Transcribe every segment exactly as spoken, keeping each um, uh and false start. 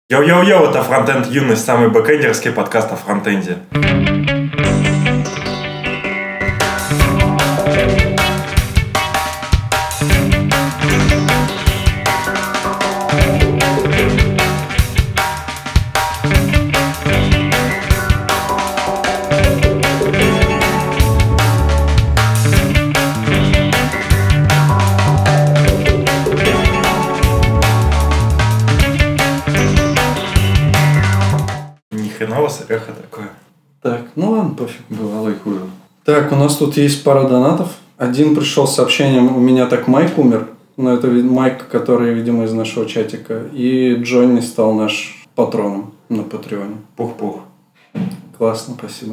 Йоу-йоу-йоу, это Фронтенд Юность, самый бэкэндерский подкаст о фронтенде. Эхо такое. Так, ну ладно, пофиг, бывало и хуже. Так, у нас тут есть пара донатов. Один пришел с сообщением: у меня так Майк умер. Но это Майк, который, видимо, из нашего чатика. И Джонни стал наш патроном на Патреоне. Пух-пух. Классно, спасибо.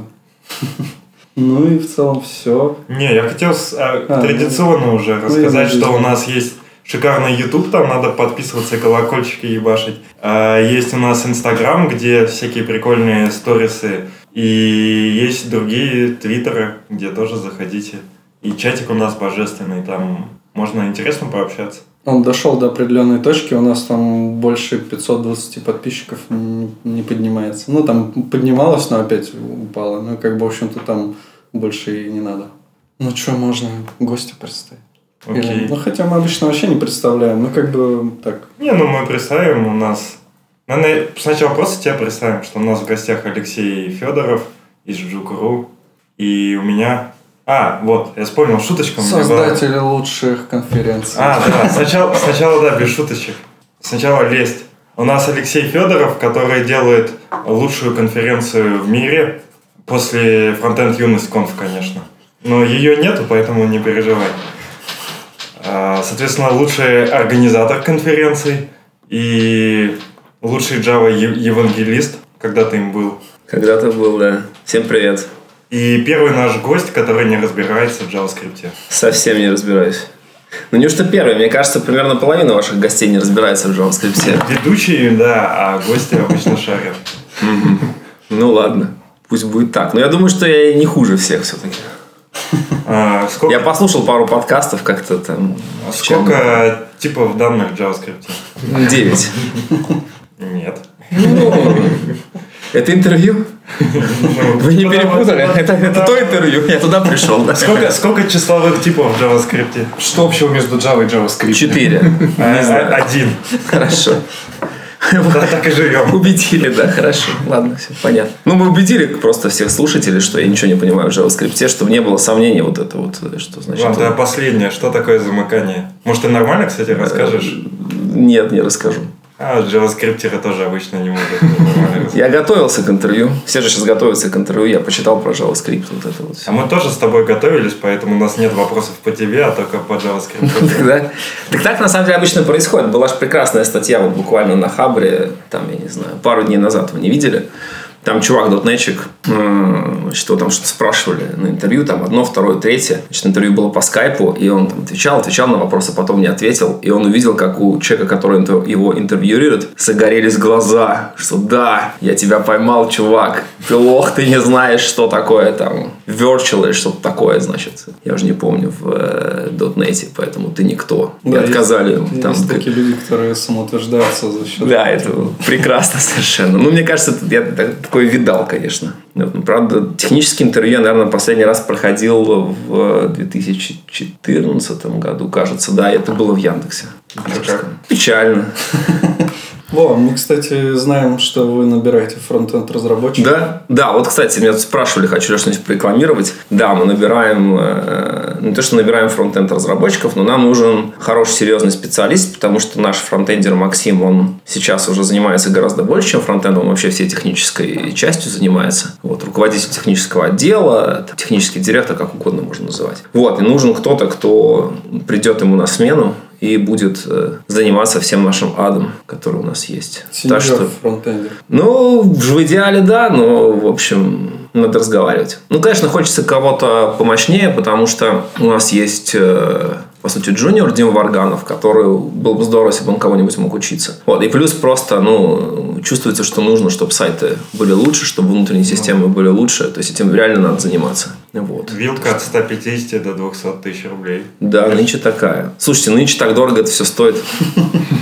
Ну и в целом все. Не, я хотел традиционно уже рассказать, что у нас есть шикарный YouTube, там надо подписываться, колокольчики ебашить. А есть у нас Instagram, где всякие прикольные сторисы. И есть другие твиттеры, где тоже заходите. И чатик у нас божественный, там можно интересно пообщаться. Он дошел до определенной точки, у нас там больше пятьсот двадцать подписчиков не поднимается. Ну, там поднималось, но опять упало. Ну, как бы, в общем-то, там больше и не надо. Ну, что, можно гостя представить? Окей. Ну, хотя мы обычно вообще не представляем. Ну, как бы так. Не, ну мы представим, у нас... Наверное, сначала просто тебя представим, что у нас в гостях Алексей Федоров из Жук.ру. И у меня... А, вот, я вспомнил, шуточка. Создатели лучших конференций. А, да, сначала, сначала, да, без шуточек. Сначала лезть. У нас Алексей Федоров, который делает лучшую конференцию в мире после Фронтенд Юность Конф, конечно. Но ее нету, поэтому не переживай. Соответственно, лучший организатор конференций и лучший Java-евангелист. Когда-то им был. Когда-то был, да. Всем привет. И первый наш гость, который не разбирается в JavaScript. Совсем не разбираюсь. Ну, не уж первый. Мне кажется, примерно половина ваших гостей не разбирается в JavaScript. Ведущие, да, а гости обычно шарят. Ну, ладно. Пусть будет так. Но я думаю, что я не хуже всех все-таки. А, сколько... Я послушал пару подкастов как-то там. А сколько типов данных в JavaScript? Девять. Нет. Ну, это интервью? Вы не перепутали? Это, это то интервью, я туда пришел. Да? Сколько, сколько числовых типов в JavaScript? Что общего между Java и JavaScript? Четыре. А, один. Хорошо. Да, так и живем. Убедили, да, хорошо. Ладно, все понятно. Ну, мы убедили просто всех слушателей, что я ничего не понимаю в JavaScript, чтобы не было сомнений вот это вот, что значит. Ладно, тогда последнее. Что такое замыкание? Может, ты нормально, кстати, расскажешь? Нет, не расскажу. А, джаваскриптеры тоже обычно не могут. Я готовился к интервью. Все же сейчас готовятся к интервью. Я почитал про JavaScript. Вот это вот все. А мы тоже с тобой готовились, поэтому у нас нет вопросов по тебе, а только по JavaScript. Так так на самом деле обычно происходит. Была же прекрасная статья вот буквально на Хабре, там, я не знаю, пару дней назад вы не видели. Там чувак, дотнетчик, что там что-то спрашивали на интервью, там одно, второе, третье. Значит, интервью было по скайпу, и он там отвечал, отвечал на вопросы, потом не ответил. И он увидел, как у человека, который его интервьюирует, загорелись глаза, что да, я тебя поймал, чувак. Ты лох, ты не знаешь, что такое там virtual или что-то такое, значит. Я уже не помню в э, дотнете, поэтому ты никто. Да, и отказали есть, ему. Там, есть такие люди, которые самоутверждаются за счет... Да, это прекрасно совершенно. Ну, мне кажется, я такое видал, конечно. Правда, техническое интервью я, наверное, последний раз проходил в две тысячи четырнадцатом году, кажется. Да, это было в Яндексе. Печально. Во, мы, кстати, знаем, что вы набираете фронтенд разработчиков. Да, да, вот, кстати, меня спрашивали, хочу ли что-нибудь порекламировать. Да, мы набираем, э, не то, что набираем фронтенд разработчиков, но нам нужен хороший, серьезный специалист, потому что наш фронтендер Максим, он сейчас уже занимается гораздо больше, чем фронтендом, он вообще всей технической частью занимается. Вот, руководитель технического отдела, технический директор, как угодно можно называть. Вот, и нужен кто-то, кто придет ему на смену и будет э, заниматься всем нашим адом, который у нас есть. Сеньор что, фронтендер. Ну, в идеале да, но, в общем, надо разговаривать. Ну, конечно, хочется кого-то помощнее, потому что у нас есть, э, по сути, джуниор Дима Варганов, который было бы здорово, если бы он кого-нибудь мог учиться. Вот. И плюс просто, ну, чувствуется, что нужно, чтобы сайты были лучше, чтобы внутренние системы были лучше. То есть этим реально надо заниматься. Вот. Вилка от ста пятидесяти до двухсот тысяч рублей. Да, нынче такая. Слушайте, нынче так дорого это все стоит.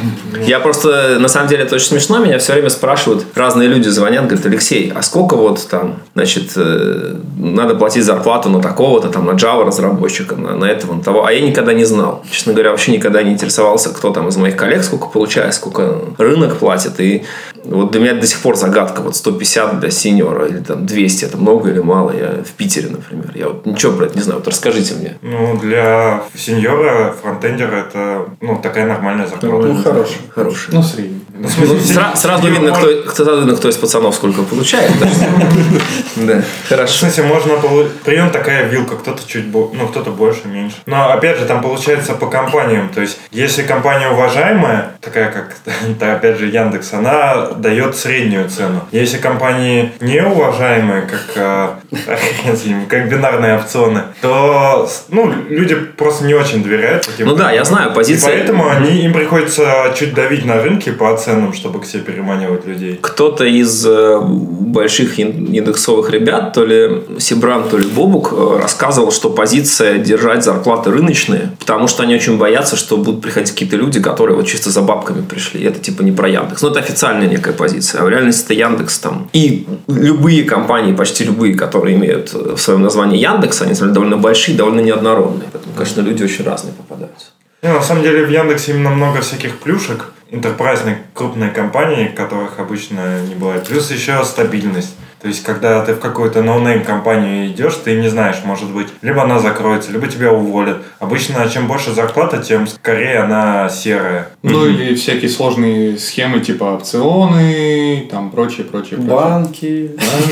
Я просто, на самом деле, это очень смешно. Меня все время спрашивают, разные люди звонят, говорят: Алексей, а сколько вот там, значит, надо платить зарплату на такого-то, там, на Java разработчика, на, на этого, на того. А я никогда не знал. Честно говоря, вообще никогда не интересовался, кто там из моих коллег сколько получает, сколько рынок платит. И вот для меня до сих пор загадка. Вот сто пятьдесят для синьора или там двести, это много или мало? Я в Питере, например. Я вот ничего про это не знаю. Вот расскажите мне. Ну, для сеньора, фронтендера это, ну, такая нормальная зарплата. Ну, хорошая. Хорошая. Ну, средний. Ну, сра- сразу видно, кто, кто, видно, кто из пацанов сколько получает. Да, В хорошо. смысле, можно получить... Прием такая вилка, кто-то чуть больше, ну, кто-то больше, меньше. Но, опять же, там получается по компаниям. То есть, если компания уважаемая, такая как, опять же, Яндекс, она дает среднюю цену. Если компании неуважаемые, как, как бинарные опционы, то, ну, люди просто не очень доверяют. Ну да, я знаю, позиция... И поэтому они, им приходится чуть давить на рынке по ценам, чтобы к себе переманивать людей. Кто-то из больших индексовых ребят, то ли Сибран, то ли Бобук, рассказывал, что позиция держать зарплаты рыночные, потому что они очень боятся, что будут приходить какие-то люди, которые вот чисто за бабками пришли. И это типа не про Яндекс. Но это официальная некая позиция. А в реальности это Яндекс там. И любые компании, почти любые, которые имеют в своем названии Яндекс, они довольно большие, довольно неоднородные. Поэтому, конечно, люди очень разные попадаются. Не, на самом деле в Яндексе именно много всяких плюшек. Интерпрайзные крупные компании, которых обычно не бывает. Плюс еще стабильность. То есть, когда ты в какую-то ноунейм компанию идешь, ты не знаешь, может быть, либо она закроется, либо тебя уволят. Обычно, чем больше зарплата, тем скорее она серая. Ну, или всякие сложные схемы, типа опционы, там, прочее, прочее, прочее. Банки.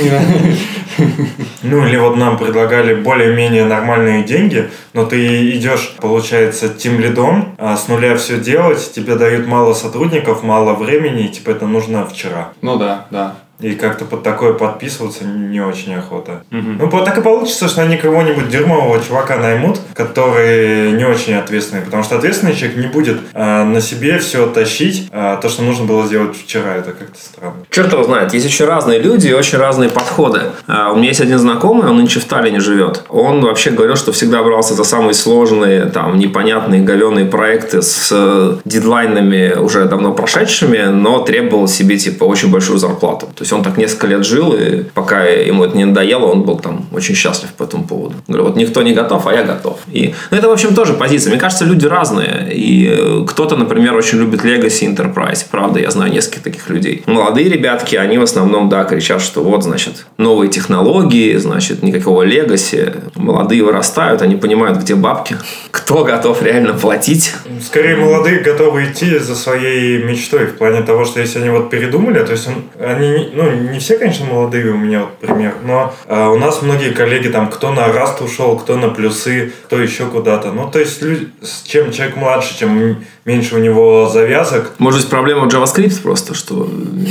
Ну, или вот нам предлагали более-менее нормальные деньги, но ты идешь, получается, тимлидом, а с нуля все делать, тебе дают мало сотрудников, мало времени, и типа это нужно вчера. Ну да, да. И как-то под такое подписываться не очень охота. Mm-hmm. Ну, так и получится, что они кого-нибудь дерьмового чувака наймут, который не очень ответственный. Потому что ответственный человек не будет а, на себе все тащить, а, то, что нужно было сделать вчера. Это как-то странно. Черт его знает. Есть очень разные люди и очень разные подходы. А, у меня есть один знакомый, он нынче в Таллине живет. Он вообще говорил, что всегда брался за самые сложные, там, непонятные, говёные проекты с э, дедлайнами уже давно прошедшими, но требовал себе, типа, очень большую зарплату. То есть он так несколько лет жил, и пока ему это не надоело, он был там очень счастлив по этому поводу. Говорю, вот никто не готов, а я готов. И, ну, это, в общем, тоже позиция. Мне кажется, люди разные. И кто-то, например, очень любит Legacy Enterprise. Правда, я знаю нескольких таких людей. Молодые ребятки, они в основном, да, кричат, что вот, значит, новые технологии, значит, никакого Legacy. Молодые вырастают, они понимают, где бабки. Кто готов реально платить. Скорее, молодые готовы идти за своей мечтой. В плане того, что если они вот передумали, то есть он, они, ну, не все, конечно, молодые у меня, вот, пример, но э, у нас многие коллеги, там, кто на Rust ушел, кто на плюсы, кто еще куда-то. Ну, то есть, люди, чем человек младше, чем меньше у него завязок. Может быть, проблема в JavaScript просто, что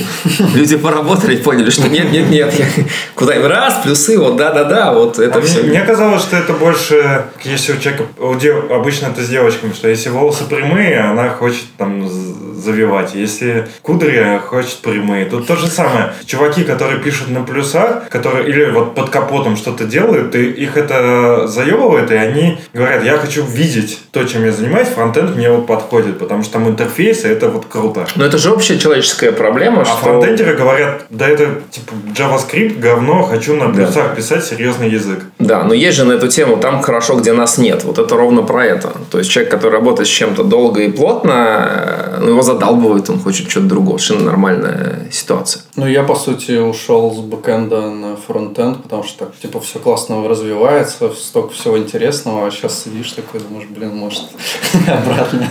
люди поработали и поняли, что нет, нет, нет, куда им раз, плюсы, вот да-да-да, вот это а все. Мне, мне казалось, что это больше, если у человека, у дев, обычно это с девочками, что если волосы прямые, она хочет там завивать, если кудри, хочет прямые. Тут то же самое. Чуваки, которые пишут на плюсах, которые или вот под капотом что-то делают, и их это заебывает, и они говорят, я хочу видеть то, чем я занимаюсь, фронтенд мне вот подходит, потому что там интерфейсы, это вот круто. Но это же общая человеческая проблема, а что... фронтендеры говорят, да это типа JavaScript, говно, хочу на плюсах да. писать серьезный язык. Да, но есть же на эту тему, там хорошо, где нас нет. Вот это ровно про это. То есть человек, который работает с чем-то долго и плотно, ну, его задалбывает, он хочет что-то другого. Совершенно нормальная ситуация. Ну, я, по сути, ушел с бэкэнда на фронтенд, потому что так, типа, все классно развивается, столько всего интересного, а сейчас сидишь такой, думаешь, блин, может, обратно.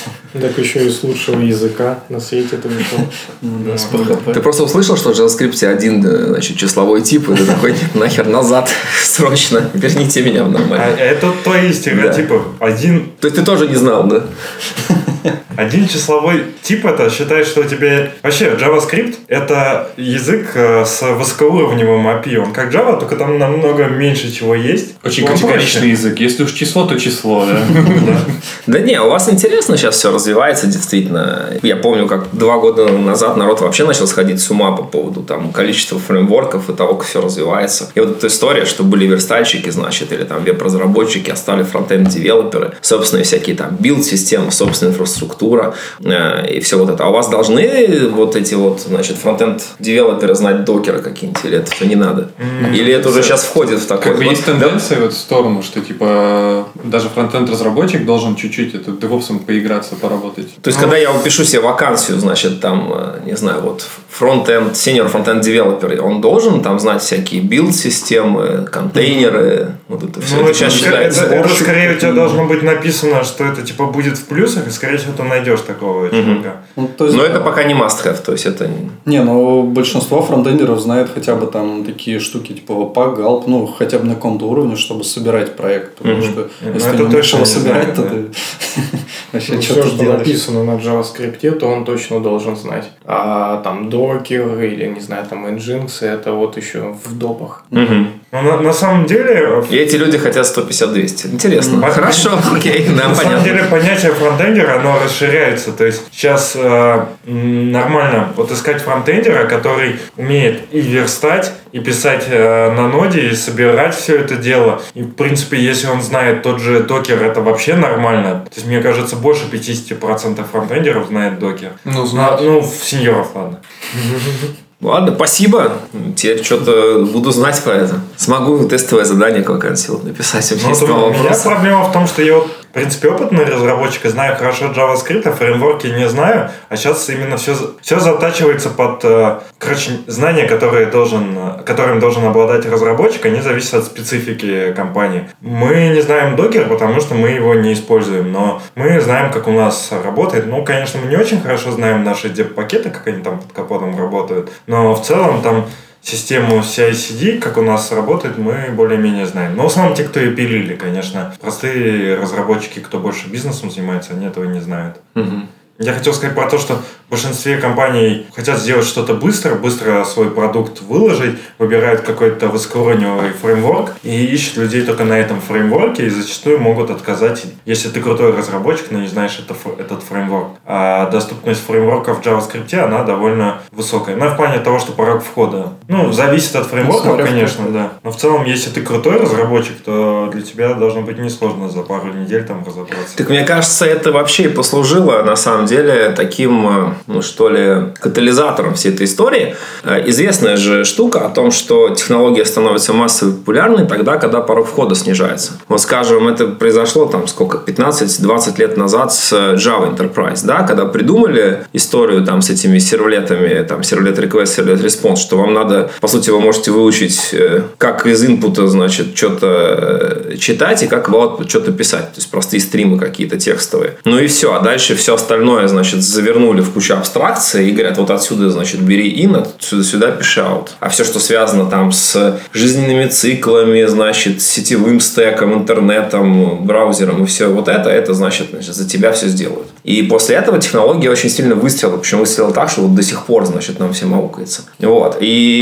Так еще и с лучшего языка на свете это вышел. Ну да, с пэ хэ пэ. Ты просто услышал, что в JavaScript один, значит, числовой тип, и ты такой, нахер назад, срочно, верните меня в нормальный. А это твои стереотипы. Один... То есть ты тоже не знал, да? Один числовой тип это считает, что у тебя... Вообще, JavaScript это язык с высокоуровневым эй пи ай. Он как Java, только там намного меньше чего есть. Очень категоричный язык. Если уж число, то число, да? Да не, у вас интересно сейчас все развивается, действительно. Я помню, как два года назад народ вообще начал сходить с ума по поводу там количества фреймворков и того, как все развивается. И вот эта история, что были верстальщики, значит, или там веб-разработчики, а стали фронтенд-девелоперы, собственные всякие там билд-системы, собственная инфраструктура инфраструктура э, и все вот это. А у вас должны вот эти вот, значит, фронтенд-девелоперы знать докеры какие-нибудь, или это все не надо? Mm-hmm. Или это уже сейчас входит в такой... Как бы есть тенденция в эту сторону, что типа даже фронтенд-разработчик должен чуть-чуть это девопсом поиграться, поработать. То есть, ну, когда я пишу себе вакансию, значит, там, не знаю, вот фронтенд, senior фронтенд девелопер, он должен там знать всякие билд-системы, контейнеры, вот это все. Ну, это, это, сейчас считается. Это, это скорее у тебя должно быть написано, что это типа будет в плюсах, и скорее всего ты найдешь такого mm-hmm. человека. Ну, то есть, но это пока не must-have, то есть это... Не, но большинство фронтендеров знает хотя бы там такие штуки, типа Webpack, Gulp, ну, хотя бы на каком-то уровне, чтобы собирать проект, потому mm-hmm. что mm-hmm. если ну, ты не можешь его собирать, то да. ты вообще ну, что-то все, что делаешь. написано на JavaScript, то он точно должен знать. А там Docker или, не знаю, там Nginx, это вот еще в допах. Mm-hmm. Ну, на, на самом деле... И эти люди хотят сто пятьдесят двести. Интересно. Mm-hmm. Хорошо, окей, да, на понятно. самом деле понятие фронтендера, оно расширяется. То есть сейчас э, нормально вот искать фронтендера, который умеет и верстать, и писать э, на ноде, и собирать все это дело. И, в принципе, если он знает тот же докер, это вообще нормально. То есть, мне кажется, больше пятьдесят процентов фронтендеров знает докер. Ну, знать. Ну, в сеньоров, ладно. Ладно, спасибо. Теперь что-то буду знать про это. Смогу тестовое задание какое-нибудь сегодня написать. У меня, ну, у меня проблема в том, что я вот, в принципе, опытный разработчик, и знаю хорошо JavaScript, а фреймворки не знаю. А сейчас именно все, все затачивается под, короче, знания, которые должен, которым должен обладать разработчик, они зависят от специфики компании. Мы не знаем докер, потому что мы его не используем, но мы знаем, как у нас работает. Ну, конечно, мы не очень хорошо знаем наши деп-пакеты, как они там под капотом работают. Но в целом там систему си ай си ди, как у нас работает, мы более-менее знаем. Но в основном те, кто ее пилили, конечно. Простые разработчики, кто больше бизнесом занимается, они этого не знают. Угу. Я хотел сказать про то, что в большинстве компаний хотят сделать что-то быстро, быстро свой продукт выложить, выбирают какой-то высокоуровневый фреймворк и ищут людей только на этом фреймворке, и зачастую могут отказать, если ты крутой разработчик, но не знаешь это, этот фреймворк. А доступность фреймворка в JavaScript, она довольно высокая. Ну, в плане того, что порог входа. Ну, зависит от фреймворка, ну, конечно, да. Но в целом, если ты крутой разработчик, то для тебя должно быть несложно за пару недель там разобраться. Так мне кажется, это вообще и послужило, на самом деле, таким, ну что ли, катализатором всей этой истории. Известная же штука о том, что технология становится массово популярной тогда, когда порог входа снижается. Вот, скажем, это произошло там сколько, пятнадцать-двадцать лет назад с Java Enterprise, да, когда придумали историю там с этими сервлетами, там сервлет request, сервлет response, что вам надо, по сути, вы можете выучить, как из инпута, значит, что-то читать и как в output что-то писать, то есть простые стримы какие-то текстовые. Ну и все, а дальше все остальное, значит, завернули в кучу абстракций и говорят, вот отсюда, значит, бери in, отсюда сюда пиши out. А все, что связано там с жизненными циклами, значит, сетевым стеком, интернетом, браузером и все вот это, это, значит, значит, за тебя все сделают. И после этого технология очень сильно выстрелила, причем выстрелила так, что вот до сих пор, значит, нам всем аукается. Вот.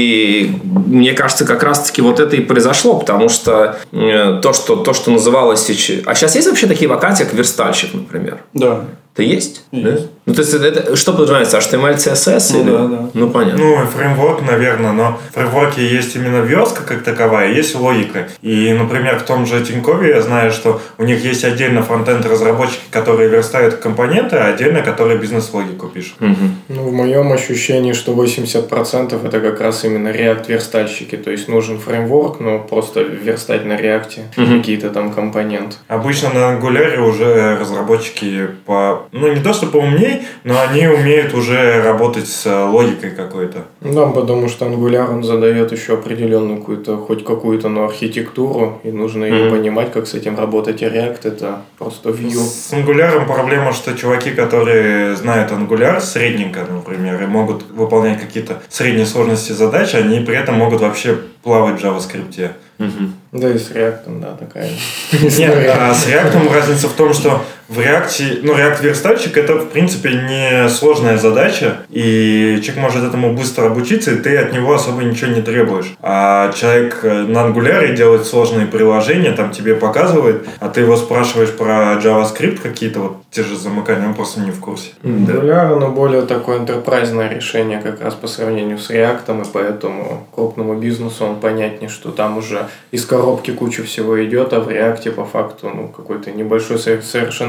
И мне кажется, как раз-таки вот это и произошло, потому что э, то, что, то, что называлось... А сейчас есть вообще такие вакансии, как верстальщик, например? Да. Это есть? Есть. Да? Ну, то есть, это, это, что подразумевается? эйч ти эм эль, си эс эс? Ну, или? да, да. Ну, понятно. Ну, фреймворк, наверное, но в фреймворке есть именно верстка как таковая, есть логика. И, например, в том же Тинькове я знаю, что у них есть отдельно фронтенд-разработчики, которые верстают компоненты, а отдельно, которые бизнес-логику пишут. Угу. Ну, в моем ощущении, что восемьдесят процентов это как раз именно React-верстальщики. То есть нужен фреймворк, но просто верстать на React Угу. какие-то там компоненты. Обычно на Angular уже разработчики по... Ну, не то, что поумней, но они умеют уже работать с логикой какой-то. Да, потому что Angular, он задает еще определенную какую-то, хоть какую-то, но архитектуру, и нужно ее Mm-hmm. понимать, как с этим работать. И React это просто view. С Angular проблема, что чуваки, которые знают Angular средненько, например, и могут выполнять какие-то средней сложности задачи, они при этом могут вообще плавать в JavaScript. Угу. Да и с React, да, такая. Нет, а с React разница в том, что в React, ну, React-верстальщик это, в принципе, не сложная задача, и человек может этому быстро обучиться, и ты от него особо ничего не требуешь. А человек на Angular делает сложные приложения, там тебе показывает, а ты его спрашиваешь про JavaScript какие-то, вот те же замыкания, он просто не в курсе. Angular, оно более такое энтерпрайзное решение как раз по сравнению с React, и поэтому крупному бизнесу он понятнее, что там уже из коробки куча всего идет, а в React по факту ну, какой-то небольшой совершенно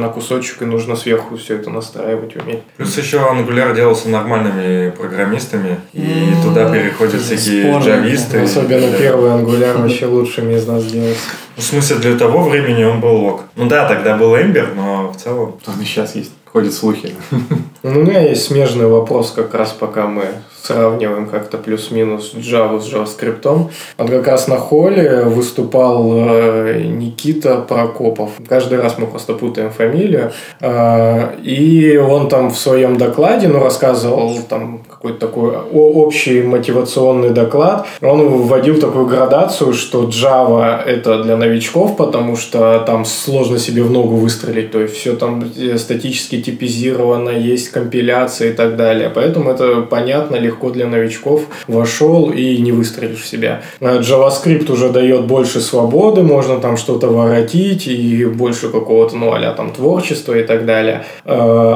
на кусочек, и нужно сверху все это настраивать, уметь. Плюс еще Angular делался нормальными программистами, и mm-hmm. туда переходят всякие Спорно. джависты. Особенно и... первый Angular вообще лучшими из нас делался. В смысле, для того времени он был лог. Ну да, тогда был Ember, но в целом... Он и сейчас есть. Ходят слухи. У меня есть смежный вопрос, как раз пока мы сравниваем как-то плюс-минус Java с JavaScript. Вот как раз на холле выступал э, Никита Прокопов. Каждый раз мы просто путаем фамилию. Э, и он там в своем докладе, ну, рассказывал там какой-то такой общий мотивационный доклад. Он вводил такую градацию, что Java это для новичков, потому что там сложно себе в ногу выстрелить. То есть все там статически типизировано, есть компиляция и так далее. Поэтому это понятно, легко для новичков. Вошел и не выстрелишь в себя. JavaScript уже дает больше свободы, можно там что-то воротить и больше какого-то, ну, а-ля там творчества и так далее. Ну,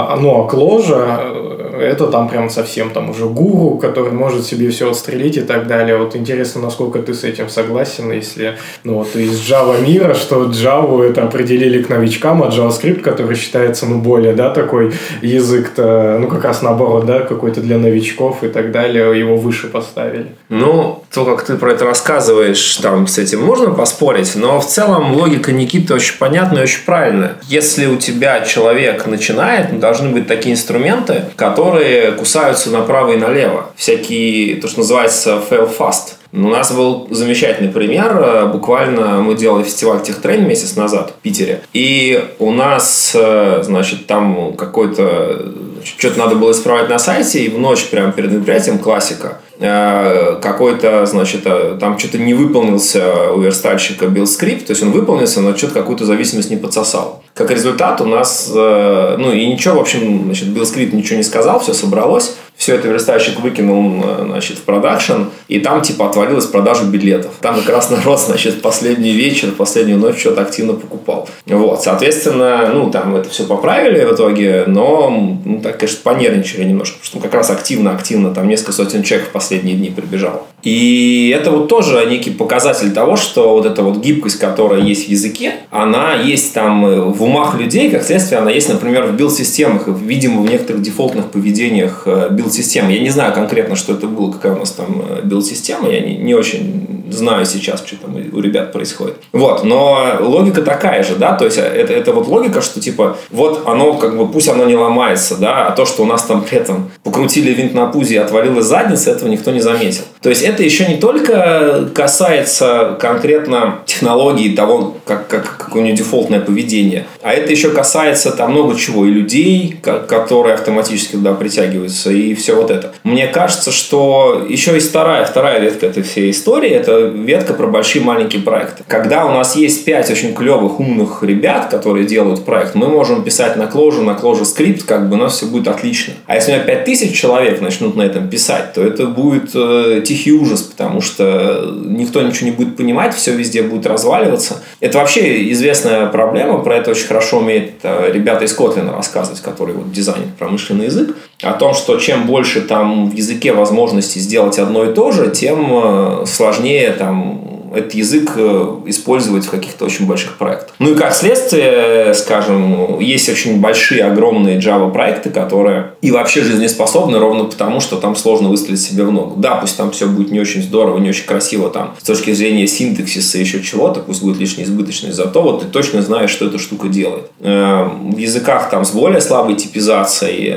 а Clojure это там прям совсем там уже гуру, который может себе все отстрелить и так далее. Вот интересно, насколько ты с этим согласен, если, ну, вот из Java мира, что Java это определили к новичкам, а JavaScript, который считается, ну, более, да, такой язык-то, ну, как раз наоборот, да, какой-то для новичков и так далее, его выше поставили. Ну, то, как ты про это рассказываешь, там с этим можно поспорить, но в целом логика Никиты очень понятная и очень правильная. Если у тебя человек начинает, должны быть такие инструменты, которые кусаются направо и налево. Всякие, то, что называется fail fast. У нас был замечательный пример. Буквально мы делали фестиваль Техтрейн месяц назад в Питере. И у нас, значит, там какой-то... Что-то надо было исправлять на сайте, и в ночь прямо перед мероприятием классика. Какой-то, значит, там что-то не выполнился у верстальщика билд-скрипт, то есть он выполнился, но что-то какую-то зависимость не подсосал. Как результат у нас, ну и ничего, в общем, значит, билд-скрипт ничего не сказал, все собралось. Все это верстальщик выкинул, значит, в продакшн, и там типа отвалилась продажа билетов. Там как раз народ, значит, в последний вечер, в последнюю ночь что-то активно покупал. Вот, соответственно, ну, там это все поправили в итоге, но, ну, так, конечно, понервничали немножко, потому что как раз активно-активно, там несколько сотен человек в последние дни прибежало. И это вот тоже некий показатель того, что вот эта вот гибкость, которая есть в языке, она есть там в умах людей, как следствие, она есть, например, в билд-системах, видимо, в некоторых дефолтных поведениях билд-системы. Я не знаю конкретно, что это было, какая у нас там билд-система, я не, не очень знаю сейчас, что там у ребят происходит. Вот, но логика такая же, да, то есть это, это вот логика, что типа вот оно как бы, пусть оно не ломается, да, а то, что у нас там при этом покрутили винт на пузе и отвалилась задница, этого никто не заметил. То есть это еще не только касается конкретно технологии того, как, как, как у нее дефолтное поведение, а это еще касается там много чего, и людей, которые автоматически туда притягиваются, и все вот это. Мне кажется, что еще есть вторая, вторая ветка этой всей истории, это ветка про большие маленькие проекты. Когда у нас есть пять очень клевых, умных ребят, которые делают проект, мы можем писать на Clojure, на Clojure скрипт, как бы у нас все будет отлично. А если у меня пять тысяч человек начнут на этом писать, то это будет э, тихий ужас, потому что никто ничего не будет понимать, все везде будет разваливаться. Это вообще известная проблема, про это очень хорошо умеют э, ребята из Kotlin рассказывать, которые вот дизайнят промышленный язык, о том, что чем больше там в языке возможностей сделать одно и то же, тем сложнее там этот язык использовать в каких-то очень больших проектах. Ну и как следствие, скажем, есть очень большие, огромные Java проекты, которые и вообще жизнеспособны ровно потому, что там сложно выстрелить себе в ногу. Да, пусть там все будет не очень здорово, не очень красиво там с точки зрения синтаксиса и еще чего-то, пусть будет лишняя избыточность, зато вот ты точно знаешь, что эта штука делает. В языках там с более слабой типизацией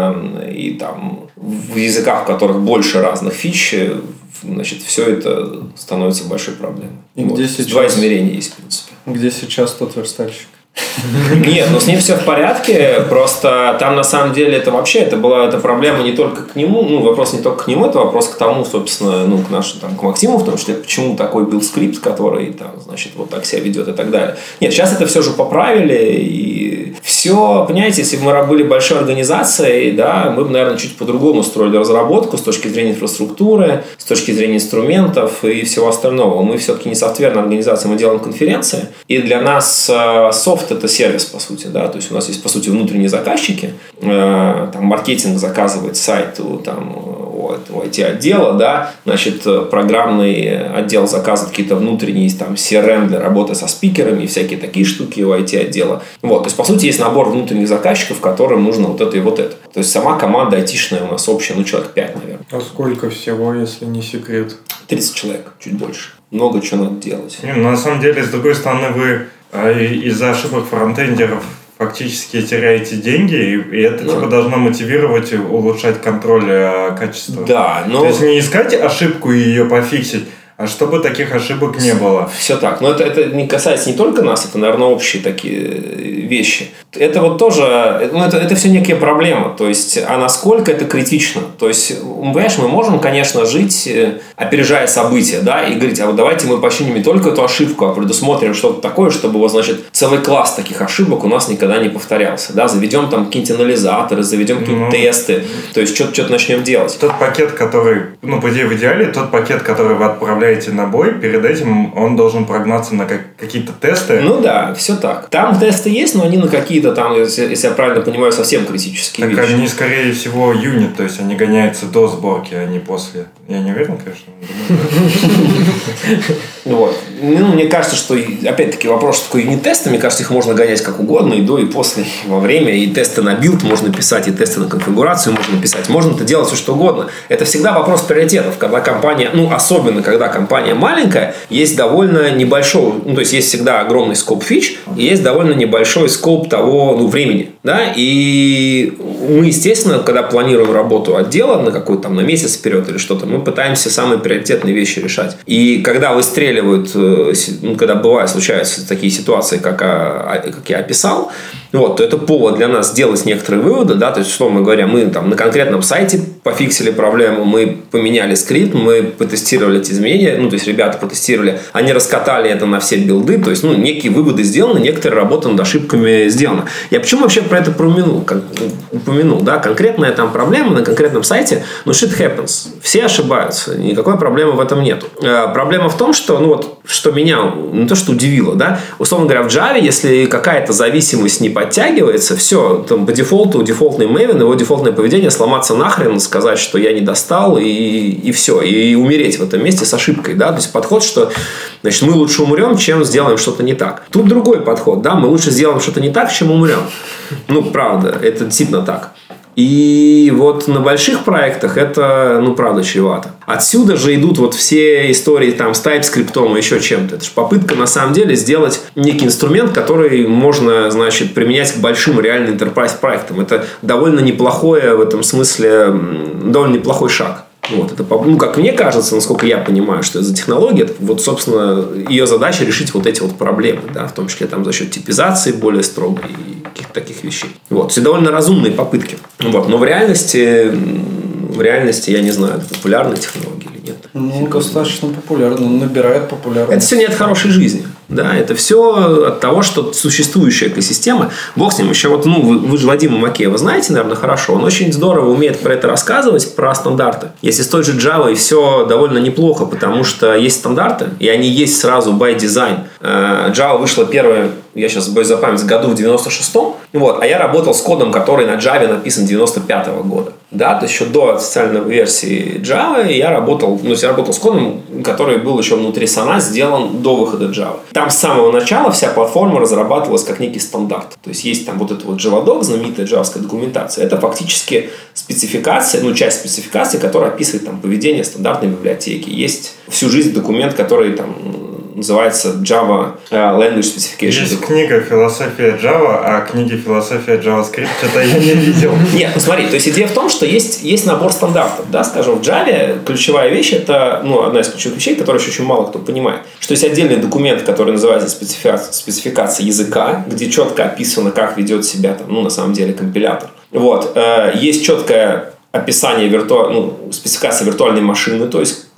и там в языках, в которых больше разных фич, значит, все это становится большой проблемой. И вот. где сейчас... Два измерения есть, в принципе. Где сейчас тот верстальщик? Нет, ну с ним все в порядке, просто там на самом деле это вообще, это была эта проблема не только к нему, ну вопрос не только к нему, это вопрос к тому, собственно, ну к нашему, там, к Максиму, в том числе, почему такой билд-скрипт, который там, значит, вот так себя ведет и так далее. Нет, сейчас это все же поправили, и все, понимаете, если бы мы были большой организацией, да, мы бы, наверное, чуть по-другому строили разработку с точки зрения инфраструктуры, с точки зрения инструментов и всего остального. Мы все-таки не софтверная организация, мы делаем конференции, и для нас софт это сервис, по сути, да, то есть у нас есть, по сути, внутренние заказчики, э, там маркетинг заказывает сайту, там, всего этого ай ти-отдела, да, значит, программный отдел заказывает какие-то внутренние там си эр эм для работы со спикерами и всякие такие штуки у ай ти-отдела. Вот, то есть, по сути, есть набор внутренних заказчиков, которым нужно вот это и вот это. То есть, сама команда айтишная у нас общая, ну, человек пять, наверное. А сколько всего, если не секрет? тридцать человек, чуть больше. Много чего надо делать. Не, ну, на самом деле, с другой стороны, вы э, из-за ошибок фронтендеров фактически теряете деньги, и, и это ну, типа должно мотивировать и улучшать контроль э, качества. Да, но... То есть не искать ошибку и ее пофиксить, а чтобы таких ошибок не было. Все так. Но это, это не касается не только нас, это, наверное, общие такие вещи. Это вот тоже, ну, это, это все некие проблемы. То есть, а насколько это критично? То есть, понимаешь, мы можем, конечно, жить, опережая события, да, и говорить, а вот давайте мы починим не только эту ошибку, а предусмотрим что-то такое, чтобы, вот, значит, целый класс таких ошибок у нас никогда не повторялся. Да? Заведем там какие-нибудь анализаторы, заведем какие-то ну, тесты, то есть, что-то, что-то начнем делать. Тот пакет, который, ну, по идее, в идеале, тот пакет, который вы отправляете на бой, перед этим он должен прогнаться на как, какие-то тесты. Ну да, все так. Там тесты есть, но они на какие-то там, если, если я правильно понимаю, совсем критические так вещи. Они, скорее всего, юнит, то есть они гоняются до сборки, а не после. Я не уверен, конечно. Вот. Ну, мне кажется, что, опять-таки, вопрос, что такое юнит-тесты, мне кажется, их можно гонять как угодно, и до, и после, и во время, и тесты на билд можно писать, и тесты на конфигурацию можно писать. Можно это делать все что угодно. Это всегда вопрос приоритетов. Когда компания, ну, особенно, когда компания маленькая, есть довольно небольшой, ну, то есть, есть всегда огромный скоп фич, и есть довольно небольшой скоп того, ну, времени, да, и мы, естественно, когда планируем работу отдела на какой-то там, на месяц вперед или что-то, мы пытаемся самые приоритетные вещи решать. И когда выстреливают, ну, когда бывают, случаются такие ситуации, как, как я описал, вот, то это повод для нас сделать некоторые выводы, да, то есть, условно говоря, мы там на конкретном сайте пофиксили проблему, мы поменяли скрипт, мы потестировали эти изменения, ну, то есть, ребята потестировали, они раскатали это на все билды, то есть, ну, некие выводы сделаны, некоторые работы над ошибками сделаны. Я почему вообще про это упомянул, как, упомянул, да, конкретная там проблема на конкретном сайте, ну, shit happens, все ошибаются, никакой проблемы в этом нету. Э, проблема в том, что, ну, вот, что меня, не то, что удивило, да, условно говоря, в Java, если какая-то зависимость не подтягивается, все, там по дефолту дефолтный Maven, его дефолтное поведение сломаться нахрен, сказать, что я не достал, и, и все, и умереть в этом месте с ошибкой, да, то есть подход, что, значит, мы лучше умрем, чем сделаем что-то не так. Тут другой подход, да, мы лучше сделаем что-то не так, чем умрем. Ну, правда, это действительно так. И вот на больших проектах это, ну, правда, чревато. Отсюда же идут вот все истории там с TypeScript и еще чем-то. Это же попытка, на самом деле, сделать некий инструмент, который можно, значит, применять к большим реальным enterprise проектам. Это довольно неплохое в этом смысле, довольно неплохой шаг. Вот, это, ну, как мне кажется, насколько я понимаю, что это за технология, это, вот, собственно, ее задача решить вот эти вот проблемы, да, в том числе там, за счет типизации более строгой и каких-то таких вещей. Вот, все довольно разумные попытки. Вот, но в реальности, в реальности, я не знаю, это популярная технология или нет. Ну, достаточно популярно, набирает популярность. Это все не от хорошей жизни. Да, это все от того, что существующая экосистема, бог с ним, еще вот, ну, вы, вы же Вадима Макеева знаете, наверное, хорошо, он очень здорово умеет про это рассказывать, про стандарты. Если с той же Java, и все довольно неплохо, потому что есть стандарты, и они есть сразу by design. Java вышла первая, я сейчас боюсь за память, году в девяносто шестом, вот, а я работал с кодом, который на Java написан девяносто пятого года. Да, то есть еще до официальной версии Java я работал, ну, я работал с кодом, который был еще внутри Сана, сделан до выхода Java. Там с самого начала вся платформа разрабатывалась как некий стандарт. То есть есть там вот этот вот JavaDoc, знаменитая джавовская документация. Это фактически спецификация, ну, часть спецификации, которая описывает там поведение стандартной библиотеки. Есть всю жизнь документ, который там называется Java Language Specification. Есть книга «Философия Java», а книги «Философия JavaScript» что-то я не видел. Нет, ну смотри, то есть идея в том, что есть, есть набор стандартов. Да? Скажем, в Java ключевая вещь, это, ну, одна из ключевых вещей, которую еще очень мало кто понимает. Что есть отдельный документ, который называется спецификация, спецификация языка, где четко описано, как ведет себя, там, ну, на самом деле, компилятор. Вот. Есть четкое описание вирту... ну, спецификации виртуальной машины, то есть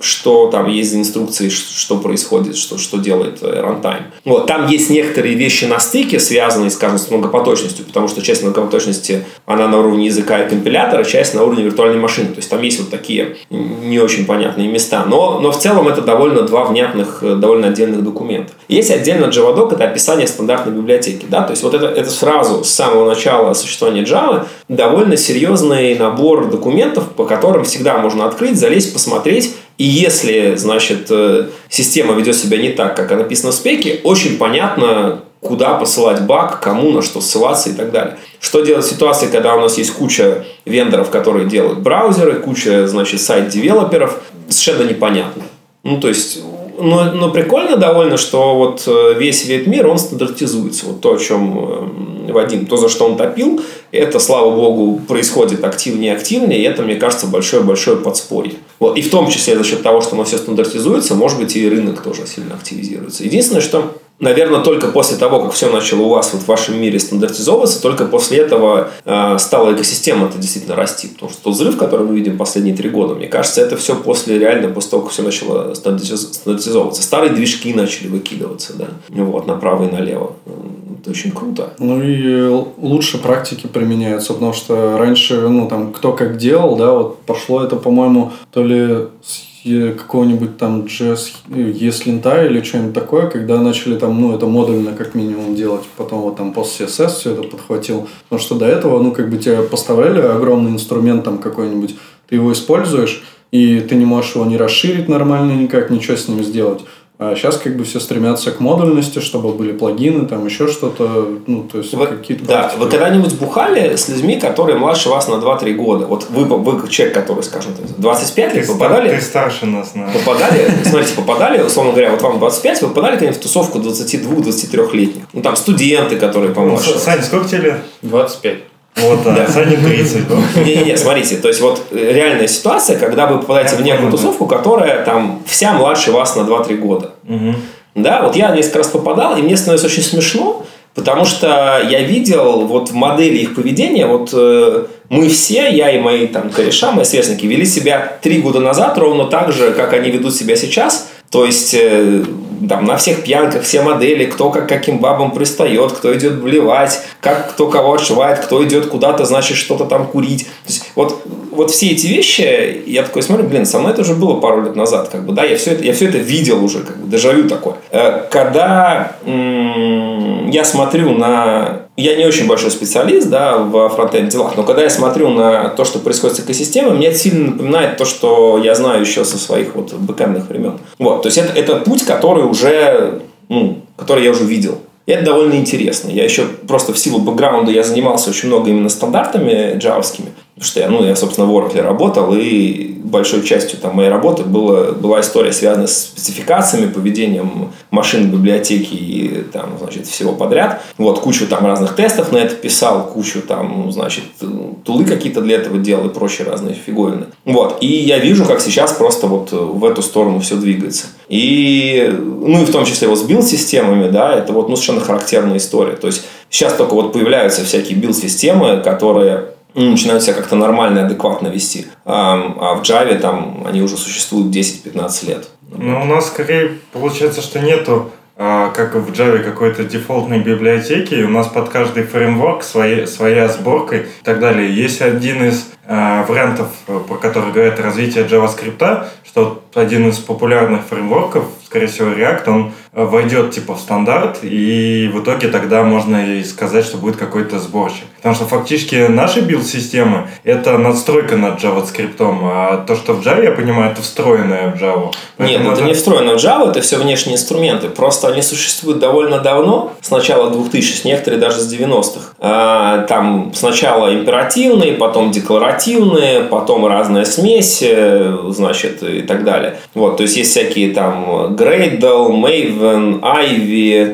что там есть инструкции, что происходит, что, что делает runtime. Вот, там есть некоторые вещи на стыке, связанные, скажем, с многопоточностью, потому что часть многопоточности, она на уровне языка и компилятора, часть на уровне виртуальной машины. То есть там есть вот такие не очень понятные места. Но, но в целом это довольно два внятных, довольно отдельных документа. Есть отдельно JavaDoc, это описание стандартной библиотеки. Да? То есть вот это, это сразу с самого начала существования Java довольно серьезный набор документов, по которым всегда можно открыть, залезть, посмотреть. И если, значит, система ведет себя не так, как написано в спеке, очень понятно, куда посылать баг, кому, на что ссылаться и так далее. Что делать в ситуации, когда у нас есть куча вендоров, которые делают браузеры, куча, значит, сайт-девелоперов, совершенно непонятно. Ну, то есть, но, но прикольно довольно, что вот весь весь мир, он стандартизуется. Вот то, о чем Вадим, то, за что он топил, это, слава богу, происходит активнее и активнее, и это, мне кажется, большое-большое подспорье. Вот. И в том числе за счет того, что оно все стандартизуется, может быть, и рынок тоже сильно активизируется. Единственное, что, наверное, только после того, как все начало у вас вот в вашем мире стандартизовываться, только после этого э, стала экосистема-то действительно расти. Потому что тот взрыв, который мы видим последние три года, мне кажется, это все после, реально после того, как все начало стандартизовываться. Старые движки начали выкидываться, да, вот, направо и налево. Это очень круто. Ну и лучше практики применяются, потому что раньше, ну там, кто как делал, да, вот пошло это, по-моему, то ли с какого-нибудь там джей эс, ESLint или что-нибудь такое, когда начали там, ну, это модульно как минимум делать, потом вот там пост си эс эс все это подхватил, потому что до этого, ну, как бы тебе поставляли огромный инструмент там какой-нибудь, ты его используешь, и ты не можешь его не расширить нормально никак, ничего с ним сделать. А сейчас как бы все стремятся к модульности, чтобы были плагины, там еще что-то, ну, то есть вы, какие-то... Да, практики. Вы когда-нибудь бухали с людьми, которые младше вас на два-три года? Вот вы, вы человек, который, скажем, двадцать пять лет, попадали... Ты старше нас, наверное. Попадали, смотрите, попадали, условно говоря, вот вам двадцать пять, вы попадали когда-нибудь в тусовку двадцати-двух-двадцатитрёхлетних. Ну, там, студенты, которые помладше. Ну, Саня, сколько тебе лет? двадцать пять. Вот, а да. Саня тридцать. Не-не-не, смотрите, то есть вот реальная ситуация, когда вы попадаете в некую тусовку, которая там вся младше вас на два-три года. Угу. Да, вот я несколько раз попадал, и мне становится очень смешно, потому что я видел вот в модели их поведения, вот э, мы все, я и мои там кореша, мои сверстники, вели себя три года назад ровно так же, как они ведут себя сейчас. То есть э, там, на всех пьянках все модели, кто как каким бабам пристает, кто идет блевать, как кто кого отшивает, кто идет куда-то, значит, что-то там курить. То есть, вот, вот все эти вещи, я такой смотрю, блин, со мной это уже было пару лет назад, как бы, да, я все это, я все это видел уже, как бы, дежавю такое. Когда м- я смотрю на... Я не очень большой специалист, да, в фронтенд делах, но когда я смотрю на то, что происходит с экосистемой, мне это сильно напоминает то, что я знаю еще со своих вот бэкэндных времен. Вот, то есть это, это путь, который уже, ну, который я уже видел. И это довольно интересно. Я еще просто в силу бэкграунда я занимался очень много именно стандартами джавовскими. Потому что я, ну, я, собственно, в Oracle работал, и большой частью там, моей работы была, была история, связанная с спецификациями, поведением машин библиотеки и там, значит, всего подряд. Вот, кучу там разных тестов на это писал, кучу там, значит, тулы какие-то для этого делал и прочие разные фиговины. Вот, и я вижу, как сейчас просто вот в эту сторону все двигается. И, ну, и в том числе вот с билд-системами, да, это вот, ну, совершенно характерная история. То есть сейчас только вот появляются всякие билд-системы, которые начинают себя как-то нормально и адекватно вести. А в Java там они уже существуют десять-пятнадцать лет. Ну, у нас скорее получается, что нету, как в Java, какой-то дефолтной библиотеки. У нас под каждый фреймворк своя, своя сборка и так далее. Есть один из э, вариантов, про который говорят развитие JavaScript, что один из популярных фреймворков, скорее всего, React, он войдет типа в стандарт, и в итоге тогда можно и сказать, что будет какой-то сборщик. Потому что фактически наши билд-системы — это надстройка над JavaScript, а то, что в Java, я понимаю, это встроенное в Java. Поэтому Нет, это, это не встроено в Java, это все внешние инструменты. Просто они существуют довольно давно, с начала двухтысячных, некоторые даже с девяностых. Там сначала императивные, потом декларативные, потом разная смесь, значит, и так далее. Вот, то есть есть всякие там Gradle, Maven, Ivy,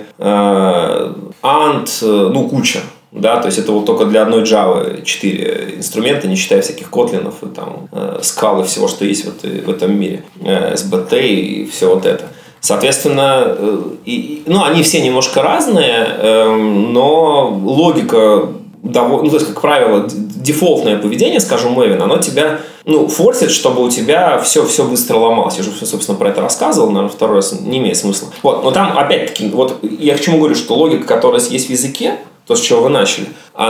Ant, ну, куча. Да, то есть это вот только для одной Java четыре инструмента, не считая всяких котлинов и там э, скал и всего, что есть в, этой, в этом мире, э, эс би ти и все вот это. Соответственно, э, и, ну, они все немножко разные, э, но логика довольно, ну, то есть, как правило, дефолтное поведение, скажем, Maven, оно тебя ну, форсит, чтобы у тебя все, все быстро ломалось. Я же, собственно, про это рассказывал, наверное, второй раз не имеет смысла. Вот, но там, опять-таки, вот я к чему говорю, что логика, которая есть в языке, то, с чего вы начали,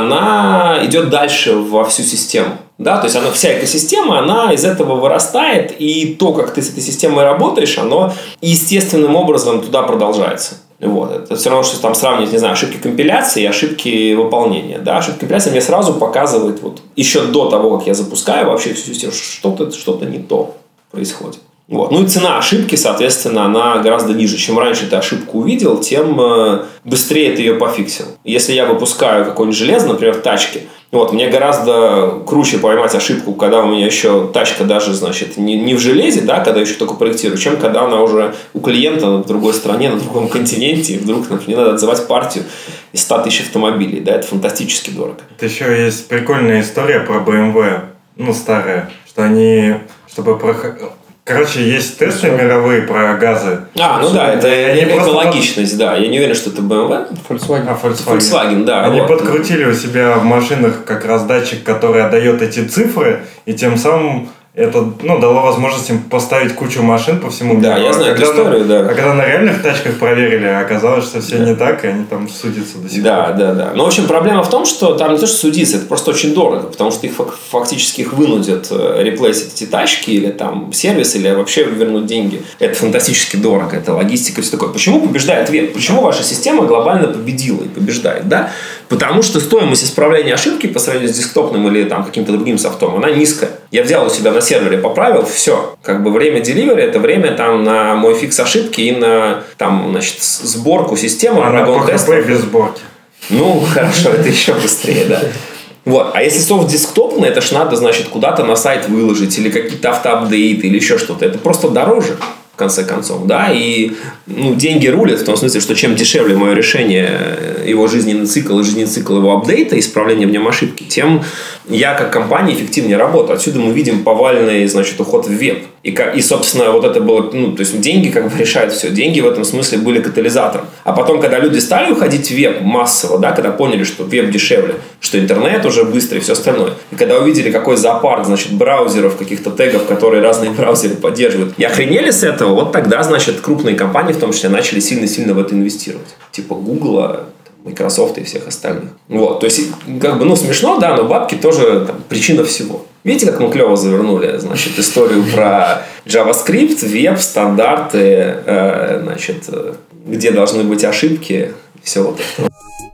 она идет дальше во всю систему. Да? То есть она, вся экосистема, она из этого вырастает, и то, как ты с этой системой работаешь, оно естественным образом туда продолжается. Вот. Это все равно, что там сравнивать, не знаю, ошибки компиляции и ошибки выполнения. Да? Ошибки компиляции мне сразу показывает, вот, еще до того, как я запускаю вообще всю систему, что-то, что-то не то происходит. Вот. Ну и цена ошибки, соответственно, она гораздо ниже. Чем раньше ты ошибку увидел, тем быстрее ты ее пофиксил. Если я выпускаю какое-нибудь железо, например, в тачке, вот, мне гораздо круче поймать ошибку, когда у меня еще тачка даже, значит, не, не в железе, да, когда я еще только проектирую, чем когда она уже у клиента в другой стране, на другом континенте, и вдруг, например, мне надо отзывать партию из ста тысяч автомобилей. Да, это фантастически дорого. Это еще есть прикольная история про бэ эм вэ, ну, старая, что они, чтобы проходить... Короче, есть тесты мировые про газы. А, ну да, это экологичность, да. Я не уверен, что это бэ эм вэ. Volkswagen. А, Volkswagen. Volkswagen, да. Они вот. подкрутили у себя в машинах как раз датчик, который отдает эти цифры, и тем самым это, ну, дало возможность им поставить кучу машин по всему миру. Да, я знаю а эту историю, на, да. А когда на реальных тачках проверили, оказалось, что все да. не так, и они там судятся до сих да, пор. Да, да, да. Ну, в общем, проблема в том, что там не то, что судиться, это просто очень дорого, потому что их фактически их вынудят реплейсить эти тачки или там сервис, или вообще вернуть деньги. Это фантастически дорого, это логистика и все такое. Почему побеждает веб? Почему ваша система глобально победила и побеждает? Да? Потому что стоимость исправления ошибки по сравнению с десктопным или там каким-то другим софтом, она низкая. Я взял у себя на сервере, поправил, все. Как бы время delivery, это время там на мой фикс ошибки и на там, значит, сборку системы. А на пи эйч пи без сборки. Ну, хорошо, это еще быстрее, да. Вот. А если софт десктопный, это ж надо, значит, куда-то на сайт выложить или какие-то автоапдейты или еще что-то. Это просто дороже. В конце концов, да, и ну, деньги рулят в том смысле, что чем дешевле мое решение, его жизненный цикл и жизненный цикл его апдейта, исправления в нем ошибки, тем я как компания эффективнее работаю. Отсюда мы видим повальный, значит, уход в веб. И, и, собственно, вот это было, ну, то есть деньги как бы решают все. Деньги в этом смысле были катализатором. А потом, когда люди стали уходить в веб массово, да, когда поняли, что веб дешевле, что интернет уже быстрый и все остальное, и когда увидели, какой зоопарк, значит, браузеров, каких-то тегов, которые разные браузеры поддерживают, и охренели с этого, вот тогда, значит, крупные компании, в том числе, начали сильно-сильно в это инвестировать. Типа Google, Microsoft и всех остальных. Вот, то есть, как бы, ну, смешно, да, но бабки тоже там, причина всего. Видите, как мы клево завернули, значит, историю про JavaScript, веб, стандарты, э, значит, э, где должны быть ошибки, все вот это.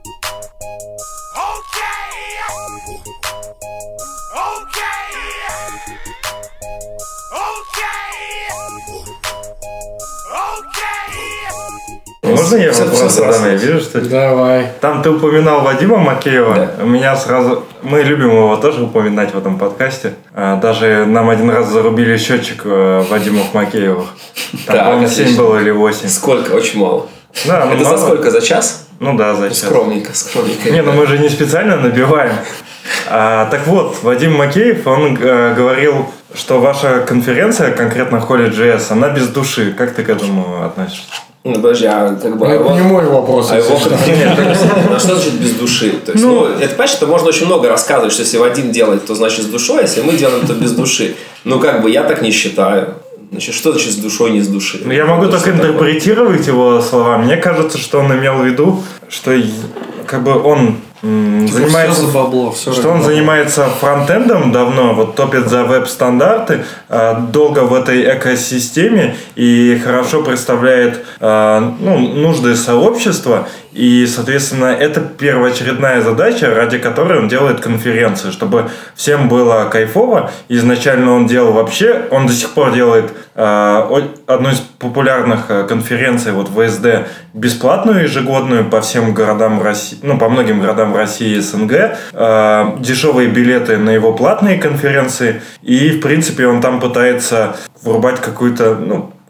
Можно я вопрос задам? Я вижу, что... Давай. Там ты упоминал Вадима Макеева. Да. У меня сразу... Мы любим его тоже упоминать в этом подкасте. Даже нам один раз зарубили счетчик Вадимов Макеевых. Там, так, по-моему, семь было или восемь. Сколько? Очень мало. Да, ну, это мало. За сколько? За час? Ну да, за час. Скромненько, скромненько. Не, ну мы же не специально набиваем. А, так вот, Вадим Макеев, он э, говорил, что ваша конференция, конкретно Holy.js, она без души. Как ты к этому относишься? Ну, подожди, а как бы... Это его, не мой вопрос. А его, нет, а что значит без души? То есть, ну, ну, это, понимаешь, что можно очень много рассказывать, что если Вадим делает, то значит с душой, а если мы делаем, то без души. Ну, как бы, я так не считаю. Значит, что значит с душой, не с души? Ну, я могу только интерпретировать его слова. Мне кажется, что он имел в виду, что как бы он м, типа занимается, все за бабло, все что он бабло. занимается фронтендом давно, вот топит за веб-стандарты, э, долго в этой экосистеме и хорошо представляет э, ну, нужды сообщества. И, соответственно, это первоочередная задача, ради которой он делает конференции, чтобы всем было кайфово. Изначально он делал вообще, он до сих пор делает э, одну из популярных конференций, вот вэ эс дэ, бесплатную ежегодную по всем городам России, ну, по многим городам России и эс эн гэ, э, дешевые билеты на его платные конференции, и, в принципе, он там пытается врубать какую-то, ну,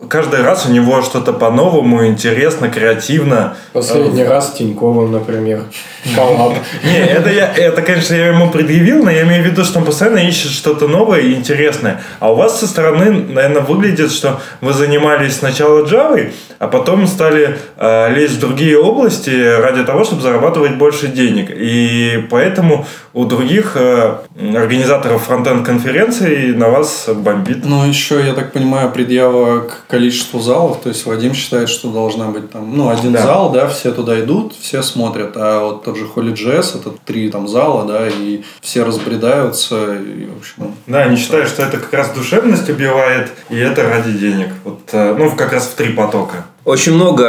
каждый раз у него что-то по-новому, интересно, креативно. Последний раз с Тиньковым, например. Коллаб. Не, это, я, это, конечно, я ему предъявил, но я имею в виду, что он постоянно ищет что-то новое и интересное. А у вас со стороны, наверное, выглядит, что вы занимались сначала Java, а потом стали э, лезть в другие области ради того, чтобы зарабатывать больше денег. И поэтому у других э, организаторов фронтенд-конференций на вас бомбит. Ну, еще, я так понимаю, предъява к количеству залов. То есть Вадим считает, что должна быть там, ну, один да. зал, да, все туда идут, все смотрят. А вот тот же HolyJS, это три там зала, да, и все разбредаются. И, в общем, да, они считают, что это как раз душевность убивает, и это ради денег. Вот, э, ну, как раз в три потока. Очень много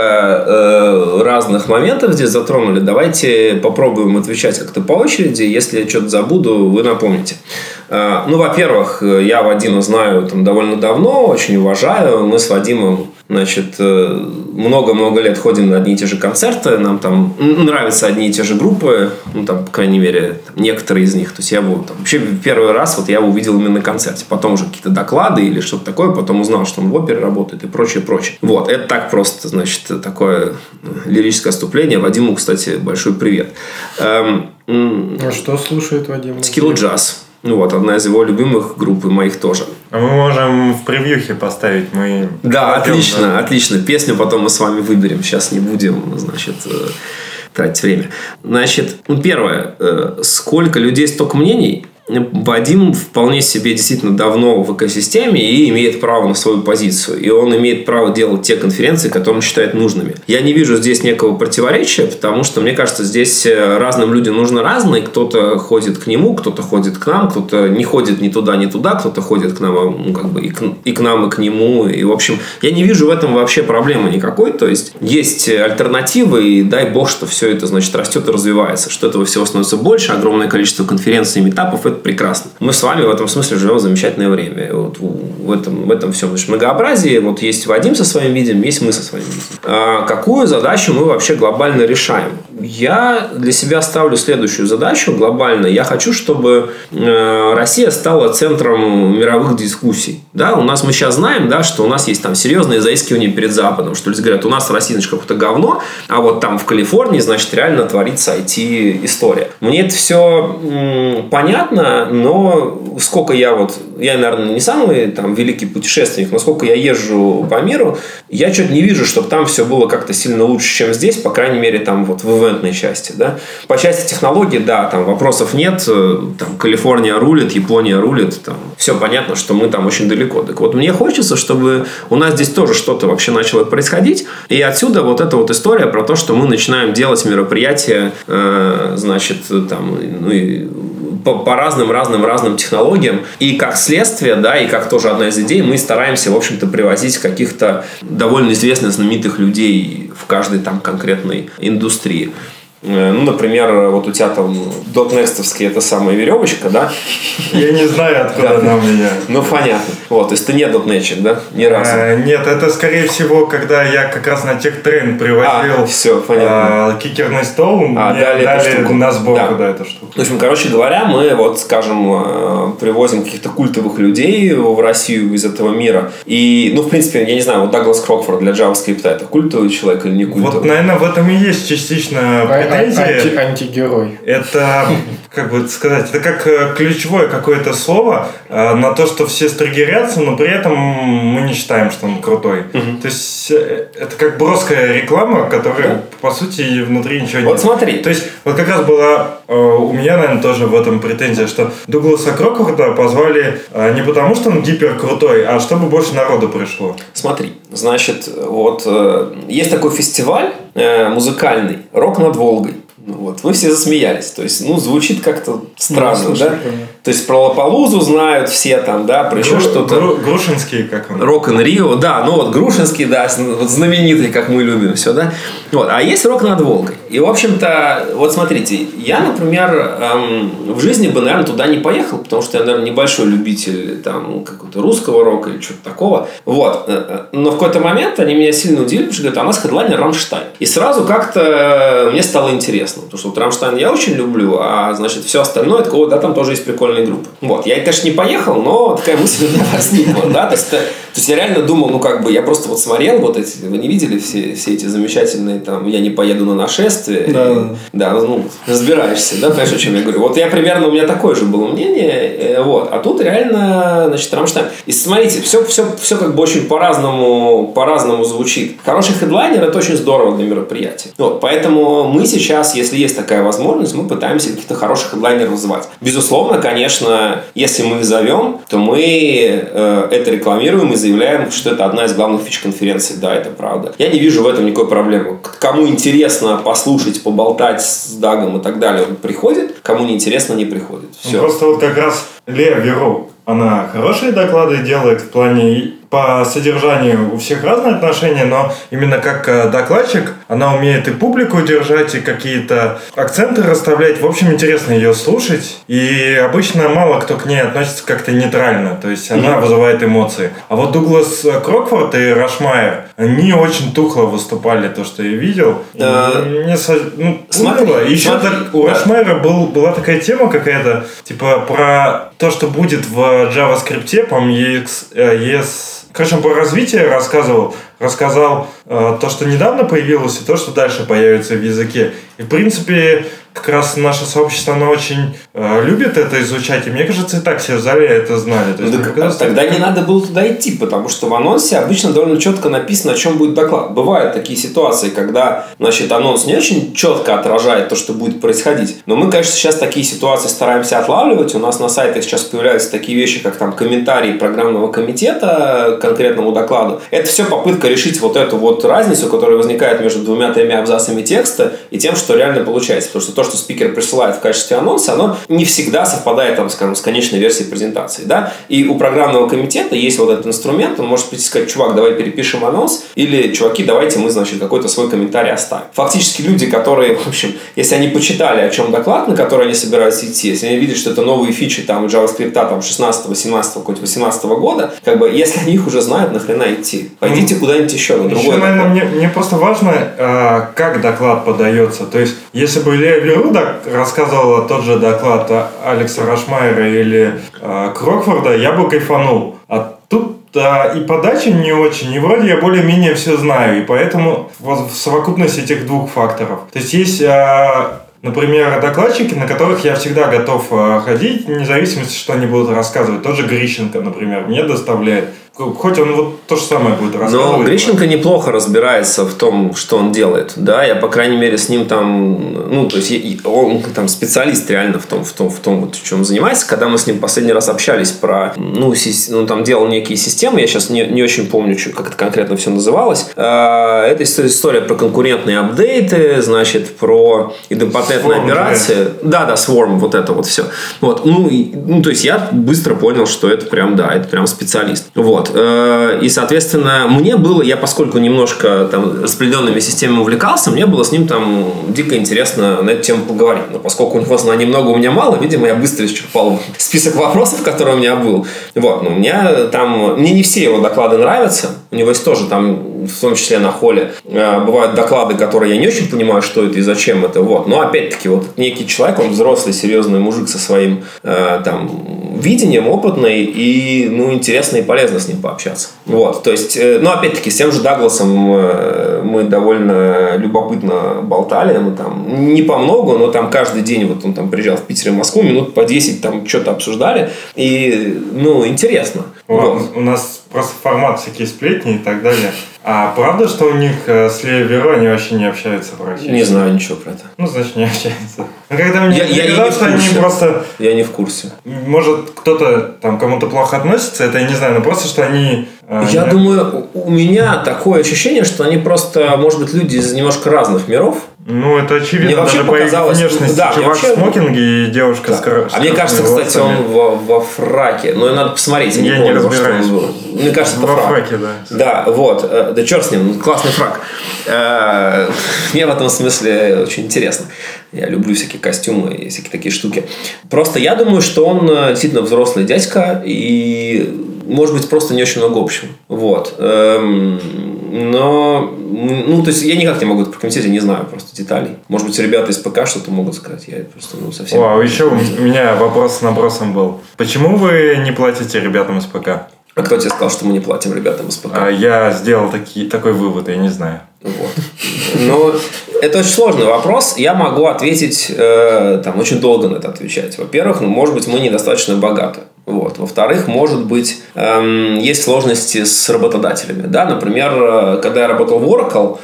э, разных моментов здесь затронули. Давайте попробуем отвечать как-то по очереди. Если я что-то забуду, вы напомните. Э, ну, во-первых, я Вадима знаю там довольно давно, очень уважаю. Мы с Вадимом, значит, э, много-много лет ходим на одни и те же концерты. Нам там нравятся одни и те же группы. Ну, там, по крайней мере, там, некоторые из них. То есть, я был там, вообще первый раз вот я его увидел именно на концерте. Потом уже какие-то доклады или что-то такое. Потом узнал, что он в опере работает и прочее, прочее. Вот, это так просто. Просто, значит, такое лирическое отступление. Вадиму, кстати, большой привет. Эм, а что слушает Вадим? Skill Jazz. Ну вот, одна из его любимых групп, и моих тоже. А мы можем в превьюхе поставить. Мы да, отлично, да. отлично. Песню потом мы с вами выберем. Сейчас не будем, значит, тратить время. Значит, ну, первое. Сколько людей, столько мнений. Вадим вполне себе действительно давно в экосистеме и имеет право на свою позицию. И он имеет право делать те конференции, которые он считает нужными. Я не вижу здесь некого противоречия, потому что, мне кажется, здесь разным людям нужно разное. Кто-то ходит к нему, кто-то ходит к нам, кто-то не ходит ни туда, ни туда, кто-то ходит к нам, ну, как бы и к, и к нам, и к нему. И, в общем, я не вижу в этом вообще проблемы никакой. То есть, есть альтернативы, и дай бог, что все это, значит, растет и развивается. Что этого всего становится больше, огромное количество конференций и митапов. Это прекрасно. Мы с вами в этом смысле живем в замечательное время. Вот в этом, в этом всем значит, многообразии. Вот есть Вадим со своим видом, есть мы со своим видом. А какую задачу мы вообще глобально решаем? Я для себя ставлю следующую задачу глобально. Я хочу, чтобы э, Россия стала центром мировых дискуссий. Да? У нас мы сейчас знаем, да, что у нас есть там серьезные заискивания перед Западом. Что люди говорят, у нас в России значит, какое-то говно, а вот там в Калифорнии, значит, реально творится ай ти-история. Мне это все м- понятно, но сколько я вот, я, наверное, не самый там великий путешественник, но сколько я езжу по миру, я что-то не вижу, чтобы там все было как-то сильно лучше, чем здесь, по крайней мере, там вот в ивентной части, да. По части технологий, да, там вопросов нет, там Калифорния рулит, Япония рулит, там все понятно, что мы там очень далеко. Так вот, мне хочется, чтобы у нас здесь тоже что-то вообще начало происходить, и отсюда вот эта вот история про то, что мы начинаем делать мероприятия, э, значит, там, ну и по, по разным, разным, разным технологиям. И как следствие, да, и как тоже одна из идей, мы стараемся, в общем-то, привозить каких-то довольно известных, знаменитых людей в каждой там конкретной индустрии. Ну, например, вот у тебя там дотнестовская эта самая веревочка, да? Я не знаю, откуда она у меня. Ну, понятно. Вот, то есть ты не дотнетчик, да? Ни разу. А, нет, это скорее всего, когда я как раз на техтрейн привозил а, все, понятно. А, кикерный стол, а, мне дали, дали на сборку, да. да, эту штуку. В общем, короче говоря, мы вот, скажем, привозим каких-то культовых людей в Россию из этого мира. И, ну, в принципе, я не знаю, вот Даглас Крокфорд для JavaScript это культовый человек или не культовый? Вот, наверное, в этом и есть частично претензия. Анти, антигерой. Это, как бы сказать, это как ключевое какое-то слово э, на то, что все стригерятся, но при этом мы не считаем, что он крутой. Uh-huh. То есть э, это как броская реклама, которая, uh-huh. по сути, внутри ничего нет. Вот смотри. То есть вот как раз была э, у меня, наверное, тоже в этом претензия, что Дугласа Крокфорда позвали э, не потому, что он гиперкрутой, а чтобы больше народу пришло. Смотри, значит, вот э, есть такой фестиваль э, музыкальный «Рок над Волгой». Вот. Вы все засмеялись. То есть, ну, звучит как-то странно, ну, да? То есть, про Лапалузу знают все там, да, про еще что-то. Гру- Грушинский, как он? Рок н Рио, да, ну вот Грушинский, да, вот знаменитый, как мы любим, все, да. Вот. А есть «Рок над Волгой». И, в общем-то, вот смотрите, я, например, эм, в жизни бы, наверное, туда не поехал, потому что я, наверное, небольшой любитель там какого-то русского рока или что-то такого. Вот. Но в какой-то момент они меня сильно удивили, потому что говорят, а у нас хедлайнер Рамштайн. И сразу как-то мне стало интересно, потому что вот Рамштайн я очень люблю, а, значит, все остальное, такого, да, там тоже есть прикольные прикольные группы. Вот. Я, конечно, не поехал, но такая мысль у меня возникла. Да? То есть, то, то есть я реально думал, ну как бы, я просто вот смотрел вот эти, вы не видели все, все эти замечательные, там, я не поеду на нашествие. Да, и, да, ну, разбираешься, да, понимаешь, о чем я говорю. Вот я примерно, у меня такое же было мнение, вот. А тут реально, значит, Рамштайн. И смотрите, все, все, все как бы очень по-разному, по-разному звучит. Хороший хедлайнер – это очень здорово для мероприятия. Вот, поэтому мы сейчас, если есть такая возможность, мы пытаемся каких-то хороших хедлайнеров звать. Безусловно, конечно, если мы их зовем, то мы э, это рекламируем и заявляем, что это одна из главных фич конференции. Да, это правда. Я не вижу в этом никакой проблемы. Кому интересно послушать, поболтать с Дагом и так далее, он приходит. Кому не интересно, не приходит. Все. Ну, просто вот как раз Леа Веру, она хорошие доклады делает в плане... По содержанию у всех разные отношения, но именно как докладчик она умеет и публику держать, и какие-то акценты расставлять. В общем, интересно ее слушать. И обычно мало кто к ней относится как-то нейтрально. То есть она mm-hmm. вызывает эмоции. А вот Дуглас Крокфорд и Рашмайер, они очень тухло выступали, то, что я видел. Uh, Мне ну, смотри, было. Еще смотри, так, у да. Рашмайера был, была такая тема какая-то, типа про то, что будет в JavaScript, по-моему, и эс... и эс Короче, он про развитие рассказывал, рассказал э, то, что недавно появилось, и то, что дальше появится в языке. И, в принципе, как раз наше сообщество, оно очень э, любит это изучать, и мне кажется, и так все в зале это знали. То есть, да, кажется, тогда это... не надо было туда идти, потому что в анонсе обычно довольно четко написано, о чем будет доклад. Бывают такие ситуации, когда, значит, анонс не очень четко отражает то, что будет происходить. Но мы, конечно, сейчас такие ситуации стараемся отлавливать. У нас на сайтах сейчас появляются такие вещи, как там комментарии программного комитета к конкретному докладу. Это все попытка решить вот эту вот разницу, которая возникает между двумя-тремя абзацами текста и тем, что реально получается. Потому что то, что спикер присылает в качестве анонса, оно не всегда совпадает, там, скажем, с конечной версией презентации. Да? И у программного комитета есть вот этот инструмент, он может прийти и сказать: чувак, давай перепишем анонс, или чуваки, давайте мы, значит, какой-то свой комментарий оставим. Фактически люди, которые, в общем, если они почитали, о чем доклад, на который они собираются идти, если они видят, что это новые фичи там JavaScript там шестнадцатого, семнадцатого, какого-то восемнадцатого года, как бы, если они их уже знают, нахрена идти? Пойдите mm-hmm. куда-нибудь еще на другой. Еще, наверное, мне, мне просто важно, э, как доклад подается. То есть, если бы Леа Веру рассказывала тот же доклад Алекса Рашмайера или э, Крокфорда, я бы кайфанул. А тут да, и подача не очень, и вроде я более-менее все знаю, и поэтому вот в совокупности этих двух факторов. То есть, есть... Э, Например, докладчики, на которых я всегда готов ходить, вне зависимости, что они будут рассказывать. Тот же Грищенко, например, мне доставляет. Хоть он вот то же самое будет рассказывать. Но Грищенко неплохо разбирается в том, что он делает. Да, я, по крайней мере, с ним там... Ну, то есть, он там специалист реально в том, в том, в том вот, в чем он занимается. Когда мы с ним последний раз общались про... Ну, он там делал некие системы. Я сейчас не, не очень помню, как это конкретно все называлось. Это история про конкурентные апдейты, значит, про идемпотентные операции. Да, да, Swarm, вот это вот все. Вот. Ну, и, ну, то есть, я быстро понял, что это прям, да, это прям специалист. Вот. И, соответственно, мне было, я поскольку немножко там распределенными системами увлекался, мне было с ним там дико интересно на эту тему поговорить. Но поскольку у него знаний много, у меня мало, видимо, я быстро исчерпал список вопросов, который у меня был. Вот. Но у меня там, мне не все его доклады нравятся. У него есть тоже там, в том числе на холле, бывают доклады, которые я не очень понимаю, что это и зачем это. Вот. Но опять-таки, вот некий человек, он взрослый, серьезный мужик со своим там видением, опытный, и, ну, интересно и полезно с ним пообщаться. Вот, то есть, ну, опять-таки, с тем же Дагласом мы довольно любопытно болтали, мы там не по много, но там каждый день, вот он там приезжал в Питер и в Москву, минут по десять там что-то обсуждали, и, ну, интересно. Вот. У нас просто формат всякие сплетни и так далее. А правда, что у них с Леа Веру они вообще не общаются практически? Не знаю ничего про это. Ну, значит, не общаются. Но когда мне я, я казалось, что они просто... Я не в курсе. Может, кто-то там кому-то плохо относится, это я не знаю, но просто, что они... Я не... думаю, у меня такое ощущение, что они просто, может быть, люди из немножко разных миров. Ну, это очевидно. Мне вообще даже показалось, по внешности. Да, чувак вообще... в смокинге и девушка да. с кор... А мне кажется, кстати, он во, во фраке. Но надо посмотреть, я не я помню, не разбираюсь. Что он был. Мне кажется, это во фрак. фраке, да. Да, вот. Да черт с ним, классный фрак. Мне в этом смысле очень интересно. Я люблю всякие костюмы и всякие такие штуки. Просто я думаю, что он действительно взрослый дядька, и может быть, просто не очень много общего. Вот. Эм, но, ну, то есть, я никак не могу это прокомментировать, я не знаю просто деталей. Может быть, ребята из ПК что-то могут сказать, я просто, ну, совсем... О, еще у меня вопрос с набросом был. Почему вы не платите ребятам из ПК? А кто тебе сказал, что мы не платим ребятам из ПК? А я сделал таки, такой вывод, я не знаю. Вот. Но это очень сложный вопрос. Я могу ответить, э, там, очень долго на это отвечать. Во-первых, ну, может быть, мы недостаточно богаты. Вот. Во-вторых, может быть, эм, есть сложности с работодателями. Да? Например, когда я работал в Oracle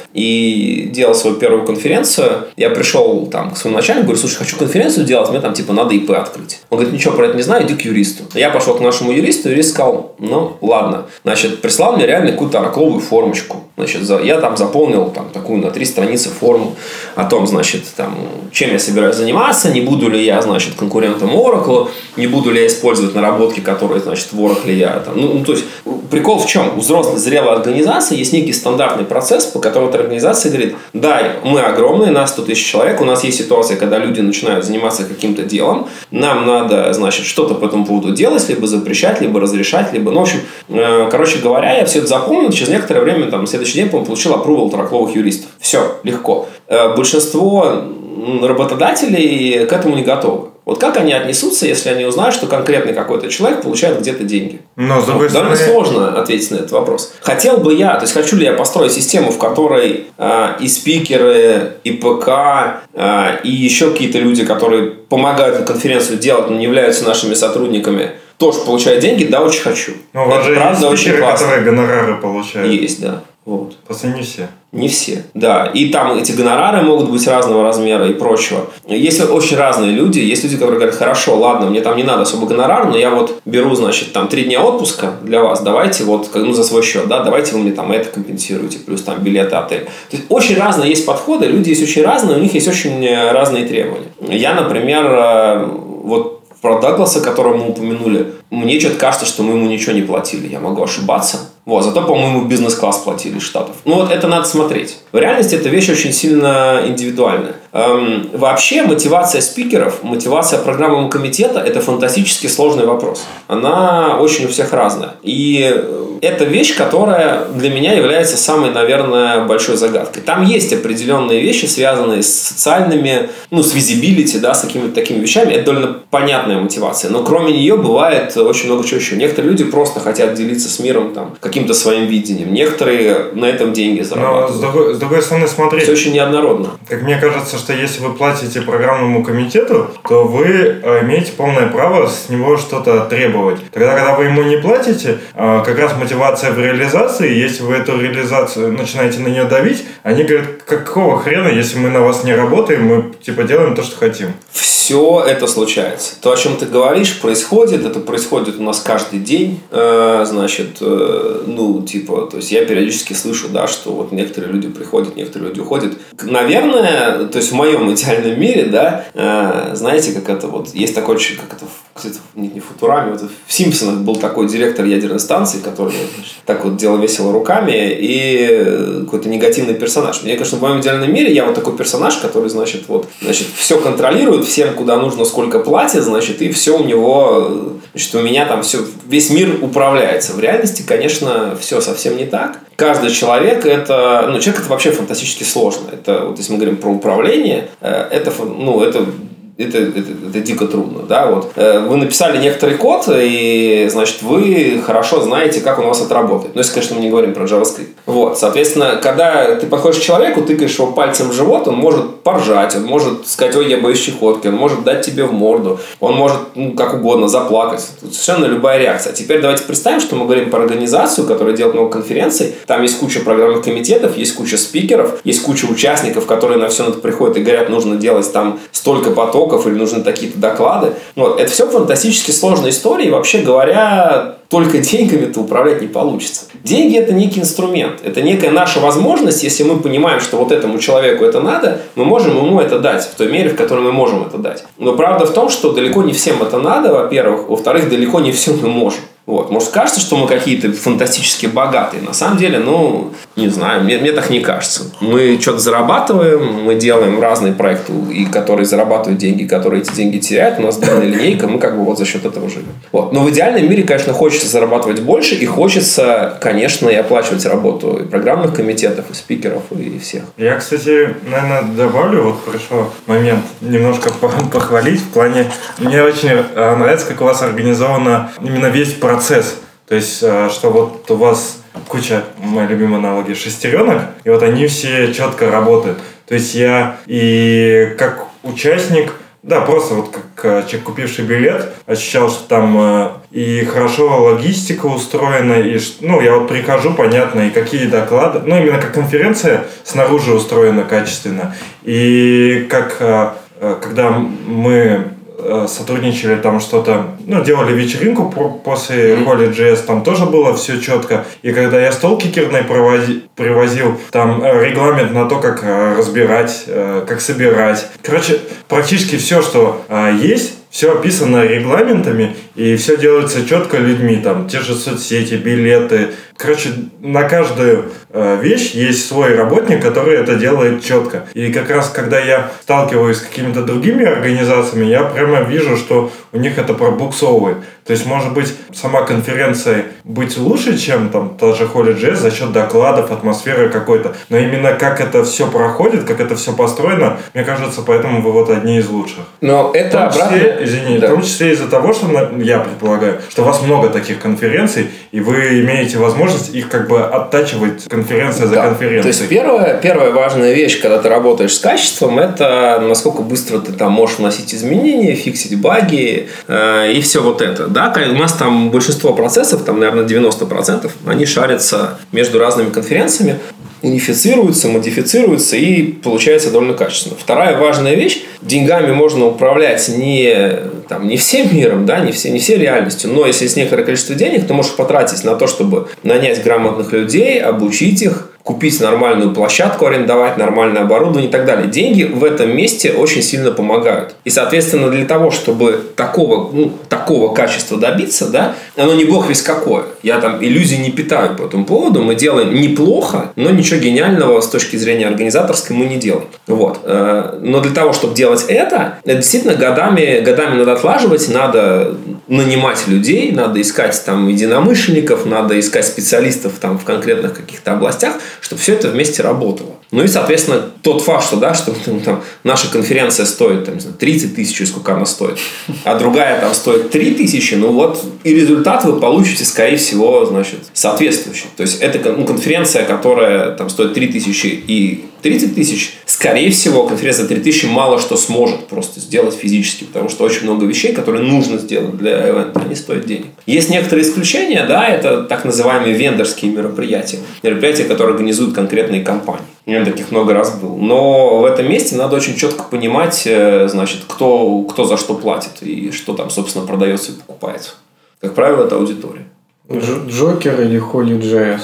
и делал свою первую конференцию, я пришел там, к своему начальнику, говорю, слушай, хочу конференцию делать, мне там типа надо ИП открыть. Он говорит, ничего про это не знаю, иди к юристу. Я пошел к нашему юристу, юрист сказал, ну ладно. Значит, прислал мне реально какую-то оракловую формочку. Значит, я там заполнил там, такую на три страницы форму о том, значит, там, чем я собираюсь заниматься, не буду ли я, значит, конкурентом Oracle, не буду ли я использовать наработки, которые, значит, в Oracle я там... Ну, ну, то есть, прикол в чем? У взрослой, зрелой организации есть некий стандартный процесс, по которому эта организация говорит, да, мы огромные, нас сто тысяч человек, у нас есть ситуация, когда люди начинают заниматься каким-то делом, нам надо, значит, что-то по этому поводу делать, либо запрещать, либо разрешать, либо... Ну, в общем, э, короче говоря, я все это запомнил, через некоторое время, там, следующий день, по-моему, получил approval от оракловых юристов. Все, легко. Э, большинство работодателей к этому не готовы. Вот как они отнесутся, если они узнают, что конкретный какой-то человек получает где-то деньги? Но, с другой ну, довольно стороны... сложно ответить на этот вопрос. Хотел бы я, то есть хочу ли я построить систему, в которой э, и спикеры, и ПК, э, и еще какие-то люди, которые помогают эту конференцию делать, но не являются нашими сотрудниками, тоже получают деньги? Да, очень хочу. Но у вас же правда есть спикеры, очень классно. которые гонорары получают. Есть, да. Вот. Просто не все. Не все, да. И там эти гонорары могут быть разного размера и прочего. Есть очень разные люди. Есть люди, которые говорят, хорошо, ладно, мне там не надо особо гонорар, но я вот беру, значит, там три дня отпуска для вас, давайте вот, ну, за свой счет, да, давайте вы мне там это компенсируете, плюс там билеты, отель. То есть, очень разные есть подходы, люди есть очень разные, у них есть очень разные требования. Я, например, вот про Дагласа, которого мы упомянули, мне что-то кажется, что мы ему ничего не платили. Я могу ошибаться. Вот, зато, по-моему, бизнес-класс платили из Штатов. Ну, вот это надо смотреть. В реальности эта вещь очень сильно индивидуальная. Эм, вообще, мотивация спикеров, мотивация программного комитета – это фантастически сложный вопрос. Она очень у всех разная. И это вещь, которая для меня является самой, наверное, большой загадкой. Там есть определенные вещи, связанные с социальными, ну, с визибилити, да, с какими-то такими вещами. Это довольно понятная мотивация. Но кроме нее бывает очень много чего еще. Некоторые люди просто хотят делиться с миром там, каким-то своим видением. Некоторые на этом деньги зарабатывают. Но с другой, с другой стороны, смотрите. Все очень неоднородно. Как мне кажется, что если вы платите программному комитету, то вы имеете полное право с него что-то требовать. Тогда, когда вы ему не платите, как раз мотивация в реализации, если вы эту реализацию начинаете на нее давить, они говорят, какого хрена, если мы на вас не работаем, мы типа делаем то, что хотим. Все это случается. То, о чем ты говоришь, происходит. Это происходит у нас каждый день. Э, значит, э, ну, типа, то есть я периодически слышу, да, что вот некоторые люди приходят, некоторые люди уходят. Наверное, то есть в моем идеальном мире, да, э, знаете, как это вот, есть такой, как это, где-то, не, не в Футураме, вот в Симпсонах был такой директор ядерной станции, который, значит, так вот делал весело руками, и какой-то негативный персонаж. Мне, конечно, в моем идеальном мире я вот такой персонаж, который, значит, вот, значит, все контролирует, всем куда нужно, сколько платит, значит, и все у него, значит, у меня там все, весь мир управляется. В реальности, конечно, все совсем не так. Каждый человек это, ну, человек это вообще фантастически сложно. Это, вот если мы говорим про управление, это, ну, это Это, это, это дико трудно, да, вот. Вы написали некоторый код, и, значит, вы хорошо знаете, как он у вас отработает. Ну, если, конечно, мы не говорим про JavaScript. Вот, соответственно, когда ты подходишь к человеку, тыкаешь его пальцем в живот, он может поржать, он может сказать, ой, я боюсь чехотки, он может дать тебе в морду, он может, ну, как угодно, заплакать. Тут совершенно любая реакция. А теперь давайте представим, что мы говорим про организацию, которая делает много конференций, там есть куча программных комитетов, есть куча спикеров, есть куча участников, которые на все это приходят и говорят, нужно делать там столько потоков, или нужны такие-то доклады. Вот. Это все фантастически сложные истории. И вообще говоря, только деньгами-то управлять не получится. Деньги – это некий инструмент. Это некая наша возможность, если мы понимаем, что вот этому человеку это надо, мы можем ему это дать в той мере, в которой мы можем это дать. Но правда в том, что далеко не всем это надо, во-первых. Во-вторых, далеко не все мы можем. Вот. Может, кажется, что мы какие-то фантастически богатые. На самом деле, ну, не знаю, мне, мне так не кажется. Мы что-то зарабатываем, мы делаем разные проекты, и которые зарабатывают деньги, которые эти деньги теряют. У нас длинная линейка, мы как бы вот за счет этого живем. Вот. Но в идеальном мире, конечно, хочется зарабатывать больше, и хочется, конечно, и оплачивать работу и программных комитетов, и спикеров, и всех. Я, кстати, наверное, добавлю, вот пришел момент немножко похвалить в плане... Мне очень нравится, как у вас организовано именно весь процесс. Процесс. То есть, что вот у вас куча, моя любимая аналогия, шестеренок, и вот они все четко работают. То есть, я и как участник, да, просто вот как человек, купивший билет, ощущал, что там и хорошо логистика устроена, и, ну, я вот прихожу, понятно, и какие доклады, ну, именно как конференция снаружи устроена качественно. И как, когда мы сотрудничали, там что-то, ну, делали вечеринку после Holy.js, там тоже было все четко. И когда я стол кикерный провози, привозил, там регламент на то, как разбирать, как собирать. Короче, практически все, что есть, все описано регламентами, и все делается четко людьми, там, те же соцсети, билеты. Короче, на каждую э, вещь есть свой работник, который это делает четко. И как раз, когда я сталкиваюсь с какими-то другими организациями, я прямо вижу, что у них это пробуксовывает. То есть, может быть, сама конференция быть лучше, чем там та же Holy.js за счет докладов, атмосферы какой-то. Но именно как это все проходит, как это все построено, мне кажется, поэтому вы вот одни из лучших. Но это в том числе, обратно... извини, да. В том числе из-за того, что я предполагаю, что у вас много таких конференций, и вы имеете возможность их как бы оттачивать конференция за да. конференцией. То есть первая, первая важная вещь, когда ты работаешь с качеством, это насколько быстро ты там можешь вносить изменения, фиксить баги э, и все вот это. Да, у нас там большинство процессов, там, наверное, девяносто процентов, они шарятся между разными конференциями, унифицируются, модифицируются и получается довольно качественно. Вторая важная вещь: деньгами можно управлять не, там, не всем миром, да, не, все, не всей реальностью, но если есть некоторое количество денег, то можешь потратить на то, чтобы нанять грамотных людей, обучить их, купить нормальную площадку, арендовать нормальное оборудование и так далее. Деньги в этом месте очень сильно помогают. И, соответственно, для того, чтобы такого, ну, такого качества добиться, да, оно не бог весь какое. Я там иллюзий не питаю по этому поводу. Мы делаем неплохо, но ничего гениального с точки зрения организаторской мы не делаем. Вот. Но для того, чтобы делать это, действительно годами, годами надо отлаживать, надо нанимать людей, надо искать там единомышленников, надо искать специалистов там в конкретных каких-то областях, чтобы все это вместе работало. Ну и, соответственно, тот факт, что, да, что там, наша конференция стоит там, тридцать тысяч, сколько она стоит, а другая там стоит три тысячи, ну вот и результат вы получите, скорее всего, значит, соответствующий. То есть это ну, конференция, которая там стоит три тысячи и тридцать тысяч, скорее всего, конференция три тысячи мало что сможет просто сделать физически, потому что очень много вещей, которые нужно сделать для ивента, они стоят денег. Есть некоторые исключения, да, это так называемые вендорские мероприятия, мероприятия, которые организуют конкретные компании. У меня таких много раз было. Но в этом месте надо очень четко понимать, значит, кто, кто за что платит и что там, собственно, продается и покупается. Как правило, это аудитория. Джокер или Holy.js?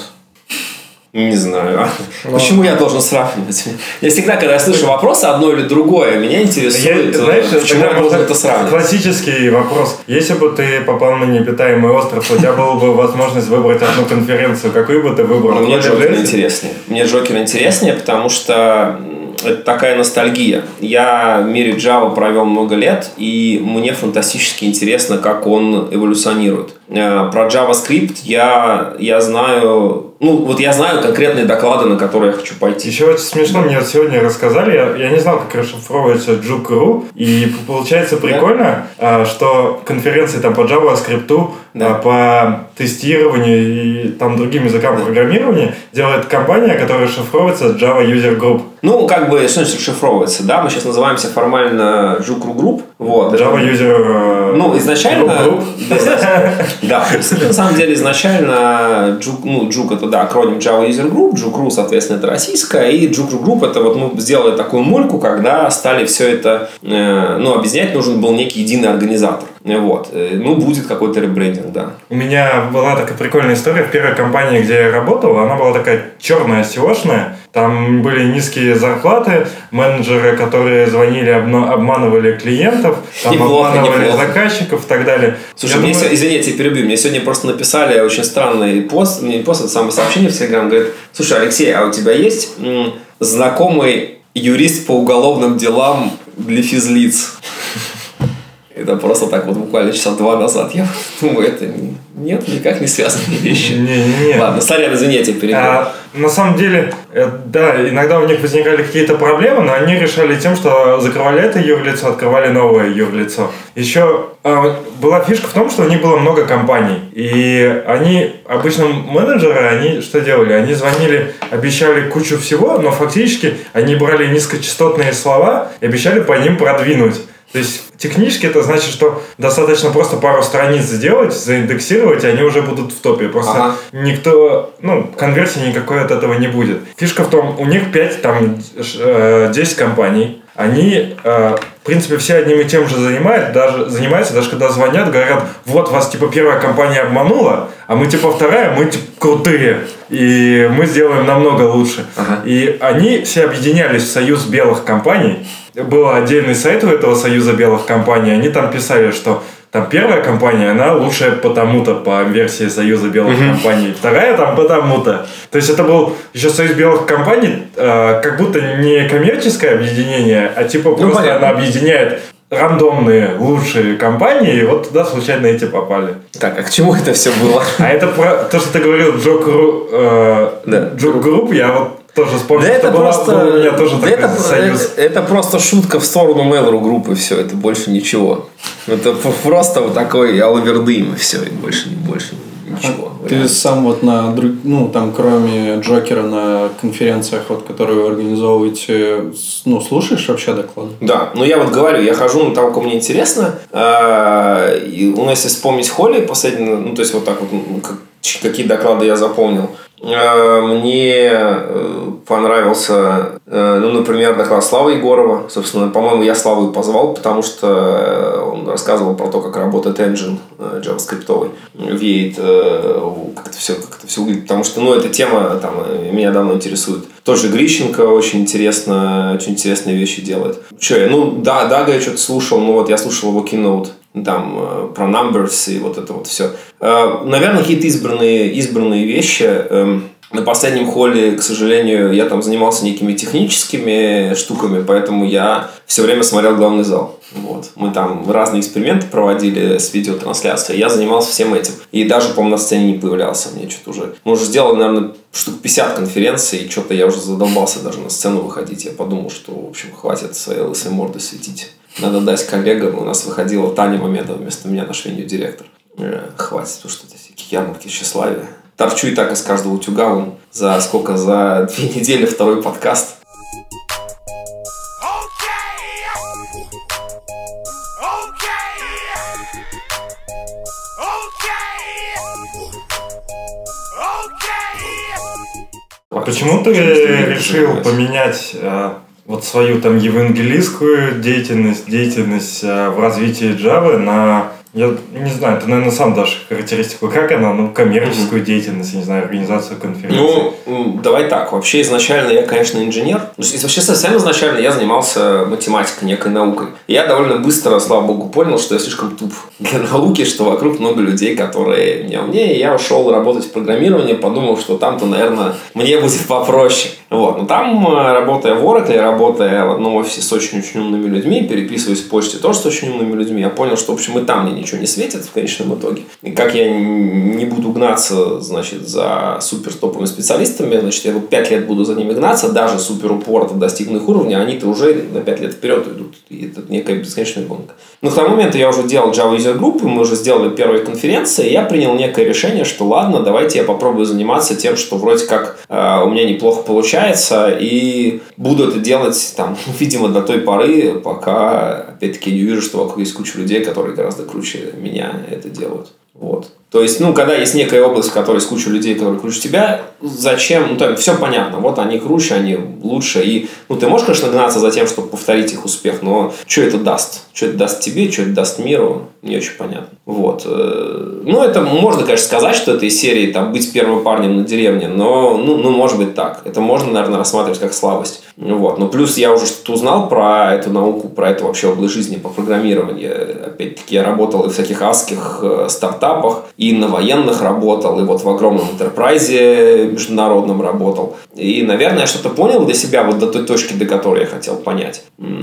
Не знаю. Но... Почему я должен сравнивать? Я всегда, когда я слышу вопросы, одно или другое, меня интересует, я, знаешь, почему я должен это сравнивать. Классический вопрос. Если бы ты попал на необитаемый остров, у тебя была бы возможность выбрать одну конференцию, какую бы ты выбрал? Но мне Джокер интереснее. Мне Джокер интереснее, потому что это такая ностальгия. Я в мире Java провел много лет, и мне фантастически интересно, как он эволюционирует. Про JavaScript я, я знаю... Ну, вот я знаю конкретные доклады, на которые я хочу пойти. Еще очень смешно, мне вот сегодня рассказали, я, я не знал, как расшифровывается джук точка ру, и получается прикольно, да? Что конференции там по JavaScript, да. По тестированию и там другим языкам да. программирования делает компания, которая расшифровывается Java User Group. Ну, как бы, что значит расшифровывается, да? Мы сейчас называемся формально джук точка ру Group. Вот. Java User Ну, изначально... Group. Да, на самом деле изначально джук, ну, джук это да, акроним Java User Group, джук точка ру, соответственно, это российская, и джук точка ру Group это вот мы сделали такую мульку, когда стали все это, э, ну, объединять, нужен был некий единый организатор. Вот. Ну, будет какой-то ребрендинг, да. У меня была такая прикольная история. В первой компании, где я работал, она была такая черная, сеошная. Там были низкие зарплаты, менеджеры, которые звонили, обманывали клиентов, там неплохо, обманывали неплохо. заказчиков и так далее. Слушай, я мне думаю... се... извините, перебью. Мне сегодня просто написали очень странный пост, не пост, это самое сообщение в Телеграм. Говорит, слушай, Алексей, а у тебя есть м, знакомый юрист по уголовным делам для физлиц? Это просто так вот буквально часа два назад. Я думаю, это нет, никак не связанные вещи. Не, не, не. Ладно, сорян, извините, перебил. А, на самом деле, да, иногда у них возникали какие-то проблемы, но они решали тем, что закрывали это юрлицо, открывали новое юрлицо. Еще а, была фишка в том, что у них было много компаний. И они, обычно менеджеры, они что делали? Они звонили, обещали кучу всего, но фактически они брали низкочастотные слова и обещали по ним продвинуть. То есть технически это значит, что достаточно просто пару страниц сделать, заиндексировать, и они уже будут в топе. Просто ага. никто, ну, конверсии никакой от этого не будет. Фишка в том, у них пять, там, десять компаний. Они, в принципе, все одним и тем же занимают, даже, занимаются, даже когда звонят, говорят, вот вас, типа, первая компания обманула, а мы, типа, вторая, мы, типа, крутые, и мы сделаем намного лучше. Ага. И они все объединялись в союз белых компаний. Был отдельный сайт у этого союза белых компаний, они там писали, что там первая компания, она лучшая потому-то по версии союза белых uh-huh. компаний, вторая там потому-то. То есть это был еще союз белых компаний, э, как будто не коммерческое объединение, а типа просто ну, понятно. Она объединяет рандомные лучшие компании, и вот туда случайно эти попали. Так, а к чему это все было? А это про то, что ты говорил, Джок Групп, я вот тоже вспомнил, да это была, просто, был у меня тоже да такой это, союз. Это, это просто шутка в сторону Mail.ru группы, все, это больше ничего. Это просто вот такой алавердым, и все, и больше, больше ничего. А ты сам вот на, ну там кроме Джокера на конференциях, вот, которые вы организовываете, ну слушаешь вообще доклады? Да, ну я вот говорю, я хожу на того, кому мне интересно. И у нас, если вспомнить Холли последний, ну то есть вот так вот, какие доклады я запомнил. Мне понравился, ну, например, доклад Славы Егорова. Собственно, по-моему, я Славу и позвал, потому что он рассказывал про то, как работает engine JavaScript-овый, веет, как это все, как это все выглядит. Потому что, ну, эта тема там, меня давно интересует. Тоже Грищенко очень интересно, очень интересные вещи делает. Че я? Ну, да, Дага я что-то слушал, ну, вот я слушал его Keynote. Там э, про numbers и вот это вот все. Э, наверное, какие-то избранные, избранные вещи. Э, на последнем холле, к сожалению, я там занимался некими техническими штуками, поэтому я все время смотрел главный зал. Вот. Мы там разные эксперименты проводили с видеотрансляцией. Я занимался всем этим. И даже, по-моему, на сцене не появлялся. Мне что-то уже... Мы уже сделали, наверное, штук пятьдесят конференций, и что-то я уже задолбался даже на сцену выходить. Я подумал, что, в общем, хватит своей лысой мордой светить. Надо дать коллегам. У нас выходила Таня Мамедова вместо меня, наш веню-директор. Э, хватит, потому что это всякие ярмарки тщеславия. Торчу и так из каждого утюга. Вон, за сколько? За две недели второй подкаст. А почему ты решил поменять э, вот свою там евангелистскую деятельность, деятельность э, в развитии Java на, я не знаю, ты, наверное, сам дашь характеристику, как она, ну, коммерческую mm-hmm. деятельность, я не знаю, организацию конференции? Ну, давай так, вообще изначально я, конечно, инженер. Вообще совсем изначально я занимался математикой, некой наукой. Я довольно быстро, слава богу, понял, что я слишком туп для науки, что вокруг много людей, которые меня умнее. И я ушел работать в программировании, подумал, что там-то, наверное, мне будет попроще. Вот. Но там, работая в Oracle, работая в одном офисе с очень-очень умными людьми, переписываясь в почте тоже с очень умными людьми, я понял, что, в общем, и там мне ничего не светит в конечном итоге. И как я не буду гнаться, значит, за супер топовыми специалистами, значит, я вот пять лет буду за ними гнаться, даже супер упорно достиг их уровня, они-то уже на пять лет вперед идут. И это некая бесконечная гонка. Но к тому моменту я уже делал Java User Group, мы уже сделали первые конференции, и я принял некое решение, что ладно, давайте я попробую заниматься тем, что вроде как э, у меня неплохо получается, и буду это делать, там, видимо, до той поры, пока, опять-таки, не увижу, что вокруг есть куча людей, которые гораздо круче меня это делают. Вот. То есть, ну, когда есть некая область, в которой есть куча людей, которые круче тебя, зачем? Ну, там все понятно. Вот они круче, они лучше. И, ну, ты можешь, конечно, гнаться за тем, чтобы повторить их успех, но что это даст? Что это даст тебе, что это даст миру? Не очень понятно. Вот. Ну, это можно, конечно, сказать, что это из серии там, быть первым парнем на деревне, но, ну, ну, может быть так. Это можно, наверное, рассматривать как слабость. Вот. Но плюс я уже что-то узнал про эту науку, про эту вообще область жизни по программированию. Опять-таки, я работал и в всяких адских стартапах, и на военных работал, и вот в огромном энтерпрайзе международном работал. И, наверное, я что-то понял для себя вот до той точки, до которой я хотел понять.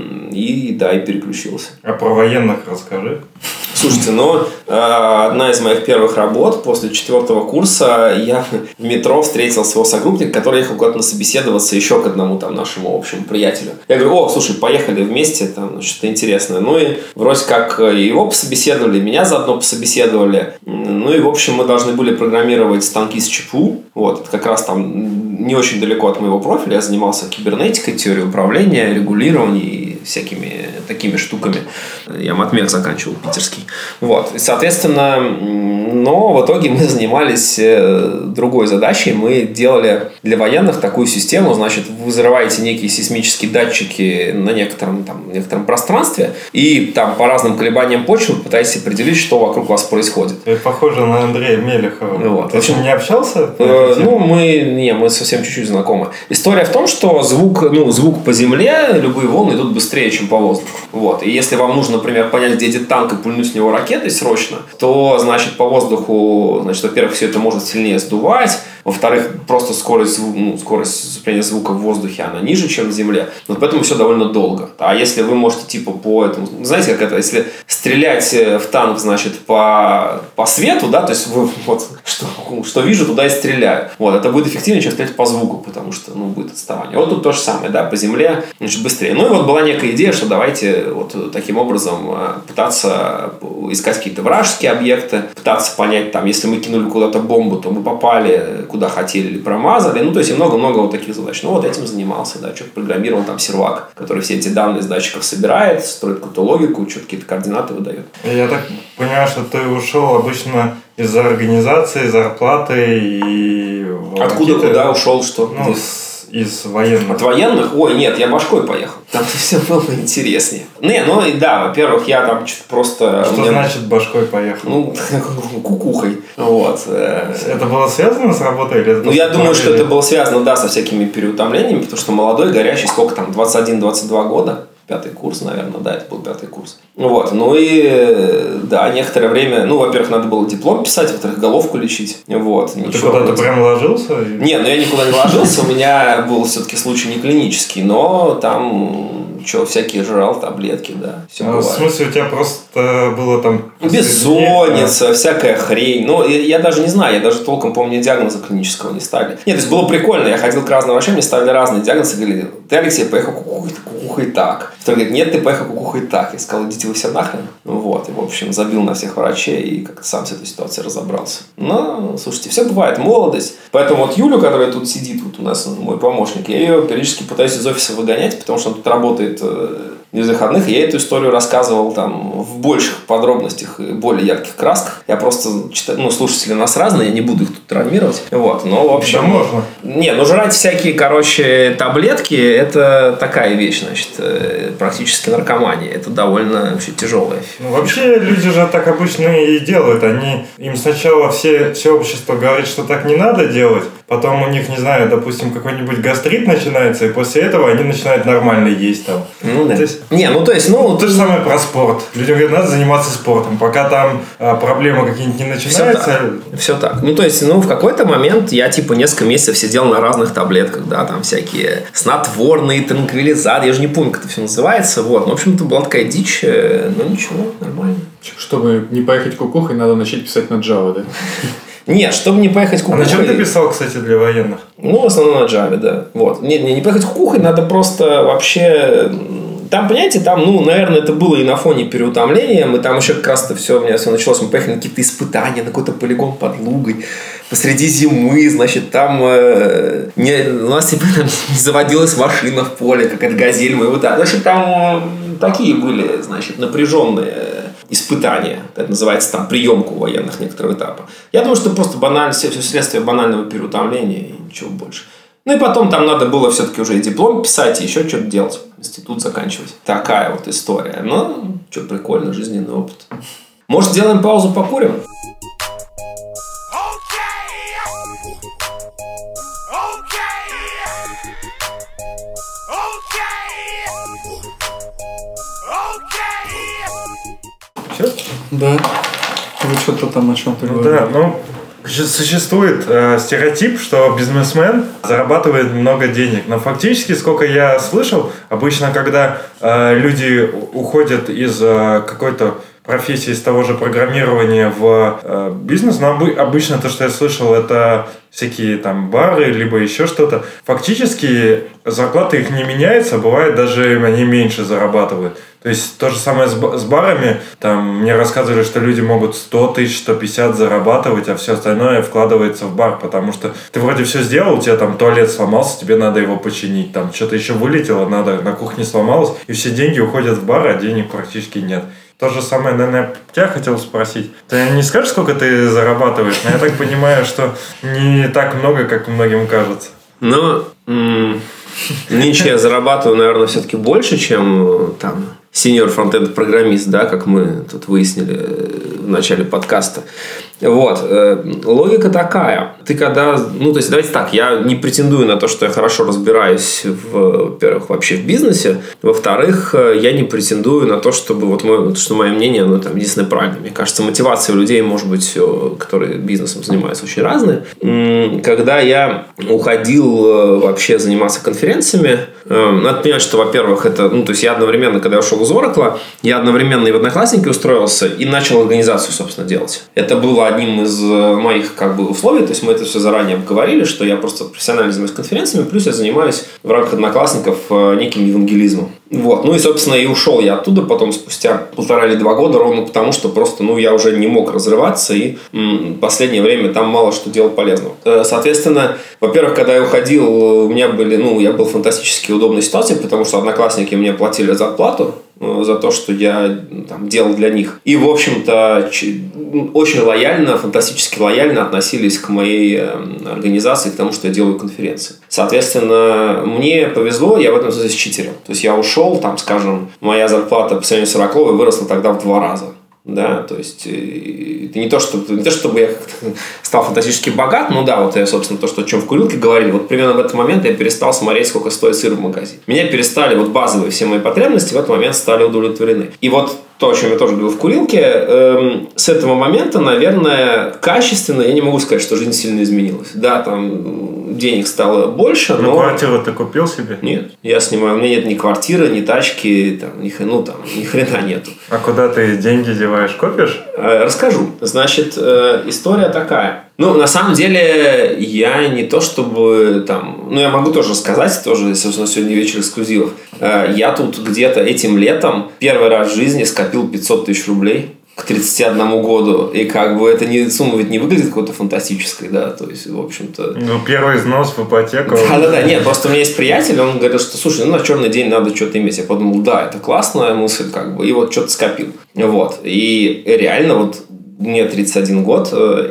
И, да, и переключился. А про военных расскажи. Слушайте, ну, одна из моих первых работ после четвертого курса, я в метро встретил своего согруппника, который ехал куда-то на собеседоваться еще к одному там нашему общему приятелю. Я говорю: о, слушай, поехали вместе, там что-то интересное. Ну и вроде как его пособеседовали, меня заодно пособеседовали. Ну и, в общем, мы должны были программировать станки с ЧПУ. Вот, это как раз там не очень далеко от моего профиля. Я занимался кибернетикой, теорией управления, регулированием и всякими такими штуками. Я матмех заканчивал, питерский. Вот. И, соответственно, но в итоге мы занимались другой задачей. Мы делали для военных такую систему, значит, вы взрываете некие сейсмические датчики на некотором, там, некотором пространстве, и там по разным колебаниям почвы пытаетесь определить, что вокруг вас происходит. Это похоже на Андрея Мелехова. Вот. Ты с ним не общался? Э, ну, мы, не, мы совсем чуть-чуть знакомы. История в том, что звук, ну, звук по земле, любые волны идут быстрее, чем по воздуху. Вот. И если вам нужно, например, понять, где идет танк и пульнуть с него ракетой срочно, то, значит, по воздуху, значит, во-первых, все это может сильнее сдувать, во-вторых, просто скорость, ну, скорость восприятия звука в воздухе, она ниже, чем в земле. Вот поэтому все довольно долго. А если вы можете, типа, по этому... Знаете, как это? Если стрелять в танк, значит, по, по свету, да, то есть вы вот что, что вижу, туда и стреляю. Вот, это будет эффективнее, чем стрелять по звуку, потому что, ну, будет отставание. Вот тут то же самое, да, по земле, значит, быстрее. Ну, и вот была некая идея, что давайте вот таким образом пытаться искать какие-то вражеские объекты, пытаться понять, там, если мы кинули куда-то бомбу, то мы попали куда хотели или промазали. Ну, то есть, и много-много вот таких задач. Ну, вот этим занимался, да, что-то программировал там сервак, который все эти данные с датчиков собирает, строит какую-то логику, что-то какие-то координаты выдает. Я так понимаю, что ты ушел обычно из-за организации, зарплаты и... Откуда, куда ушел, что? Ну, с, из военных. От военных? Ой, нет, я башкой поехал. Там все было интереснее. Не, ну и да, во-первых, я там что-то просто... Что меня... значит башкой поехал? Ну, кукухой. Вот. Это было связано с работой? Или это ну, я думаю, что это было связано, да, со всякими переутомлениями, потому что молодой, горячий, сколько там, двадцать один - двадцать два года. Пятый курс, наверное, да, это был пятый курс. Вот, ну и, да, некоторое время, ну, во-первых, надо было диплом писать, во-вторых, головку лечить, вот. Ты куда-то прям ложился? Не, ну я никуда не ложился, у меня был все-таки случай не клинический, но там, что, всякие жрал таблетки, да, все а, бывает. В смысле, у тебя просто было там... Бессонница, всякая хрень, ну, я, я даже не знаю, я даже толком, помню, диагноза клинического не ставили. Нет, то есть было прикольно, я ходил к разным врачам, мне ставили разные диагнозы, говорили: ты, Алексей, поехал кукухой, кукухой так. Второй говорит: нет, ты поехал кукухой так. Я сказал: идите вы все нахрен. Вот, и, в общем, забил на всех врачей и как-то сам с этой ситуацией разобрался. Но, слушайте, все бывает, молодость. Поэтому вот Юлю, которая тут сидит, вот у нас мой помощник, я ее периодически пытаюсь из офиса выгонять, потому что она тут работает без выходных, и я эту историю рассказывал там в больших подробностях и более ярких красках. Я просто читаю, ну, слушатели у нас разные, я не буду их тут травмировать. Вот, но, в общем... Да можно. Не, ну, жрать всякие, короче, таблетки, это такая вещь, значит, практически наркомания. Это довольно вообще тяжелая. Ну, вообще, люди же так обычно и делают. Они, им сначала все, все общество говорит, что так не надо делать, потом у них, не знаю, допустим, какой-нибудь гастрит начинается, и после этого они начинают нормально есть там. Ну, да. То есть, не, ну, то есть, ну... То же самое про спорт. Людям говорят, надо заниматься спортом. Пока там а, проблемы какие-нибудь не начинаются... Все так. Все так. Ну, то есть, ну, в какой-то момент я, типа, несколько месяцев сидел на разных таблетках, да, там всякие снотворные, транквилизаторы, я же не помню, как это все называется, вот. Ну, в общем-то, была такая дичь, но ничего, нормально. Чтобы не поехать кукухой, надо начать писать на Java, да? Нет, чтобы не поехать кукухой... А на чем ты писал, кстати, для военных? Ну, в основном на Java, да. Вот. Не, не, не поехать кукухой, надо просто вообще... Там, понимаете, там, ну, наверное, это было и на фоне переутомления. Мы там еще как раз-то все, у меня все началось. Мы поехали на какие-то испытания, на какой-то полигон под Лугой. Посреди зимы, значит, там э, не, у нас типа, там, не заводилась машина в поле, какая-то газель. Мы вот так. Значит, там такие были, значит, напряженные испытание. Это называется там приемку военных некоторого этапа. Я думаю, что просто банально, все следствие банального переутомления и ничего больше. Ну и потом там надо было все-таки уже и диплом писать, и еще что-то делать. Институт заканчивать. Такая вот история. Ну, что, прикольно, жизненный опыт. Может, сделаем паузу, покурим? Все? Да. Вы что-то там о чем-то Ну говорили. да, ну существует э, стереотип, что бизнесмен зарабатывает много денег. Но фактически, сколько я слышал, обычно, когда э, люди уходят из э, какой-то профессии, из того же программирования в э, бизнес, но обы- обычно то, что я слышал, это всякие там бары, либо еще что-то. Фактически зарплата их не меняется, бывает даже они меньше зарабатывают. То есть то же самое с, с барами. Там мне рассказывали, что люди могут сто тысяч, сто пятьдесят зарабатывать, а все остальное вкладывается в бар, потому что ты вроде все сделал, у тебя там туалет сломался, тебе надо его починить, там что-то еще вылетело, надо, на кухне сломалось, и все деньги уходят в бар, а денег практически нет. То же самое, наверное, тебя хотел спросить. Ты не скажешь, сколько ты зарабатываешь? Но я так понимаю, что не так много, как многим кажется. Ну, м- нынче я зарабатываю, наверное, все-таки больше, чем там senior фронтенд программист, да, как мы тут выяснили в начале подкаста. Вот. Логика такая. Ты когда... Ну, то есть, давайте так. Я не претендую на то, что я хорошо разбираюсь, в, во-первых, вообще в бизнесе. Во-вторых, я не претендую на то, чтобы... Вот мое, что мое мнение, оно там единственное правильное. Мне кажется, мотивация у людей, может быть, которые бизнесом занимаются, очень разные. Когда я уходил вообще заниматься конференциями, надо понимать, что, во-первых, это... Ну, то есть, я одновременно, когда я ушел из Oracle, я одновременно и в Одноклассники устроился, и начал организацию, собственно, делать. Это было одним из моих как бы условий, то есть мы это все заранее обговорили, что я просто профессионально занимаюсь конференциями, плюс я занимаюсь в рамках Одноклассников неким евангелизмом. Вот. Ну и, собственно, и ушел я оттуда потом спустя полтора или два года, ровно потому, что просто, ну, я уже не мог разрываться, и м, в последнее время там мало что делал полезного. Соответственно, во-первых, когда я уходил, у меня были, ну, я был в фантастически удобной ситуации, потому что Одноклассники мне платили зарплату за то, что я там делал для них. И, в общем-то, очень лояльно, фантастически лояльно относились к моей организации, к тому, что я делаю конференции. Соответственно, мне повезло, я в этом смысле читерил. То есть, я ушел, там, скажем, моя зарплата по сравнению с Оракловой выросла тогда в два раза. Да, то есть, это не то, что, не то, чтобы я стал фантастически богат, но да, вот я, собственно, то, что, о чем в курилке говорили, вот примерно в этот момент я перестал смотреть, сколько стоит сыр в магазине. Меня перестали, вот базовые все мои потребности в этот момент стали удовлетворены. И вот то, о чем я тоже говорил в курилке, эм, с этого момента, наверное, качественно, я не могу сказать, что жизнь сильно изменилась. Да, там денег стало больше, но... Но квартиру ты купил себе? Нет, я снимаю, у меня нет ни квартиры, ни тачки, там, ни, ну, там, ни хрена нету. А куда ты деньги деваешь? Копишь? Э, расскажу. Значит, э, история такая. Ну, на самом деле, я не то чтобы там... Ну, я могу тоже сказать, тоже, собственно, сегодня вечер эксклюзивов. Э, я тут где-то этим летом первый раз в жизни скопил пятьсот тысяч рублей к тридцати одному году. И как бы это не, сумма ведь не выглядит какой-то фантастической, да, то есть, в общем-то... Ну, первый взнос в ипотеку... Да-да-да, нет, просто у меня есть приятель, он говорил, что, слушай, ну, на черный день надо что-то иметь. Я подумал, да, это классная мысль, как бы, и вот что-то скопил. Вот, и реально вот мне тридцать один год,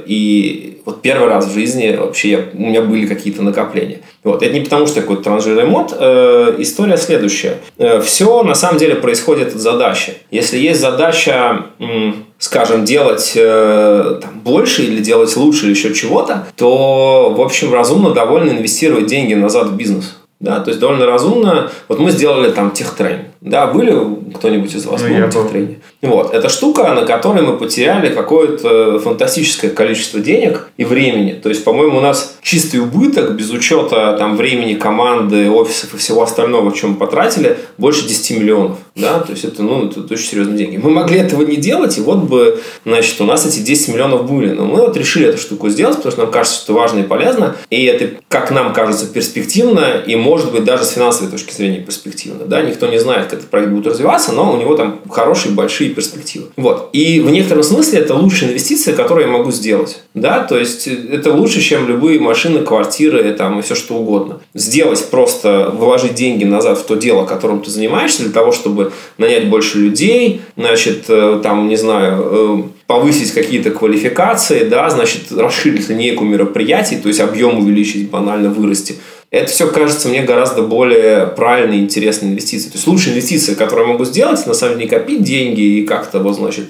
и вот первый раз в жизни вообще я, у меня были какие-то накопления. Вот. Это не потому, что я какой-то транжирный мод. Э, история следующая. Э, все на самом деле происходит от задачи. Если есть задача, м, скажем, делать э, там, больше или делать лучше или еще чего-то, то, в общем, разумно довольно инвестировать деньги назад в бизнес. Да, то есть довольно разумно. Вот мы сделали там техтрейн. Да, были кто-нибудь из вас ну, в техтрейне? Вот, это штука, на которой мы потеряли какое-то фантастическое количество денег и времени. То есть, по-моему, у нас чистый убыток без учета там времени команды, офисов и всего остального, в чем мы потратили, больше десяти миллионов. Да, то есть это, ну, это очень серьезные деньги. Мы могли этого не делать, и вот бы, значит, у нас эти десять миллионов были. Но мы вот решили эту штуку сделать, потому что нам кажется, что это важно и полезно, и это, как нам кажется, перспективно, и может быть, даже с финансовой точки зрения перспективно. Да? Никто не знает, как этот проект будет развиваться, но у него там хорошие, большие перспективы. Вот. И в некотором смысле это лучшая инвестиция, которую я могу сделать. Да? То есть, это лучше, чем любые машины, квартиры там, и все что угодно. Сделать просто, вложить деньги назад в то дело, которым ты занимаешься, для того, чтобы нанять больше людей, значит, там, не знаю, повысить какие-то квалификации, да, значит, расширить линейку мероприятий, то есть объем увеличить, банально вырасти. Это все кажется мне гораздо более правильной и интересной инвестицией. То есть лучшая инвестиция, которую я могу сделать, на самом деле не копить деньги и как-то вот, значит,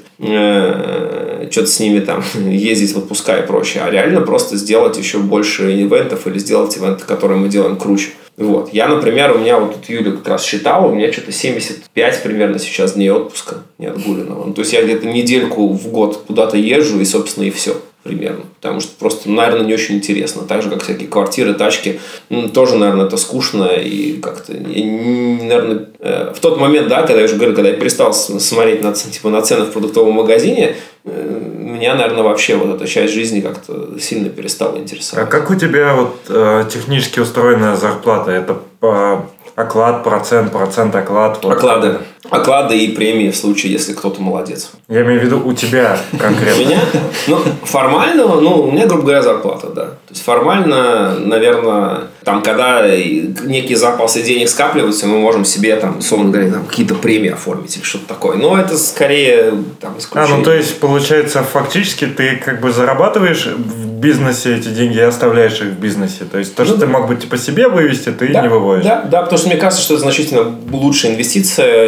э, что-то с ними там ездить в отпуска и прочее, а реально просто сделать еще больше ивентов или сделать ивенты, которые мы делаем, круче. Вот. Я, например, у меня вот тут Юля как раз считала, у меня что-то семьдесят пять примерно сейчас дней отпуска неотгуленного. Ну, то есть я где-то недельку в год куда-то езжу и, собственно, и все. Примерно. Потому что просто, наверное, не очень интересно. Так же, как всякие квартиры, тачки. Ну, тоже, наверное, это скучно. И как-то, я, наверное, э, в тот момент, да, когда я уже говорю, когда я перестал смотреть на, типа, на цены в продуктовом магазине, э, меня, наверное, вообще вот эта часть жизни как-то сильно перестала интересовать. А как у тебя вот э, технически устроена зарплата? Это по... Оклад, процент, процент, оклад. Вот. Оклады. Оклады и премии в случае, если кто-то молодец. Я имею в виду у тебя конкретно. У меня? Ну, формально, ну, у меня, грубо говоря, зарплата, да. То есть, формально, наверное, там, когда некие запасы денег скапливаются, мы можем себе, там, условно говоря, там, какие-то премии оформить или что-то такое. Но это скорее там, исключение. А, ну, то есть, получается, фактически ты как бы зарабатываешь в бизнесе эти деньги и оставляешь их в бизнесе. То есть, то, что ну, ты мог бы типа себе вывести, ты да, не выводишь. Да, да, потому что мне кажется, что это значительно лучшая инвестиция,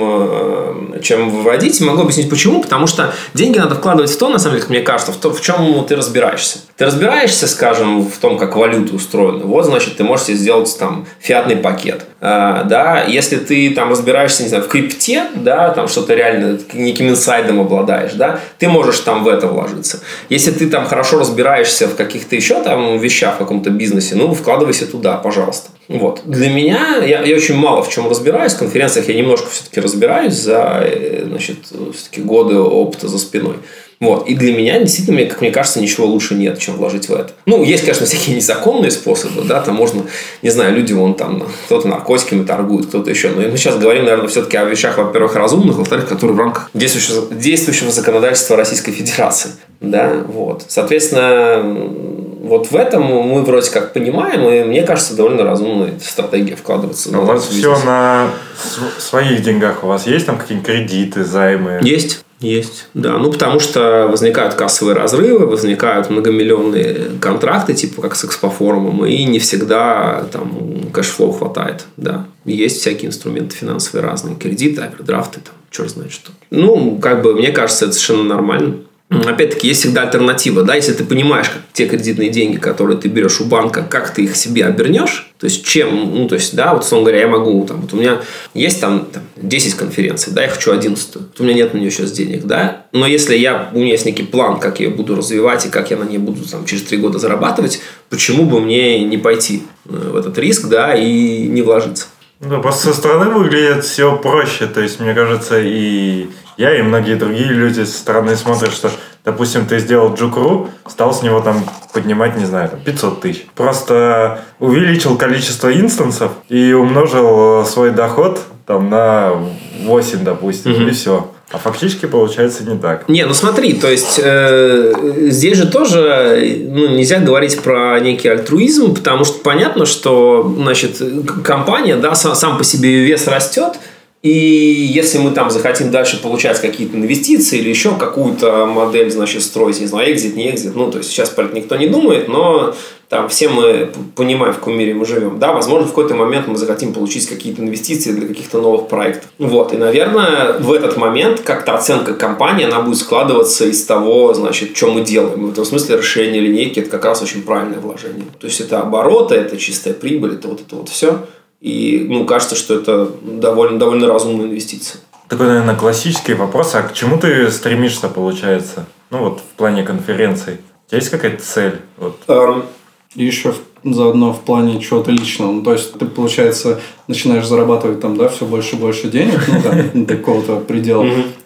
чем, чем выводить. Могу объяснить почему. Потому что деньги надо вкладывать в то, на самом деле, как мне кажется, в то, в чем ты разбираешься. Ты разбираешься, скажем, в том, как валюта устроена. Вот, значит, ты можешь себе сделать там фиатный пакет. А, да, если ты там разбираешься, не знаю, в крипте, да, там что-то реально неким инсайдом обладаешь, да, ты можешь там в это вложиться. Если ты там хорошо разбираешься в каких-то еще там вещах, в каком-то бизнесе, ну, вкладывайся туда, пожалуйста. Вот. Для меня, я, я очень мало в чем разбираюсь, в конференциях я немножко все-таки разбираюсь за, значит, все-таки годы опыта за спиной. Вот. И для меня, действительно, как мне кажется, ничего лучше нет, чем вложить в это. Ну, есть, конечно, всякие незаконные способы, да, там можно, не знаю, люди, вон там, кто-то наркотиками торгует, кто-то еще. Но мы сейчас говорим, наверное, все-таки о вещах, во-первых, разумных, во-вторых, которые в рамках действующего, действующего законодательства Российской Федерации. Да, вот. Соответственно, вот в этом мы вроде как понимаем, и мне кажется, довольно разумная стратегия вкладываться. А у вас все на своих деньгах? У вас есть там какие-нибудь кредиты, займы? Есть. Есть, да. Ну, потому что возникают кассовые разрывы, возникают многомиллионные контракты, типа как с экспофорумом, и не всегда там кэшфлоу хватает, да. Есть всякие инструменты финансовые разные, кредиты, овердрафты, там, черт знает что. Ну, как бы, мне кажется, это совершенно нормально. Опять-таки, есть всегда альтернатива, да, если ты понимаешь, как те кредитные деньги, которые ты берешь у банка, как ты их себе обернешь, то есть, чем, ну, то есть, да, вот, условно говоря, я могу, там, вот у меня есть там, там десять конференций, да, я хочу одиннадцатую, вот у меня нет на нее сейчас денег, да, но если я, у меня есть некий план, как я ее буду развивать и как я на ней буду, там, через три года зарабатывать, почему бы мне не пойти в этот риск, да, и не вложиться. Ну, просто со стороны выглядит все проще. То есть, мне кажется, и я, и многие другие люди со стороны смотрят, что, допустим, ты сделал Juke.ru, стал с него там поднимать, не знаю, там, пятьсот тысяч. Просто увеличил количество инстансов и умножил свой доход там, на восемь, допустим, mm-hmm. и все. А фактически получается не так. Не, ну смотри, то есть э, здесь же тоже ну, нельзя говорить про некий альтруизм, потому что понятно, что значит, компания, да, сам, сам по себе вес растет, и если мы там захотим дальше получать какие-то инвестиции или еще какую-то модель, значит, строить, не знаю, экзит, не экзит, ну, то есть сейчас про это никто не думает, но там все мы понимаем, в каком мире мы живем. Да, возможно, в какой-то момент мы захотим получить какие-то инвестиции для каких-то новых проектов. Вот, и, наверное, в этот момент как-то оценка компании, она будет складываться из того, значит, что мы делаем. В этом смысле расширение линейки – это как раз очень правильное вложение. То есть, это обороты, это чистая прибыль, это вот это вот все. И, ну, кажется, что это довольно, довольно разумная инвестиция. Такой, наверное, классический вопрос. А к чему ты стремишься, получается? Ну, вот в плане конференций. У тебя есть какая-то цель? Вот. Um, и еще заодно в плане чего-то личного. Ну, то есть, ты, получается, начинаешь зарабатывать там, да, все больше и больше денег, ну, там, до какого-то предела.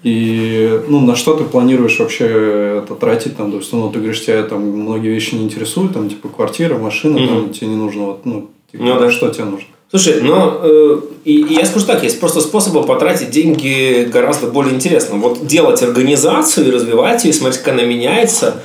И, ну, на что ты планируешь вообще это тратить? Там, то есть, ну, ты говоришь, тебя там многие вещи не интересуют, там, типа, квартира, машина, там, тебе не нужно, вот, ну, Типа, ну, да. Что тебе нужно? Слушай, ну, э, и, и я скажу так, есть просто способы потратить деньги гораздо более интересно. Вот делать организацию, развивать ее, смотреть, как она меняется,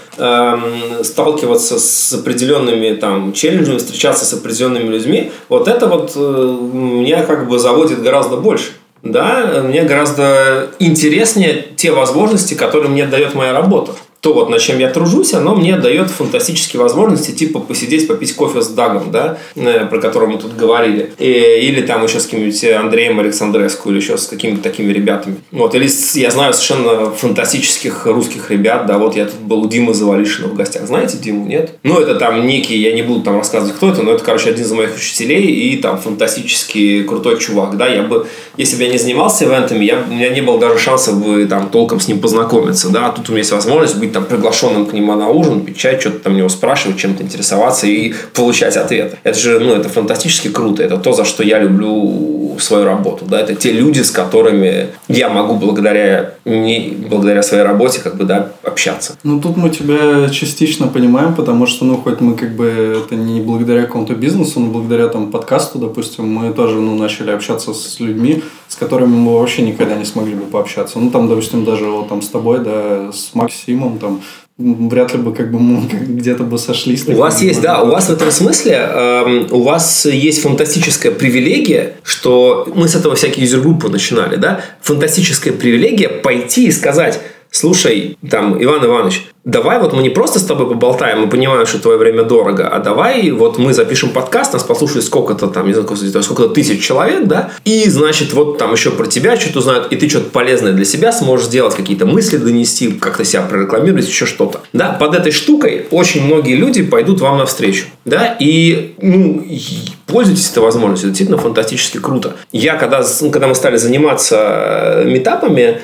э, сталкиваться с определенными там челленджами, встречаться с определенными людьми, вот это вот э, меня как бы заводит гораздо больше. Да, мне гораздо интереснее те возможности, которые мне дает моя работа. То, вот, над чем я тружусь, оно мне дает фантастические возможности, типа посидеть, попить кофе с Дагом, да, про который мы тут говорили. И, или там еще с каким-нибудь Андреем Александреску, или еще с какими-то такими ребятами. Вот, или с, я знаю совершенно фантастических русских ребят, да, вот я тут был у Димы Завалишина в гостях. Знаете Диму, нет? Ну, это там некий, я не буду там рассказывать, кто это, но это, короче, один из моих учителей и там фантастически крутой чувак, да. Я бы, если бы я не занимался ивентами, я, у меня не было даже шанса бы там толком с ним познакомиться, да. А тут у меня есть возможность быть там приглашенным к нему на ужин, пить чай, что-то там него спрашивать, чем-то интересоваться и получать ответы. Это же, ну, это фантастически круто. Это то, за что я люблю свою работу. Да? Это те люди, с которыми я могу благодаря, не, благодаря своей работе как бы, да, общаться. Ну, тут мы тебя частично понимаем, потому что, ну, хоть мы как бы это не благодаря какому-то бизнесу, но благодаря там подкасту, допустим, мы тоже, ну, начали общаться с людьми, с которыми мы вообще никогда не смогли бы пообщаться. Ну, там, допустим, даже вот там с тобой, да, с Максимом, там, вряд ли бы как бы мы где-то бы сошлись. У вас есть, да, у вас в этом смысле э, у вас есть фантастическая привилегия, что мы с этого всякие юзер-группы начинали, да, фантастическая привилегия пойти и сказать: слушай, там, Иван Иванович, давай вот мы не просто с тобой поболтаем, мы понимаем, что твое время дорого, а давай вот мы запишем подкаст, нас послушает сколько-то там, не знаю, сколько-то тысяч человек, да, и, значит, вот там еще про тебя что-то узнают, и ты что-то полезное для себя сможешь сделать, какие-то мысли донести, как-то себя прорекламировать, еще что-то. Да, под этой штукой очень многие люди пойдут вам навстречу, да, и, ну, пользуйтесь этой возможностью, это действительно фантастически круто. Я, когда, ну, когда мы стали заниматься митапами,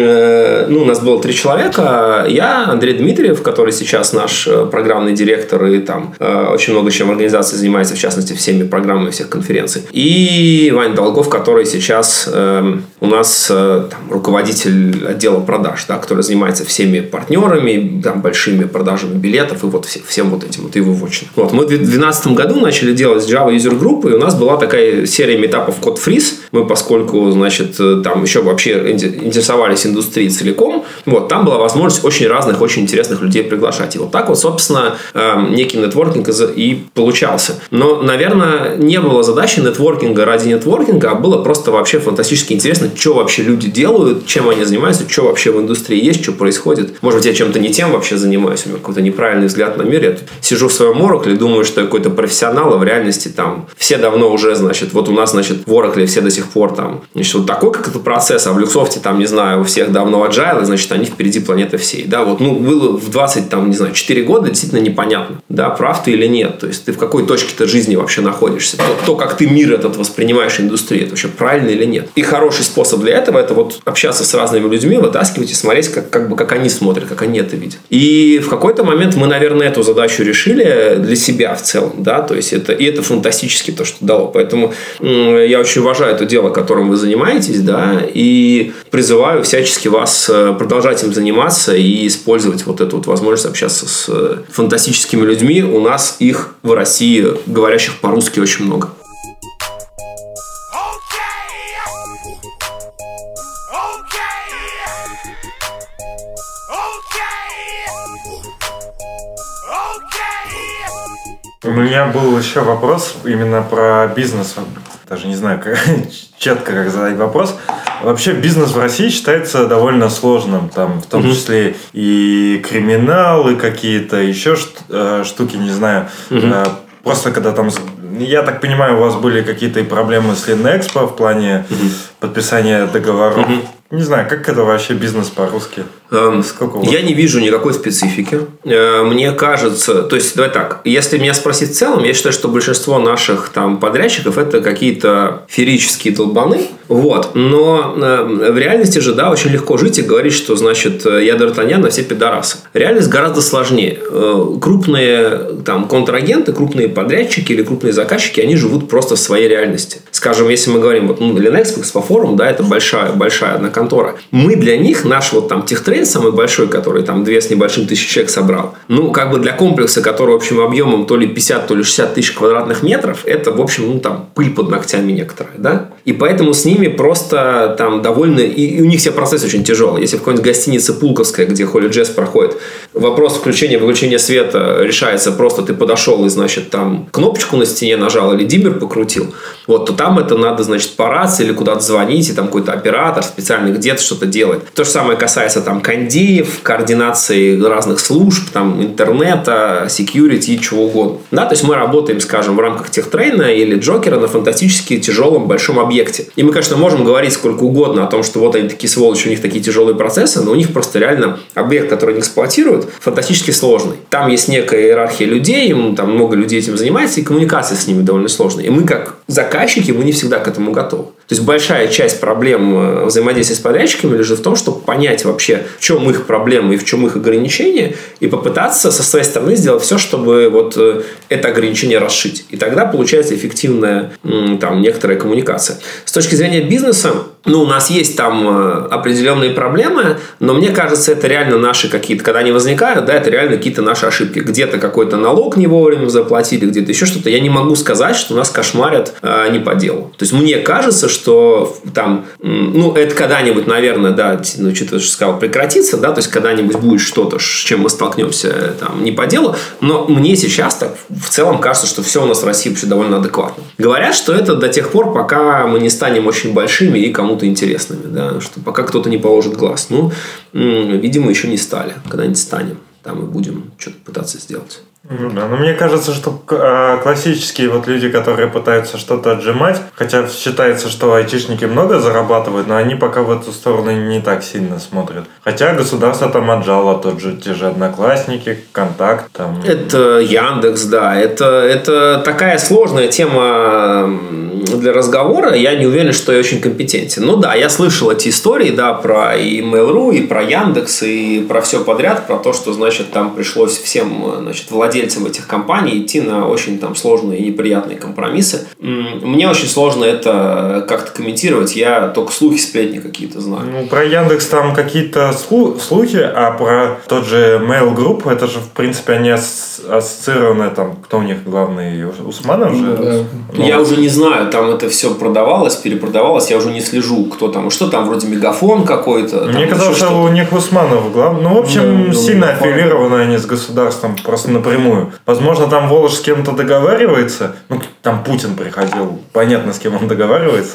э, ну, у нас было три человека, я, Андрей Дмитриев, который сейчас наш программный директор и там э, очень много чем организации занимается, в частности, всеми программами всех конференций. И Ваня Долгов, который сейчас э, у нас э, там, руководитель отдела продаж, да, который занимается всеми партнерами, там, большими продажами билетов и вот все, всем вот этим, вот его вотчиной. Вот. Мы в две тысячи двенадцатом году начали делать Java User Group, и у нас была такая серия митапов Код Фриз. Мы, поскольку, значит, там еще вообще интересовались индустрией целиком, вот, там была возможность очень разных, очень интересных людей приглашать. И вот так вот, собственно, некий нетворкинг и получался. Но, наверное, не было задачи нетворкинга ради нетворкинга, а было просто вообще фантастически интересно, что вообще люди делают, чем они занимаются, что вообще в индустрии есть, что происходит. Может быть, я чем-то не тем вообще занимаюсь, у меня какой-то неправильный взгляд на мир. Я сижу в своем Oracle и думаю, что я какой-то профессионал, а в реальности там все давно уже, значит, вот у нас, значит, в Oracle все до сих пор там, значит, вот такой как-то процесс, а в Люксофте там, не знаю, у всех давно agile, значит, они впереди планеты всей. Да, вот, ну, было в двадцать, там, не знаю, четыре года действительно непонятно, да, прав ты или нет. То есть, ты в какой точке-то жизни вообще находишься. То, то, как ты мир этот воспринимаешь, индустрию, это вообще правильно или нет. И хороший способ для этого — это вот общаться с разными людьми, вытаскивать и смотреть, как, как бы, как они смотрят, как они это видят. И в какой-то момент мы, наверное, эту задачу решили для себя в целом, да, то есть, это, и это фантастически то, что дало. Поэтому м- я очень уважаю это дело, которым вы занимаетесь, да, и призываю всячески вас продолжать им заниматься и использовать вот эту вот возможность общаться с фантастическими людьми. У нас их в России, говорящих по-русски, очень много. У меня был еще вопрос именно про бизнес. Даже не знаю, как, четко как задать вопрос. Вообще бизнес в России считается довольно сложным. Там в том mm-hmm. числе и криминал, и какие-то еще штуки, не знаю. Mm-hmm. Просто когда там... Я так понимаю, у вас были какие-то проблемы с Линэкспо в плане mm-hmm. подписания договоров. Mm-hmm. Не знаю, как это вообще бизнес по-русски? Эм, я не вижу никакой специфики. Э, мне кажется, то есть, давай так, если меня спросить в целом, я считаю, что большинство наших там подрядчиков это какие-то феерические долбаны. Вот. Но э, в реальности же, да, очень легко жить и говорить, что, значит, я Д'Артаньян, а все пидорасы. Реальность гораздо сложнее. Э, крупные там контрагенты, крупные подрядчики или крупные заказчики, они живут просто в своей реальности. Скажем, если мы говорим, вот, ну, Linux, Expo Forum, да, это большая, большая одна контора. Мы для них, наш вот там техтрейд, конференции, самый большой, который там две с небольшим тысячи человек собрал. Ну, как бы для комплекса, который общим объемом то ли пятьдесят, то ли шестьдесят тысяч квадратных метров, это, в общем, ну, там, пыль под ногтями некоторая, да? И поэтому с ними просто там довольно... И, и у них все процессы очень тяжелые. Если в какой-нибудь гостинице Пулковская, где Holy Jazz проходит, вопрос включения-выключения света решается просто ты подошел и, значит, там кнопочку на стене нажал или диммер покрутил, вот, то там это надо, значит, по рации или куда-то звонить, и там какой-то оператор специально где-то что-то делает. То же самое касается там кондеев, координации разных служб, там интернета, security и чего угодно. Да, то есть мы работаем, скажем, в рамках техтрейна или Джокера на фантастически тяжелом большом объекте. И мы, конечно, можем говорить сколько угодно о том, что вот они такие сволочи, у них такие тяжелые процессы, но у них просто реально объект, который они эксплуатируют, фантастически сложный. Там есть некая иерархия людей, там много людей этим занимается, и коммуникация с ними довольно сложная. И мы, как заказчики, мы не всегда к этому готовы. То есть большая часть проблем взаимодействия с подрядчиками лежит в том, чтобы понять вообще, в чем их проблемы и в чем их ограничения, и попытаться со своей стороны сделать все, чтобы вот это ограничение расшить. И тогда получается эффективная там некоторая коммуникация. С точки зрения бизнеса, ну, у нас есть там определенные проблемы, но мне кажется, это реально наши какие-то, когда они возникают, да, это реально какие-то наши ошибки. Где-то какой-то налог не вовремя заплатили, где-то еще что-то. Я не могу сказать, что нас кошмарят э, не по делу. То есть мне кажется, что там, ну, это когда-нибудь, наверное, да, ну, что-то сказал, прекратится, да, то есть когда-нибудь будет что-то, с чем мы столкнемся там не по делу, но мне сейчас так в целом кажется, что все у нас в России вообще довольно адекватно. Говорят, что это до тех пор, пока мы не станем очень большими и кому-то интересными, да, что пока кто-то не положит глаз. Ну, видимо, еще не стали. Когда-нибудь станем, там и будем что-то пытаться сделать. Ну да, но мне кажется, что классические вот люди, которые пытаются что-то отжимать, хотя считается, что айтишники много зарабатывают, но они пока в эту сторону не так сильно смотрят. Хотя государство там отжало, тот же, те же Одноклассники, Контакт. Там. Это Яндекс, да. Это, это такая сложная тема для разговора. Я не уверен, что я очень компетентен. Ну да, я слышал эти истории, да, про и Mail.ru, и про Яндекс, и про все подряд, про то, что, значит, там пришлось всем, значит, владельцам этих компаний идти на очень там сложные и неприятные компромиссы. Мне очень сложно это как-то комментировать. Я только слухи, сплетни какие-то знаю. Ну, про Яндекс там какие-то слухи, а про тот же Mail Group, это же, в принципе, они ассоциированы, там, кто у них главный, Усманов же? Да. Ну, я уже не знаю, там это все продавалось, перепродавалось, я уже не слежу, кто там, что там, вроде Мегафон какой-то. Мне казалось, что у них Усманов главный. Ну, в общем, да, сильно аффилированы они с государством, просто напрямую. Возможно, там Волож с кем-то договаривается, ну, там Путин приходил, понятно, с кем он договаривается,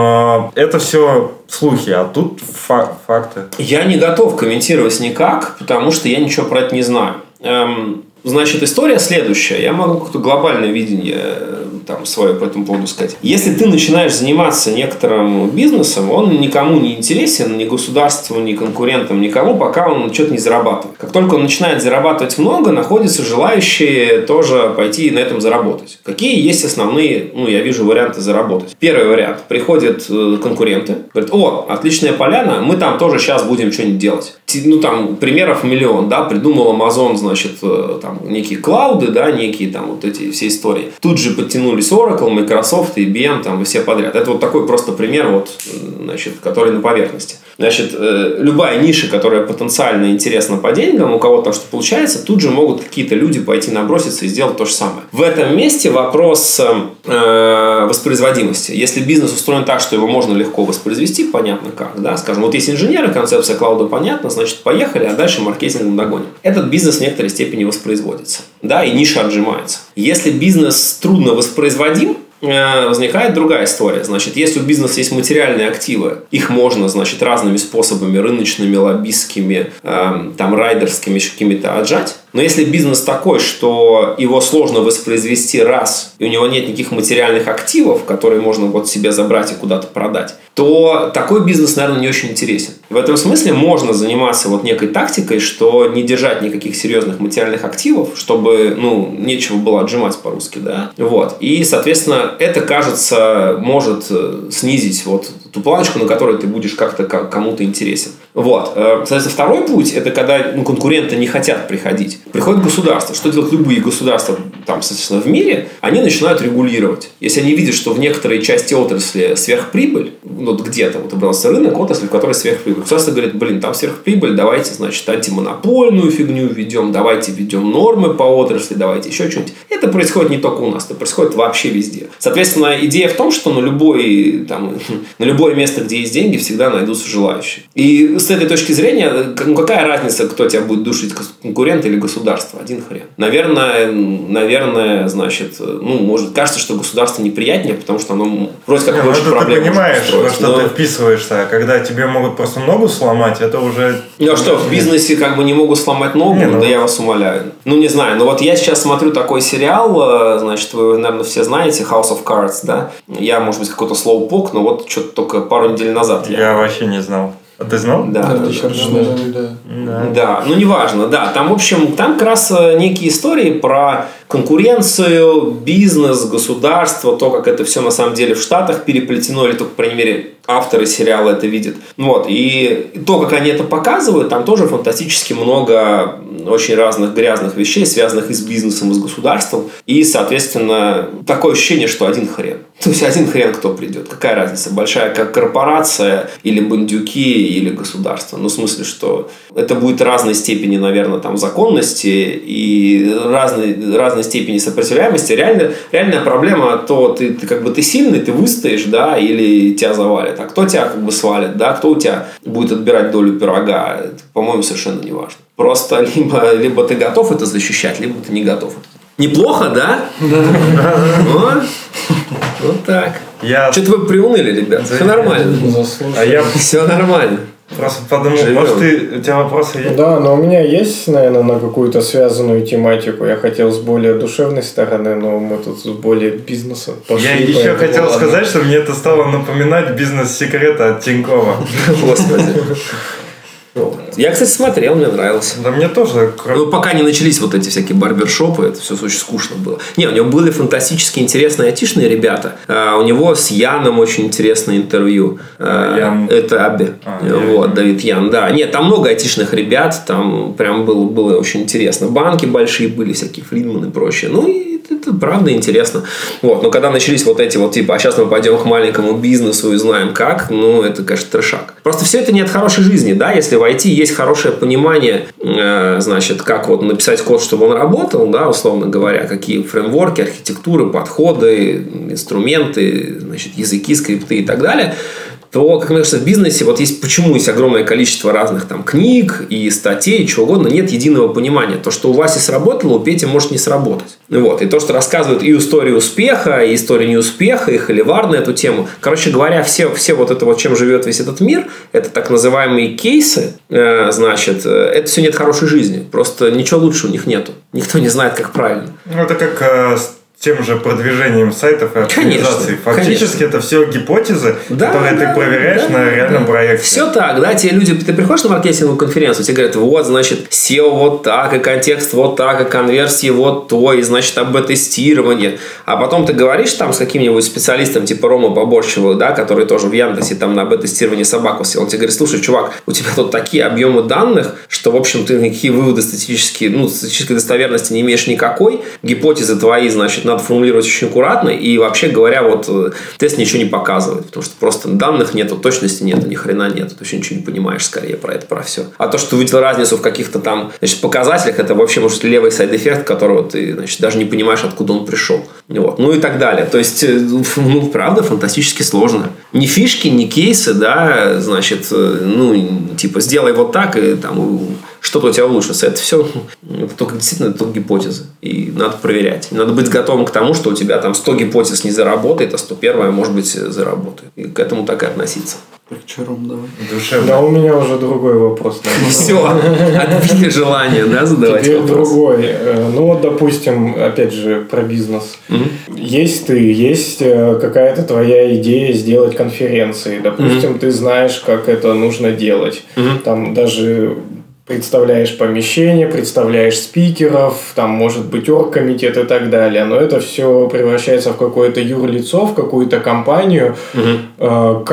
но это все слухи, а тут фа- факты. Я не готов комментировать никак, потому что я ничего про это не знаю. Эм, значит, история следующая. Я могу какое-то глобальное видение там свое по этому поводу сказать. Если ты начинаешь заниматься некоторым бизнесом, он никому не интересен, ни государству, ни конкурентам, никому, пока он что-то не зарабатывает. Как только он начинает зарабатывать много, находятся желающие тоже пойти на этом заработать. Какие есть основные, ну, я вижу, варианты заработать? Первый вариант. Приходят конкуренты, говорят: о, отличная поляна, мы там тоже сейчас будем что-нибудь делать. Ну, там, примеров миллион, да, придумал Amazon, значит, там, некие клауды, да, некие там вот эти все истории. Тут же подтянулись Oracle, Microsoft, ай би эм, там, и все подряд. Это вот такой просто пример, вот, значит, который на поверхности. Значит, любая ниша, которая потенциально интересна по деньгам, у кого-то там что получается, тут же могут какие-то люди пойти наброситься и сделать то же самое. В этом месте вопрос э, воспроизводимости. Если бизнес устроен так, что его можно легко воспроизвести, понятно как, да, скажем, вот есть инженеры, концепция клауда понятна, значит, поехали, а дальше маркетингом догоним. Этот бизнес в некоторой степени воспроизводится, да, и ниша отжимается. Если бизнес трудно воспроизводим, возникает другая история. Значит, если у бизнеса есть материальные активы, их можно, значит, разными способами, рыночными, лоббистскими, э, там, райдерскими, еще какими-то отжать. Но если бизнес такой, что его сложно воспроизвести раз, и у него нет никаких материальных активов, которые можно вот себе забрать и куда-то продать, то такой бизнес, наверное, не очень интересен. В этом смысле можно заниматься вот некой тактикой, что не держать никаких серьезных материальных активов, чтобы, ну, нечего было отжимать по-русски, да, вот. И, соответственно, это, кажется, может снизить вот ту планочку, на которой ты будешь как-то кому-то интересен. Вот. Соответственно, второй путь – это когда ну, конкуренты не хотят приходить. Приходит государство. Что делают любые государства там, соответственно, в мире? Они начинают регулировать. Если они видят, что в некоторой части отрасли сверхприбыль, ну, вот где-то вот выбрался рынок, отрасль, в которой сверхприбыль. Государство говорит, блин, там сверхприбыль, давайте, значит, антимонопольную фигню введем, давайте введем нормы по отрасли, давайте еще что-нибудь. Это происходит не только у нас, это происходит вообще везде. Соответственно, идея в том, что на, любой, там, на любое место, где есть деньги, всегда найдутся желающие. И с этой точки зрения, ну, какая разница, кто тебя будет душить, конкурент или государство? Один хрен. Наверное, наверное, значит, ну, может, кажется, что государство неприятнее, потому что оно вроде как больше ну, проблем. Ты понимаешь, во что но... ты вписываешься, а когда тебе могут просто ногу сломать, это уже... Ну, а что, в бизнесе как бы не могут сломать ногу? Не, ну... Да я вас умоляю. Ну, не знаю, но вот я сейчас смотрю такой сериал, значит, вы, наверное, все знаете, House of Cards, да? Я, может быть, какой-то слоупок, но вот что-то только пару недель назад. Я, я вообще не знал. А ты знал? Да. Да, да, да, да. Да. да, ну неважно, да. Там, в общем, там как раз некие истории про конкуренцию, бизнес, государство, то, как это все на самом деле в Штатах переплетено, или только, по крайней мере, авторы сериала это видят. Вот. И то, как они это показывают, там тоже фантастически много очень разных грязных вещей, связанных и с бизнесом, и с государством. И, соответственно, такое ощущение, что один хрен. То есть, один хрен кто придет. Какая разница? Большая как корпорация, или бандюки, или государство. Ну, в смысле, что это будет разной степени, наверное, там, законности и разной, разной степени сопротивляемости. Реально, реальная проблема, то ты, ты как бы ты сильный, ты выстоишь, да, или тебя завалят. А кто тебя как бы свалит, да, кто у тебя будет отбирать долю пирога, это, по-моему, совершенно не важно. Просто либо, либо ты готов это защищать, либо ты не готов. Неплохо, да? Да. Вот так. Что-то вы приуныли, ребят. Все нормально. А я... Все нормально. Просто подумал, Живем. Может, ты, у тебя вопросы есть? Да, но у меня есть, наверное, на какую-то связанную тематику. Я хотел с более душевной стороны, но мы тут с более бизнеса пошли. Я еще хотел ладно. сказать, что мне это стало напоминать бизнес-секреты от Тинькова. Господи. Я, кстати, смотрел, мне нравился. Да мне тоже. Ну, пока не начались вот эти всякие барбершопы, это все очень скучно было. Не, у него были фантастически интересные айтишные ребята. А, у него с Яном очень интересное интервью. А, Ян. Это Абби. А, вот, Ян. Давид Ян, да. Нет, там много айтишных ребят, там прям было, было очень интересно. Банки большие были, всякие Фридманы и прочее. Ну, и это правда интересно. Вот. Но когда начались вот эти вот типа, а сейчас мы пойдем к маленькому бизнесу и знаем как, ну, это, конечно, трешак. Просто все это не от хорошей жизни, да, если в ай ти есть хорошее понимание, э, значит, как вот написать код, чтобы он работал, да, условно говоря, какие фреймворки, архитектуры, подходы, инструменты, значит, языки, скрипты и так далее, то, как мне кажется, в бизнесе вот есть почему есть огромное количество разных там книг и статей, чего угодно, нет единого понимания. То, что у Васи сработало, у Пети может не сработать. Вот. И то, что рассказывают и историю успеха, и историю неуспеха, и холивар на эту тему. Короче говоря, все, все вот это вот, чем живет весь этот мир, это так называемые кейсы, э, значит, это все нет хорошей жизни. Просто ничего лучше у них нету. Никто не знает, как правильно. Ну, это как... Э, тем же продвижением сайтов и оптимизации. Фактически конечно. Это все гипотезы, да, которые да, ты проверяешь да, на реальном да. проекте. Все так, да, те люди, ты приходишь на маркетинговую конференцию, тебе говорят, вот, значит, сео вот так, и контекст вот так, и конверсии вот то, и, значит, АБ-тестирование. А потом ты говоришь там с каким-нибудь специалистом, типа Рома Поборчева, да, который тоже в Яндексе там на АБ-тестировании собаку сел. Он тебе говорит, слушай, чувак, у тебя тут такие объемы данных, что, в общем, ты никакие выводы статистические, ну, статистической достоверности не имеешь никакой, гипотезы твои, значит, надо формулировать очень аккуратно, и вообще говоря, вот тест ничего не показывает, потому что просто данных нету, точности нету, ни хрена нету, ты вообще ничего не понимаешь скорее про это, про все. А то, что ты увидел разницу в каких-то там, значит, показателях, это вообще, может, левый сайд-эффект, которого ты, значит, даже не понимаешь, откуда он пришел. Вот. Ну и так далее. То есть, ну, правда, фантастически сложно. Ни фишки, ни кейсы, да, значит, ну, типа, сделай вот так, и там что-то у тебя улучшится. Это все это только действительно это только гипотезы. И надо проверять. Надо быть готовым к тому, что у тебя там сто гипотез не заработает, а сто первая, может быть, заработает. И к этому так и относиться. Причером, давай. Душевно. Да, у меня уже другой вопрос. Все, отбили желание, да, задавать Теперь вопрос. другой. Ну вот, допустим, опять же, про бизнес. Mm-hmm. Есть ты, есть какая-то твоя идея сделать конференции. Допустим, mm-hmm. ты знаешь, как это нужно делать. Mm-hmm. Там даже... представляешь помещение, представляешь спикеров, там может быть оргкомитет и так далее, но это все превращается в какое-то юрлицо, в какую-то компанию. Угу. Как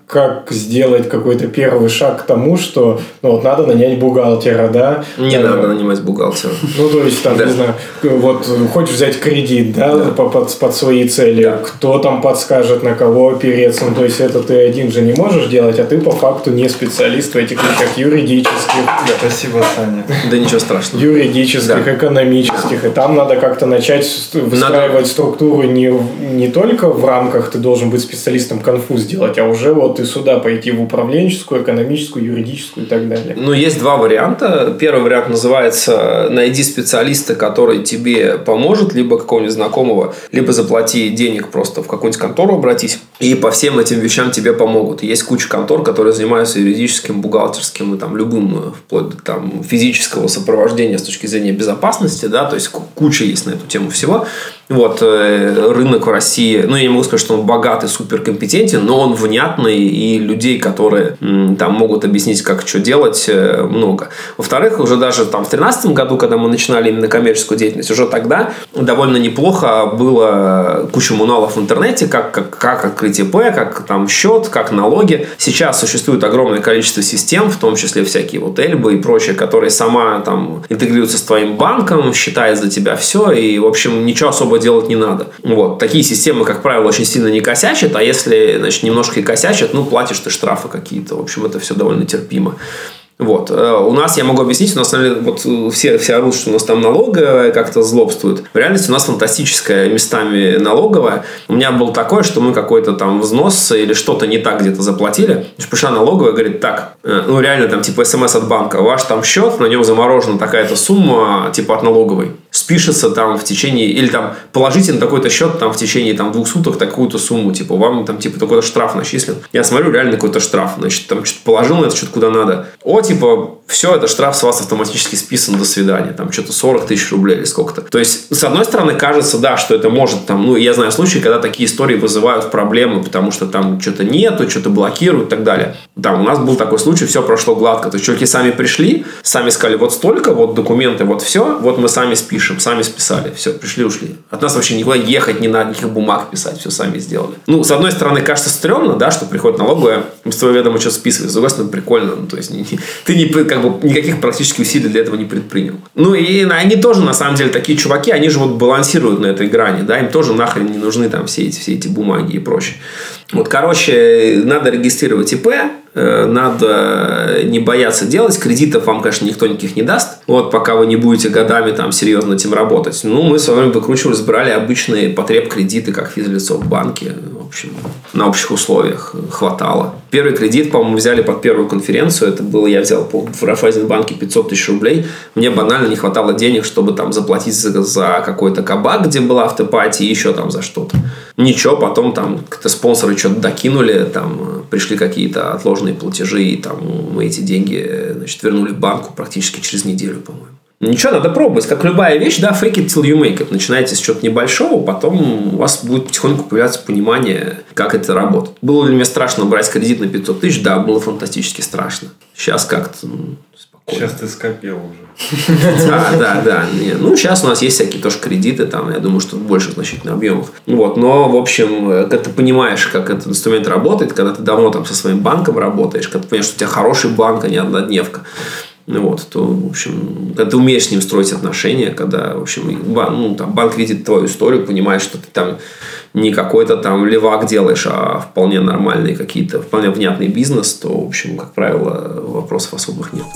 как сделать какой-то первый шаг к тому, что ну, вот надо нанять бухгалтера, да? Не а, надо нанимать бухгалтера. Ну, то есть, там, да. не знаю, вот хочешь взять кредит, да, да. Под, под свои цели, да. Кто там подскажет, на кого опереться, ну, то есть, это ты один же не можешь делать, а ты по факту не специалист в этих вещах юридических. Да. Спасибо, Саня. Да ничего страшного. Юридических, да. Экономических, и там надо как-то начать выстраивать надо... структуру не, не только в рамках ты должен быть специалистом конфуз делать, а уже вот и сюда пойти в управленческую, экономическую, юридическую и так далее. Ну, есть два варианта. Первый вариант называется «найди специалиста, который тебе поможет», либо какого-нибудь знакомого, либо заплати денег просто в какую-нибудь контору обратись, и по всем этим вещам тебе помогут. Есть куча контор, которые занимаются юридическим, бухгалтерским и там любым, вплоть до там, физического сопровождения с точки зрения безопасности, да, то есть куча есть на эту тему всего. Вот, рынок в России, ну, я не могу сказать, что он богатый, суперкомпетентен, но он внятный, и людей, которые там могут объяснить, как что делать, много. Во-вторых, уже даже там в две тысячи тринадцатом году, когда мы начинали именно коммерческую деятельность, уже тогда довольно неплохо было куча мануалов в интернете, как, как, как открыть ИП, как там счет, как налоги. Сейчас существует огромное количество систем, в том числе всякие вот Эльбы и прочее, которые сама там интегрируются с твоим банком, считает за тебя все, и, в общем, ничего особо делать не надо. Вот. Такие системы, как правило, очень сильно не косячат, а если, значит, немножко и косячат, ну, платишь ты штрафы какие-то. В общем, это все довольно терпимо. Вот. У нас, я могу объяснить, у нас вот все, все орут, что у нас там налоговая как-то злобствует. В реальности у нас фантастическая местами налоговая. У меня было такое, что мы какой-то там взнос или что-то не так где-то заплатили. Пришла налоговая, говорит, так, ну реально там типа смс от банка, ваш там счет, на нем заморожена такая-то сумма типа от налоговой. Спишется там в течение, или там положите на такой-то счет там в течение там двух суток такую-то сумму, типа вам там типа такой-то штраф начислен. Я смотрю, реально какой-то штраф, значит, там что-то положил на это что-то куда надо. О, типа, все, это штраф с вас автоматически списан, до свидания. Там что-то сорок тысяч рублей или сколько-то. То есть, с одной стороны, кажется, да, что это может там, ну, я знаю случаи, когда такие истории вызывают проблемы, потому что там что-то нету, что-то блокируют и так далее. Там у нас был такой случай, все прошло гладко. То есть, чуваки сами пришли, сами сказали, вот столько, вот документы, вот все, вот мы сами спишем, сами списали. Все, пришли, ушли. От нас вообще никуда ехать не надо, никаких бумаг писать, все сами сделали. Ну, с одной стороны, кажется стрёмно, да, что приходит налоговая, с твоего ведома что списывает. С другой стороны, прикольно. Ну, то есть, не, не, ты не, как бы, никаких практически усилий для этого не предпринял. Ну, и они тоже, на самом деле, такие чуваки, они же вот балансируют на этой грани, да, им тоже нахрен не нужны там все эти, все эти бумаги и прочее. Вот, короче, надо регистрировать ИП, надо не бояться делать. Кредитов вам, конечно, никто никаких не даст. Вот, пока вы не будете годами там серьезно этим работать. Ну, мы с вами выкручивались, брали обычные потреб-кредиты, как физлицо в банке. В общем, на общих условиях хватало. Первый кредит, по-моему, взяли под первую конференцию. Это было, я взял в Райффайзенбанке пятьсот тысяч рублей. Мне банально не хватало денег, чтобы там заплатить за, за какой-то кабак, где была автопати, и еще там за что-то. Ничего, потом там как-то спонсоры что-то докинули, там пришли какие-то отложенные платежи, и там мы эти деньги, значит, вернули банку практически через неделю, по-моему. Ничего, надо пробовать. Как любая вещь, да, fake it till you make it. Начинаете с чего-то небольшого, потом у вас будет потихоньку появляться понимание, как это работает. Было ли мне страшно брать кредит на пятьсот тысяч? Да, было фантастически страшно. Сейчас как-то ну, спокойно. Сейчас ты скопил уже. Да, да, да. Ну, сейчас у нас есть всякие тоже кредиты, там, я думаю, что в больших значительных объемах. Вот. Но, в общем, когда ты понимаешь, как этот инструмент работает, когда ты давно там со своим банком работаешь, когда ты понимаешь, что у тебя хороший банк, а не однодневка, вот, то, в общем, когда ты умеешь с ним строить отношения, когда, в общем, банк, ну, там, банк видит твою историю, понимает, что ты там не какой-то там левак делаешь, а вполне нормальный какие-то, вполне внятный бизнес, то, в общем, как правило, вопросов особых нет.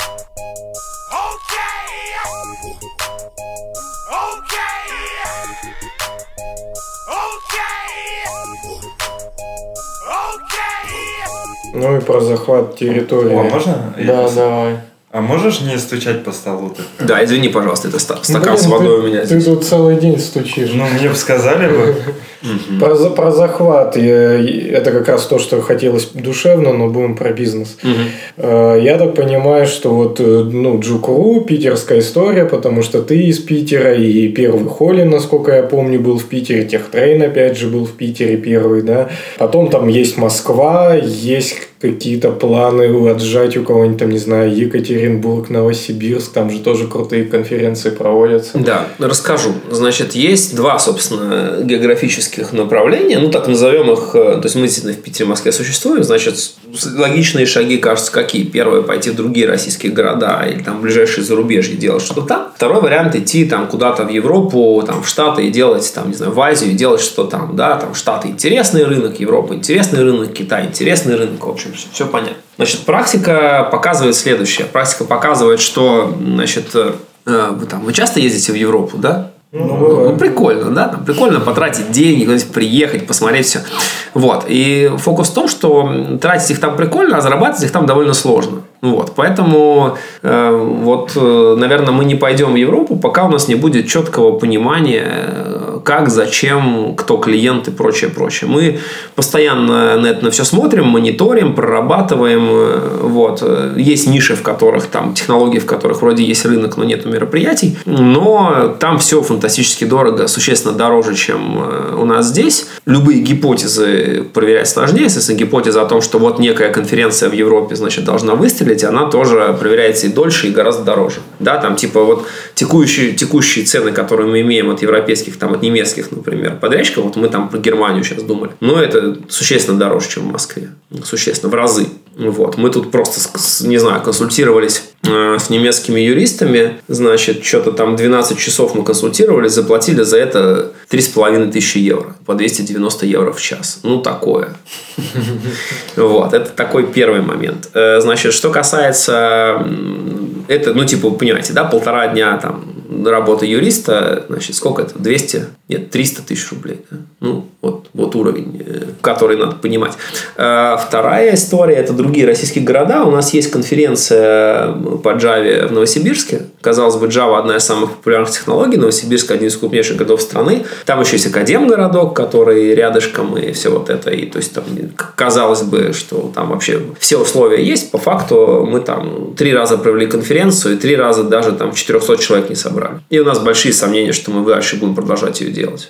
Ну и про захват территории. О, можно? Да, давай. А можешь не стучать по столу? Ты? Да, извини, пожалуйста, это стакан Блин, с водой ты, у меня ты здесь. Ты тут целый день стучишь. Ну, мне бы сказали бы. Про, про захват. Это как раз то, что хотелось душевно, но будем про бизнес. Я так понимаю, что вот ну, Джук.ру, питерская история, потому что ты из Питера, и первый Холин, насколько я помню, был в Питере, Техтрейн, опять же, был в Питере первый, да. Потом там есть Москва, есть какие-то планы отжать у кого-нибудь, там, не знаю, Екатеринбург, Новосибирск, там же тоже крутые конференции проводятся. Да, расскажу. Значит, есть два, собственно, географических направления, ну, так назовем их, то есть мы действительно в Питере, Москве существуем, значит, логичные шаги, кажется, какие? Первое, пойти в другие российские города или там ближайшие зарубежье делать что-то там. Второй вариант, идти там куда-то в Европу, там, в Штаты и делать, там, не знаю, в Азию и делать что-то там, да, там, Штаты интересный рынок, Европа интересный рынок, Китай интересный рынок, в общем, все, все понятно. Значит, практика показывает следующее. Практика показывает, что, значит, э, вы там, вы часто ездите в Европу, да? Ну, ну, ну, прикольно, да, там прикольно потратить деньги, куда-нибудь приехать, посмотреть все. Вот. И фокус в том, что тратить их там прикольно, а зарабатывать их там довольно сложно. Вот. Поэтому, э, вот, э, наверное, мы не пойдем в Европу, пока у нас не будет четкого понимания, как, зачем, кто клиент и прочее, прочее. Мы постоянно на это на все смотрим, мониторим, прорабатываем. Вот. Есть ниши, в которых, там, технологии, в которых вроде есть рынок, но нет мероприятий, но там все фантастически дорого, существенно дороже, чем у нас здесь. Любые гипотезы проверять сложнее. Если гипотеза о том, что вот некая конференция в Европе, значит, должна выстрелить, она тоже проверяется и дольше, и гораздо дороже. Да, там типа вот текущие, текущие цены, которые мы имеем от европейских, там, от немецких, например, подрядчиков, вот мы там про Германию сейчас думали, но это существенно дороже, чем в Москве. Существенно, в разы. Вот. Мы тут просто, не знаю, консультировались э, с немецкими юристами, значит, что-то там двенадцать часов мы консультировались, заплатили за это три с половиной тысячи евро, по двести девяносто евро в час. Ну, такое. Вот, это такой первый момент. Значит, что касается, это, ну, типа, вы понимаете, да, полтора дня там работы юриста, значит, сколько это? двести? Нет, триста тысяч рублей. Да? Ну, вот, вот уровень, который надо понимать. Вторая история – это другие российские города. У нас есть конференция по Java в Новосибирске. Казалось бы, Java – одна из самых популярных технологий. Новосибирск – один из крупнейших городов страны. Там еще есть Академгородок, который рядышком, и все вот это. И, то есть, там, казалось бы, что там вообще все условия есть. По факту мы там три раза провели конференцию, и три раза даже там четыреста человек не собрали. И у нас большие сомнения, что мы дальше будем продолжать ее делать.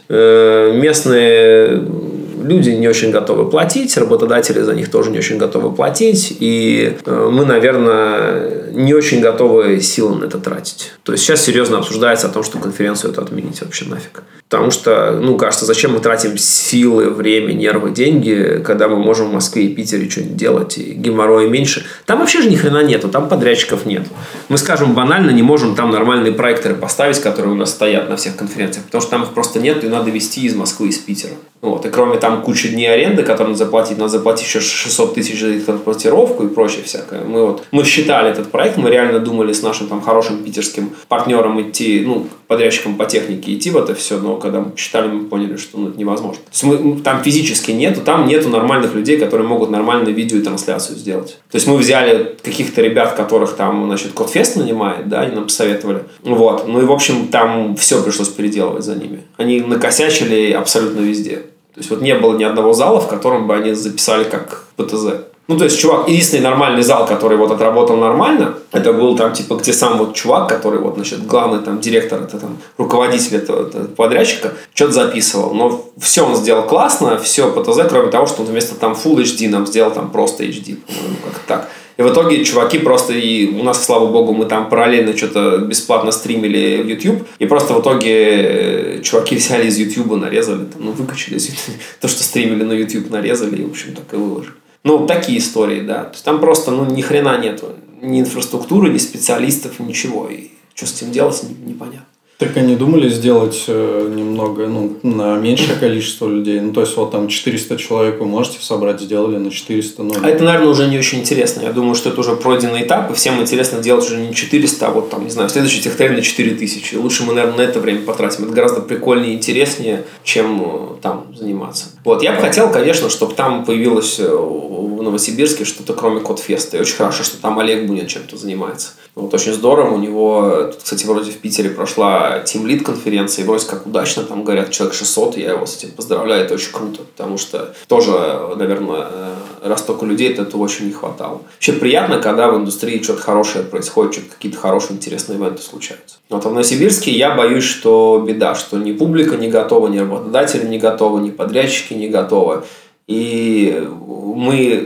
Местные люди не очень готовы платить, работодатели за них тоже не очень готовы платить, и мы, наверное, не очень готовы силы на это тратить. То есть сейчас серьезно обсуждается о том, что конференцию эту отменить вообще нафиг. Потому что, ну, кажется, зачем мы тратим силы, время, нервы, деньги, когда мы можем в Москве и Питере что-нибудь делать, и геморроя меньше. Там вообще же ни хрена нету, там подрядчиков нет. Мы, скажем, банально не можем там нормальные проекторы поставить, которые у нас стоят на всех конференциях, потому что там их просто нет, и надо везти из Москвы, из Питера. Вот. И кроме там кучи дней аренды, которые надо заплатить, надо заплатить еще шестьсот тысяч за их транспортировку и прочее всякое. Мы вот, мы считали этот проект, мы реально думали с нашим там хорошим питерским партнером идти, ну, подрядчиком по технике идти в это все, но когда мы считали, мы поняли, что ну, это невозможно. То есть мы, там физически нету, там нету нормальных людей, которые могут нормальную видео и трансляцию сделать. То есть мы взяли каких-то ребят, которых там, значит, Кодфест нанимает, да, они нам посоветовали. Вот. Ну и, в общем, там все пришлось переделывать за ними. Они накосячили абсолютно везде. То есть вот не было ни одного зала, в котором бы они записали как ПТЗ. Ну, то есть, чувак, единственный нормальный зал, который вот отработал нормально, это был там, типа, где сам вот чувак, который вот, значит, главный там директор, это там руководитель этого, этого подрядчика, что-то записывал. Но все он сделал классно, все ПТЗ, кроме того, что он вместо там Full эйч ди нам сделал там просто эйч ди, по-моему, как так. И в итоге чуваки просто, и у нас, слава богу, мы там параллельно что-то бесплатно стримили в YouTube, и просто в итоге чуваки взяли из YouTube, нарезали, там, ну, выкачали из YouTube, то, что стримили на YouTube, нарезали, и, в общем, так и выложили. Ну, такие истории, да. То есть там просто, ну, ни хрена нету. Ни инфраструктуры, ни специалистов, ничего. И что с этим делать, непонятно. Так они думали сделать э, немного, ну, на меньшее количество людей? Ну, то есть, вот там четыреста человек вы можете собрать, сделали на четыреста, ну... А это, наверное, уже не очень интересно. Я думаю, что это уже пройденный этап, и всем интересно делать уже не четыреста, а вот там, не знаю, следующий техтейм на четыре тысячи. Лучше мы, наверное, на это время потратим. Это гораздо прикольнее и интереснее, чем там заниматься. Вот, я бы хотел, конечно, чтобы там появилось в Новосибирске что-то кроме Кодфеста. И очень хорошо, что там Олег Бунин чем-то занимается. Вот, очень здорово. У него, кстати, вроде в Питере прошла тимлид конференции, вроде как удачно, там говорят человек шестьсот, я его с этим поздравляю, это очень круто, потому что тоже, наверное, растоку людей этого очень не хватало. Вообще приятно, когда в индустрии что-то хорошее происходит, что-то какие-то хорошие, интересные ивенты случаются. Вот в Новосибирске я боюсь, что беда, что ни публика не готова, ни работодатели не готовы, ни подрядчики не готовы. И мы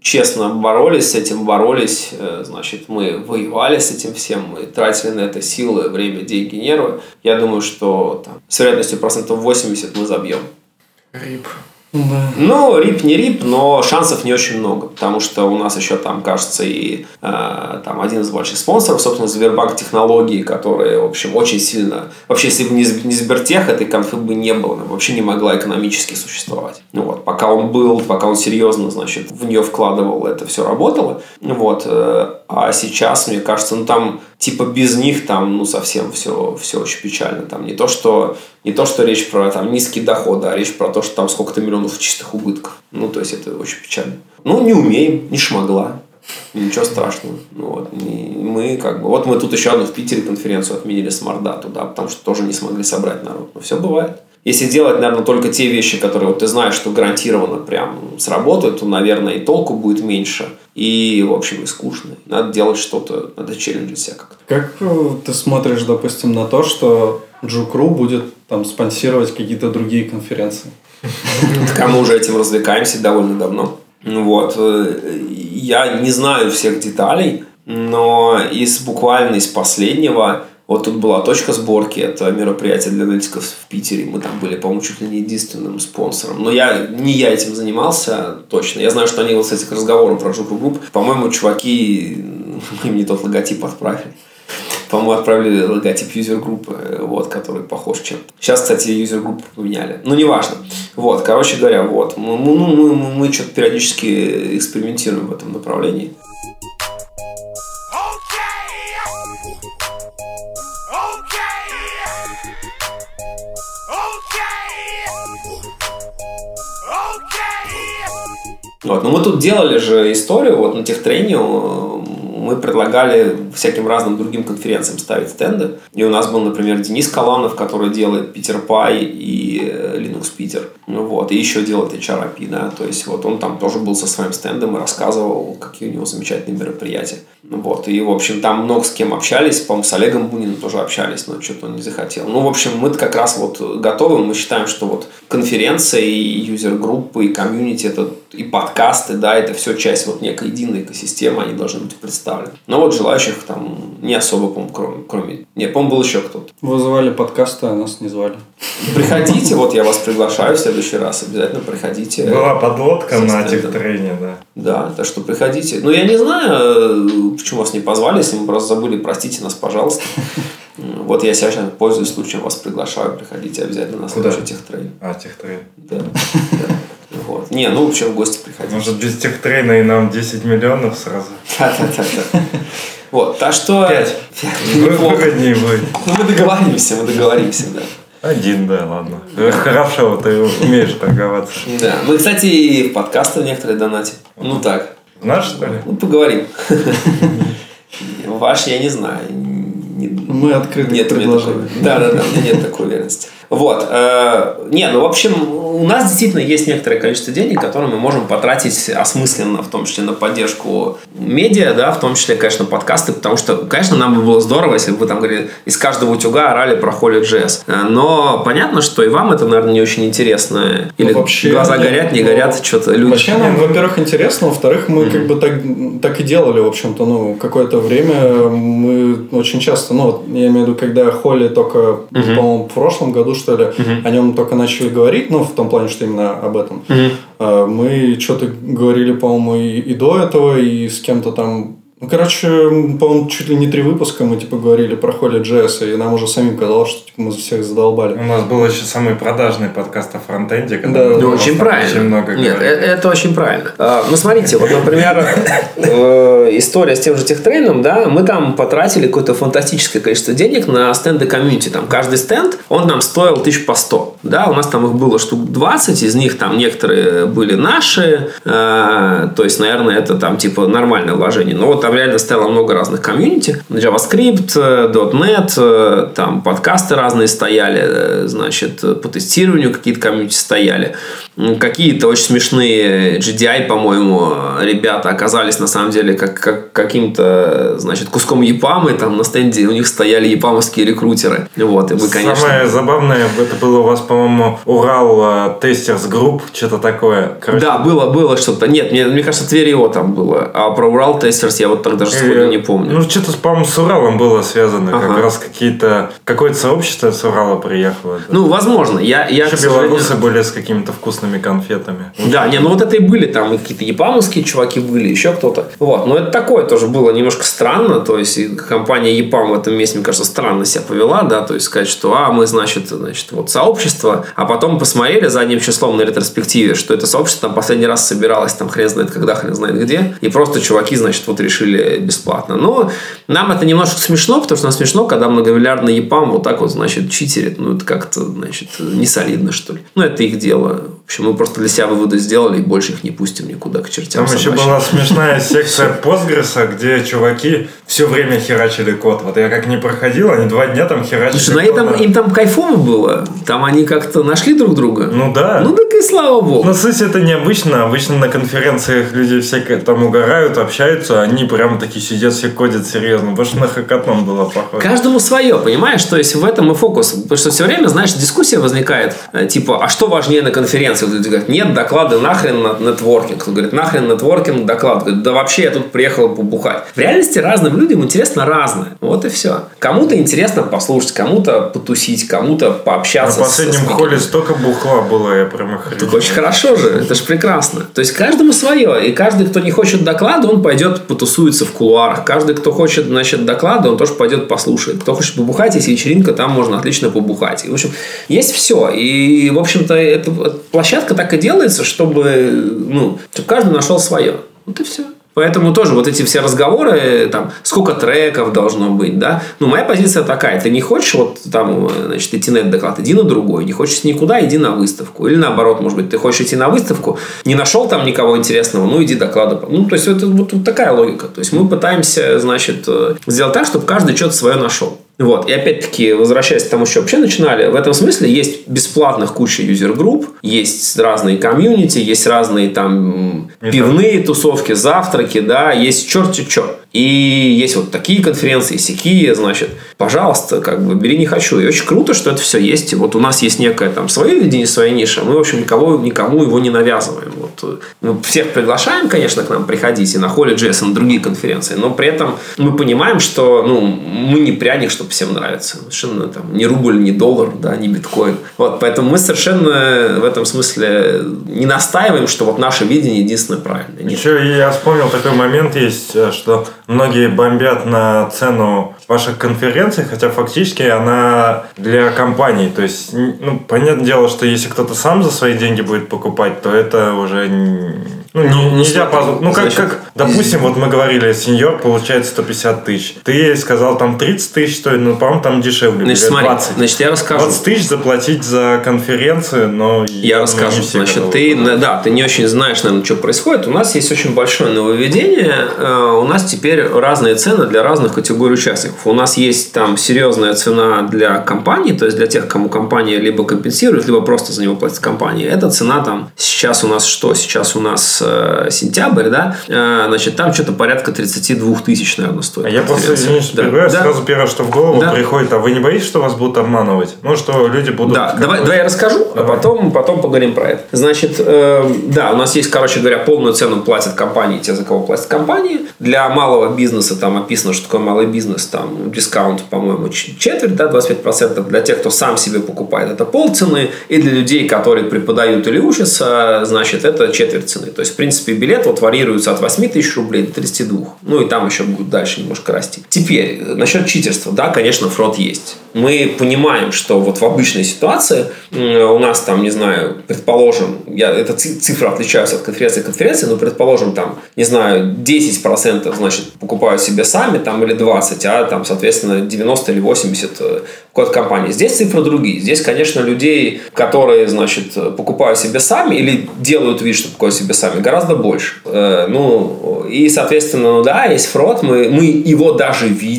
честно боролись с этим, боролись, значит, мы воевали с этим всем, мы тратили на это силы, время, деньги, нервы. Я думаю, что там, с вероятностью процентов восемьдесят мы забьем. Рип. Да. Ну, рип не рип, но шансов не очень много, потому что у нас еще там, кажется, и э, там один из больших спонсоров, собственно, Сбербанк Технологии, которые, в общем, очень сильно... Вообще, если бы не, не Сбертех, этой конфы бы не было, она вообще не могла экономически существовать. Ну, вот, пока он был, пока он серьезно, значит, в нее вкладывал, это все работало. Вот, э, а сейчас, мне кажется, ну, там, типа, без них там, ну, совсем все, все очень печально. Там не то, что... Не то, что речь про там, низкие доходы, а речь про то, что там сколько-то миллионов чистых убытков. Ну, то есть, это очень печально. Ну, не умеем, не шмогла. Ничего страшного. Ну, вот, мы как бы... Вот мы тут еще одну в Питере конференцию отменили с Мордату, да, потому что тоже не смогли собрать народ. Но все бывает. Если делать, наверное, только те вещи, которые вот ты знаешь, что гарантированно прям сработают, то, наверное, и толку будет меньше. И, в общем, и скучно. Надо делать что-то, надо челленджить себя как-то. Как ты смотришь, допустим, на то, что Джукру будет там спонсировать какие-то другие конференции? Так мы уже этим развлекаемся довольно давно. Вот. Я не знаю всех деталей, но из буквально из последнего... Вот тут была точка сборки, это мероприятие для аналитиков в Питере. Мы там были, по-моему, чуть ли не единственным спонсором. Но я, не я этим занимался точно. Я знаю, что они вот с этих разговоров про Джукру Групп, по-моему, чуваки, мы им не тот логотип отправили. По-моему, отправили логотип юзер-группы, вот, который похож чем-то. Сейчас, кстати, юзер-группу поменяли. Ну, неважно. Вот, короче говоря, вот. Мы, мы, мы, мы, мы что-то периодически экспериментируем в этом направлении. Вот. Но мы тут делали же историю, вот на техтрейне мы предлагали всяким разным другим конференциям ставить стенды. И у нас был, например, Денис Каланов, который делает Питер Пай и Linux Питер. Вот. И еще делает эйч ар эй пи, да. То есть вот он там тоже был со своим стендом и рассказывал, какие у него замечательные мероприятия. Вот. И, в общем, там много с кем общались. По-моему, с Олегом Буниным тоже общались, но что-то он не захотел. Ну, в общем, мы как раз вот готовы. Мы считаем, что вот конференции, и юзер-группы, и комьюнити, это и подкасты, да, это все часть вот некой единой экосистемы, они должны быть представлены. Но вот желающих там не особо, по-моему, кроме... кроме... Нет, по-моему, был еще кто-то. Вы звали подкасты, а нас не звали. Приходите, вот я вас приглашаю в следующий раз, обязательно приходите. Была подлодка на техтрейне, да. Да, так что приходите. Ну, я не знаю, почему вас не позвали, если мы просто забыли, простите нас, пожалуйста. Вот я сейчас пользуюсь случаем, вас приглашаю, приходите обязательно на следующий техтрейн. А, техтрейн. Да, да. Вот. Не, ну вообще в гости приходите. Может, без техтрейна и нам десять миллионов сразу? Да-да-да. Вот, так что... Пять. Выгоднее будет. Ну, мы договоримся, мы договоримся, да. Один, да, ладно. Хорошо, ты умеешь торговаться. Да. Мы, кстати, и в подкасты некоторые донатим. Ну так. Наш, что ли? Ну, поговорим. Ваш я не знаю. Мы открыты нет, к предложению. Да-да-да, у меня нет такой уверенности. Вот. Не, ну, в общем, у нас действительно есть некоторое количество денег, которые мы можем потратить осмысленно, в том числе на поддержку медиа, да, в том числе, конечно, подкасты, потому что, конечно, нам бы было здорово, если бы вы там говорили, из каждого утюга орали про Holy.js. Но понятно, что и вам это, наверное, не очень интересно. Или ну, вообще, глаза горят, не горят, что-то люди... Вообще нам, во-первых, интересно, во-вторых, мы mm-hmm. как бы так, так и делали, в общем-то, ну, какое-то время мы очень часто, ну, вот, я имею в виду, когда Holy только, mm-hmm. по-моему, в прошлом году, что ли, uh-huh. о нем только начали говорить, ну, в том плане, что именно об этом. Uh-huh. Мы что-то говорили, по-моему, и, и до этого, и с кем-то там... Ну, короче, по-моему, чуть ли не три выпуска мы, типа, говорили про Holy.js, и нам уже самим казалось, что типа, мы всех задолбали. У нас был еще самый продажный подкаст о фронтенде. Да, да, очень правильно. Очень много Нет, это, это очень правильно. Ну, смотрите, вот, например, история с тем же техтрейном, да, мы там потратили какое-то фантастическое количество денег на стенды комьюнити. Там каждый стенд, он нам стоил тысяч по сто. Да, у нас там их было штук двадцать, из них там некоторые были наши, то есть, наверное, это там типа нормальное вложение. Но вот там реально стояло много разных комьюнити. JavaScript, .дот нет, там подкасты разные стояли, значит, по тестированию какие-то комьюнити стояли. Какие-то очень смешные джи ди ай, по-моему, ребята оказались на самом деле как, как каким-то, значит, куском епамы. Там на стенде у них стояли епамовские рекрутеры. Вот, и мы, конечно... Самое забавное, это было у вас, по-моему, по-моему, Урал Тестерс Групп, что-то такое. Короче. Да, было, было что-то. Нет, мне, мне кажется, Тверио там было. А про Урал Тестерс я вот так даже сегодня не помню. Ну, что-то, по-моему, с Уралом было связано. Ага. Как раз какие-то... Какое-то сообщество с Урала приехало. Да. Ну, возможно. Я, я, Еще белорусы были с какими-то вкусными конфетами. Да, не, ну вот это и были. Там и какие-то япамовские чуваки были, еще кто-то. Вот. Но это такое тоже было немножко странно. То есть, компания Япам в этом месте, мне кажется, странно себя повела, да, то есть сказать, что а, мы, значит, значит, вот сообщество, а потом посмотрели задним числом на ретроспективе, что это сообщество там последний раз собиралось, там хрен знает когда, хрен знает где, и просто чуваки, значит, вот решили бесплатно. Но нам это немножко смешно, потому что нам смешно, когда многомиллиардный Япам вот так вот, значит, читерит, ну, это как-то, значит, не солидно, что ли. Ну, это их дело. В общем, мы просто для себя выводы сделали, и больше их не пустим никуда к чертям. Там еще была смешная секция Постгреса, где чуваки все время херачили код. Вот я как не проходил, они два дня там херачили. Слушай, ну им, им там кайфово было. Там они как-то нашли друг друга. Ну да. Ну так и слава богу. Ну, кстати, это необычно. Обычно на конференциях люди всякие там угорают, общаются, они прям такие сидят, все кодят серьезно. Потому что на хакатон было похоже. Каждому свое, понимаешь? То есть в этом и фокус. Потому что все время, знаешь, дискуссия возникает, типа, а что важнее на конференции? Люди говорят, нет, доклады нахрен на нетворкинг. Кто говорит, нахрен нетворкинг, доклад. Говорит, да вообще я тут приехал побухать. В реальности разным людям интересно разное. Вот и все. Кому-то интересно послушать, кому-то потусить, кому-то пообщаться. На последнем с, с холле столько бухла было, я прям охренел. Так очень хорошо же, это же прекрасно. То есть каждому свое. И каждый, кто не хочет доклада, он пойдет потусуется в кулуарах. Каждый, кто хочет, значит, доклада, он тоже пойдет послушает. Кто хочет побухать, если вечеринка, там можно отлично побухать. И, в общем, есть все. И, в общем-то, эта площадка так и делается, чтобы, ну, чтобы каждый нашел свое. Вот и все. Поэтому тоже вот эти все разговоры, там, сколько треков должно быть, да. Ну, моя позиция такая. Ты не хочешь вот там, значит, идти на этот доклад, иди на другой. Не хочешь никуда, иди на выставку. Или наоборот, может быть, ты хочешь идти на выставку, не нашел там никого интересного, ну, иди доклада. Ну, то есть, это вот, вот такая логика. То есть, мы пытаемся, значит, сделать так, чтобы каждый что-то свое нашел. Вот. И опять-таки, возвращаясь к тому, что вообще начинали, в этом смысле есть бесплатных куча юзер-групп, есть разные комьюнити, есть разные там пивные тусовки, завтраки, да, есть черти что. И есть вот такие конференции, сякие, значит, пожалуйста, как бы бери не хочу. И очень круто, что это все есть. И вот у нас есть некое там свое видение, своя ниша. Мы, в общем, никого, никому его не навязываем. Вот. Мы всех приглашаем, конечно, к нам приходить и на Холли джей эс, и на другие конференции. Но при этом мы понимаем, что ну, мы не пряник, чтобы всем нравиться. Совершенно там ни рубль, ни доллар, да, ни биткоин. Вот, поэтому мы совершенно в этом смысле не настаиваем, что вот наше видение единственное правильное. Нет. Еще я вспомнил такой момент есть, что многие бомбят на цену ваших конференций, хотя фактически она для компаний. То есть, ну, понятное дело, что если кто-то сам за свои деньги будет покупать, то это уже ну, ну, нельзя позволить. Ну, как, значит, как, допустим, вот мы говорили, сеньор получает сто пятьдесят тысяч. Ты сказал, там тридцать тысяч стоит, ну, по-моему, там дешевле. Значит, смотри, двадцать. Значит, я расскажу. двадцать тысяч заплатить за конференцию, но... Я расскажу. Значит, ты, да, ты не очень знаешь, наверное, что происходит. У нас есть очень большое нововведение. У нас теперь разные цены для разных категорий участников. У нас есть там серьезная цена для компаний, то есть для тех, кому компания либо компенсирует, либо просто за него платит компания. Эта цена там, сейчас у нас что? Сейчас у нас э, сентябрь, да? Э, значит, там что-то порядка тридцать два тысяч, наверное, стоит. А я просто, извините, да. да. сразу первое, что в голову да. приходит, а вы не боитесь, что вас будут обманывать? Ну, что люди будут... Да, давай, давай я расскажу, давай. а потом, потом поговорим про это. Значит, э, да, у нас есть, короче говоря, полную цену платят компании, те, за кого платят компании. Для малого бизнеса там описано, что такое малый бизнес, там дискаунт, по-моему, четверть, да, двадцать пять процентов. Для тех, кто сам себе покупает, это полцены. И для людей, которые преподают или учатся, значит, это четверть цены. То есть, в принципе, билет вот варьируется от восемь тысяч рублей до тридцати двух. Ну, и там еще будет дальше немножко расти. Теперь, насчет читерства. Да, конечно, фрод есть. Мы понимаем, что вот в обычной ситуации у нас там, не знаю, предположим, я, эта цифра отличается от конференции к конференции, но предположим, там, не знаю, десять процентов, значит, покупают себе сами, там, или двадцать процентов, а там, соответственно, девяносто или восемьдесят процентов код компании. Здесь цифры другие. Здесь, конечно, людей, которые, значит, покупают себе сами или делают вид, что покупают себе сами, гораздо больше. Ну, и, соответственно, ну да, есть фрод, мы, мы его даже видим.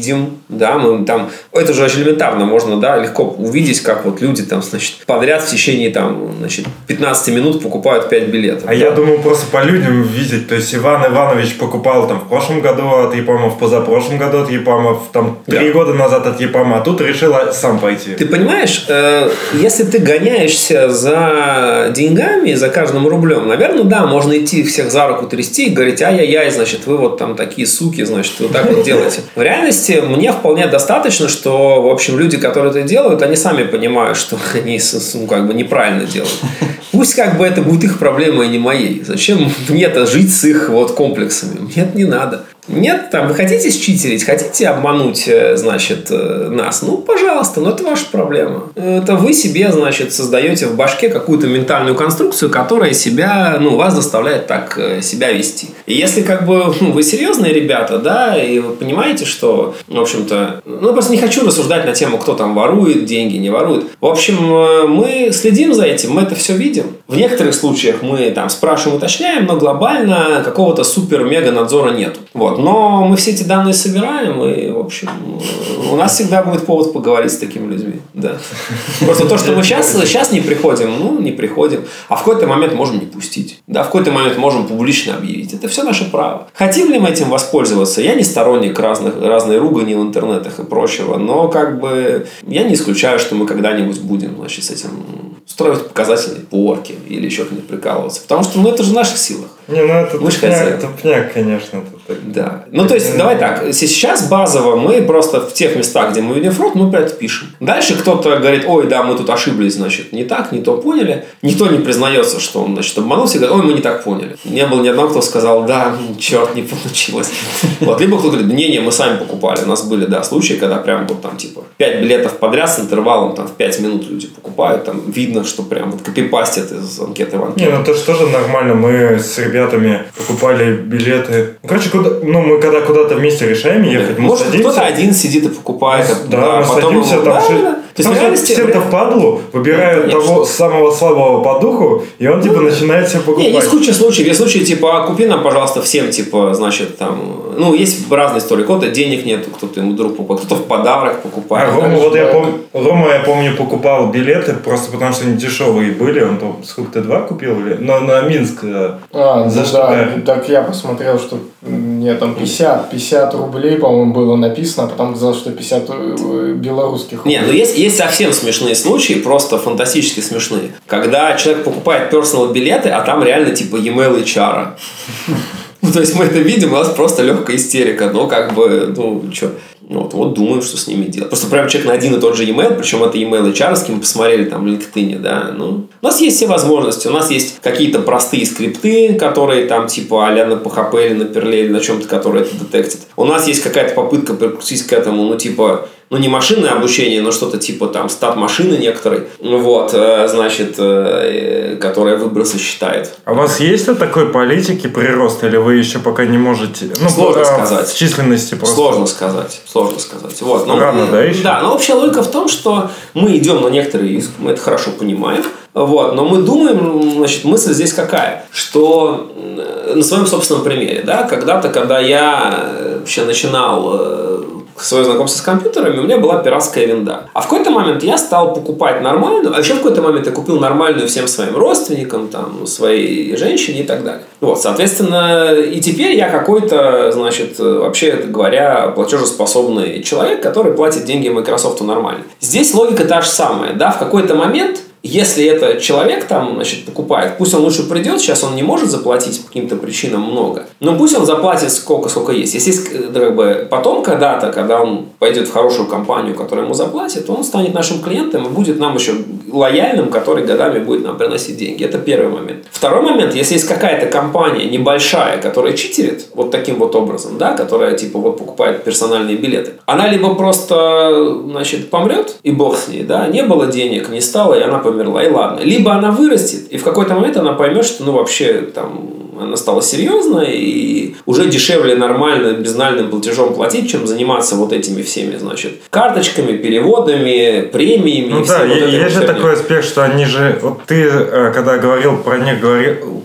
Да, мы там, это же очень элементарно, можно, да, легко увидеть, как вот люди там, значит, подряд в течение там, значит, пятнадцать минут покупают пять билетов. А да? Я думаю, просто по людям видеть. То есть Иван Иванович покупал там в прошлом году от Епама, в позапрошлом году от Епама, там три да. года назад от Епама, а тут решил сам пойти. Ты понимаешь, э, если ты гоняешься за деньгами, за каждым рублем, наверное, да, можно идти всех за руку трясти и говорить, ай-яй-яй, значит, вы вот там такие суки, значит, вы так вот делаете. В реальности мне вполне достаточно, что, в общем, люди, которые это делают, они сами понимают, что они, ну, как бы неправильно делают. Пусть как бы это будет их проблемой, а не моей. Зачем мне-то жить с их вот комплексами? Нет, не надо. Нет, там, вы хотите считерить, хотите обмануть, значит, нас? Ну, пожалуйста, но это ваша проблема. Это вы себе, значит, создаете в башке какую-то ментальную конструкцию, которая себя, ну, вас заставляет так себя вести. И если, как бы, ну, вы серьезные ребята, да, и вы понимаете, что, в общем-то, ну, просто не хочу рассуждать на тему, кто там ворует деньги, не ворует. В общем, мы следим за этим, мы это все видим. В некоторых случаях мы там спрашиваем, уточняем, но глобально какого-то супер-мега надзора нету. Вот. Но мы все эти данные собираем, и, в общем, у нас всегда будет повод поговорить с такими людьми. Да. Просто то, что мы сейчас, сейчас не приходим, ну, не приходим. А в какой-то момент можем не пустить. Да, в какой-то момент можем публично объявить. Это все наше право. Хотим ли мы этим воспользоваться? Я не сторонник разных, разной ругани в интернетах и прочего, но как бы я не исключаю, что мы когда-нибудь будем, значит, с этим строить показательные порки или еще как-нибудь прикалываться. Потому что, ну, это же в наших силах. Не, ну это тупняк, тупняк, конечно. Это да. Ну, то есть, mm-hmm. давай так. Сейчас базово мы просто в тех местах, где мы видим фронт, мы про это пишем. Дальше кто-то говорит, ой, да, мы тут ошиблись, значит, не так, не то поняли. Никто не признается, что он, значит, обманулся, и говорит, ой, мы не так поняли. Не было ни одного, кто сказал, да, черт, не получилось. Вот. Либо кто-то говорит, не-не, мы сами покупали. У нас были, да, случаи, когда прям вот там, типа, пять билетов подряд с интервалом, там, в пять минут люди покупают, там, видно, что прям вот копипастят из анкеты в анкету. Не, ну это же тоже нормально. Мы с ребятами покупали билеты. Короче, куда, ну, мы когда куда-то вместе решаем ехать, да. мы Может, садимся. кто-то один сидит и покупает. Мы, да, да, мы потом садимся, там, ши... да, то есть, реальности... все-то впадлу, выбирают ну, того самого слабого по духу, и он, типа, ну, начинает себе покупать. Не, есть куча случаев. Есть случаи, типа, купи нам, пожалуйста, всем, типа, значит, там... Ну, есть разные истории. Кто-то денег нет, кто-то ему друг покупает, кто-то в подарок покупает. А Рома, вот я помню, Рома, я помню, покупал билеты, просто потому что они дешевые были. Он, там, сколько-то два купил? Или? На, на Минск. А, за ну, да. Так я посмотрел, что нет, там пятьдесят, пятьдесят рублей, по-моему, было написано, а потом казалось, что пятьдесят белорусских рублей. Не, ну есть, есть совсем смешные случаи, просто фантастически смешные. Когда человек покупает персонал билеты, а там реально типа e-mail эйч ар. Ну, то есть мы это видим, у нас просто легкая истерика. Но как бы, ну, что... Вот, вот думаем, что с ними делать. Просто прям человек на один и тот же e-mail, причем это e-mail эйч ар, мы посмотрели там в LinkedIn, да, ну, у нас есть все возможности, у нас есть какие-то простые скрипты, которые там типа а-ля на пи эйч пи или на Perl или на чем-то, которые это детектит. У нас есть какая-то попытка прикрутить к этому, ну, типа, ну, не машинное обучение, но что-то типа там стат-машины некоторой, вот, значит, которая выбросы считает. А у вас есть ли такой политики прирост, или вы еще пока не можете? Ну, сложно сказать. В численности просто. Сложно сказать. Сложно сказать. Вот. Но Рано, мы, да, еще? Да, но общая логика в том, что мы идем на некоторый риск, мы это хорошо понимаем, вот, но мы думаем, значит, мысль здесь какая, что на своем собственном примере, да, когда-то, когда я вообще начинал свое знакомство с компьютерами, у меня была пиратская винда. А в какой-то момент я стал покупать нормальную, а еще в какой-то момент я купил нормальную всем своим родственникам, там, своей женщине и так далее. Вот, соответственно, и теперь я какой-то, значит, вообще говоря, платежеспособный человек, который платит деньги Microsoft нормально. Здесь логика та же самая, да, в какой-то момент... Если это человек там, значит, покупает, пусть он лучше придет, сейчас он не может заплатить по каким-то причинам много, но пусть он заплатит сколько, сколько есть. Если есть, как бы, потом когда-то, когда он пойдет в хорошую компанию, которая ему заплатит, он станет нашим клиентом и будет нам еще лояльным, который годами будет нам приносить деньги. Это первый момент. Второй момент, если есть какая-то компания небольшая, которая читерит вот таким вот образом, да, которая типа вот покупает персональные билеты, она либо просто, значит, помрет, и бог с ней, да, не было денег, не стало, и она померла, и ладно. Либо она вырастет, и в какой-то момент она поймет, что, ну, вообще, там, она стала серьезной, и уже дешевле нормально безнальным платежом платить, чем заниматься вот этими всеми, значит, карточками, переводами, премиями. Ну да, вот есть же такой аспект, что они же, вот ты, когда говорил про них, говорил,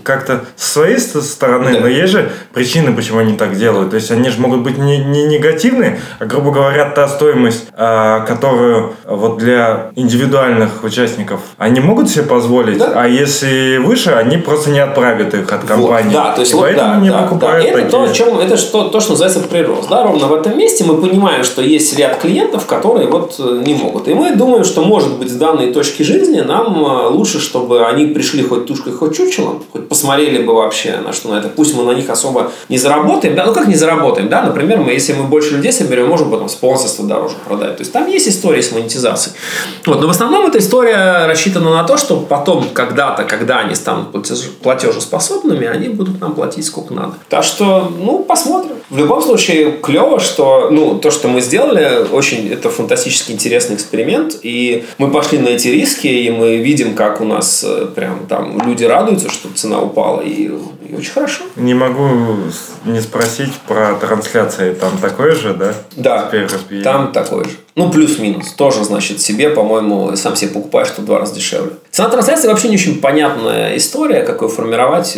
как-то с своей стороны, да. но есть же причины, почему они так делают. То есть они же могут быть не, не негативные, а, грубо говоря, та стоимость, а, которую вот для индивидуальных участников они могут себе позволить, да. а если выше, они просто не отправят их от компании. Вот, да, то есть и вот, поэтому да, не да, покупают да. Это, такие. то, о чем, это что, то, что называется прирост. Да, ровно в этом месте мы понимаем, что есть ряд клиентов, которые вот не могут. И мы думаем, что, может быть, с данной точки жизни нам лучше, чтобы они пришли хоть тушкой, хоть чучелом, хоть посмотрели бы вообще на что на это. Пусть мы на них особо не заработаем. Да, ну как не заработаем? Да? Например, мы, если мы больше людей соберем, можем потом спонсорство дороже продать. То есть там есть история с монетизацией. Вот. Но в основном эта история рассчитана на то, что потом, когда-то, когда они станут платежеспособными, они будут нам платить сколько надо. Так что, ну, посмотрим. В любом случае, клево, что ну, то, что мы сделали, очень это фантастически интересный эксперимент. И мы пошли на эти риски, и мы видим, как у нас прям там люди радуются, что цена упала, и, и очень хорошо. Не могу не спросить про трансляции. Там такое же, да? Да, там такое же. Ну, плюс-минус. Тоже, значит, себе, по-моему, сам себе покупаешь, что в два раза дешевле. Цена трансляции вообще не очень понятная история, как ее формировать.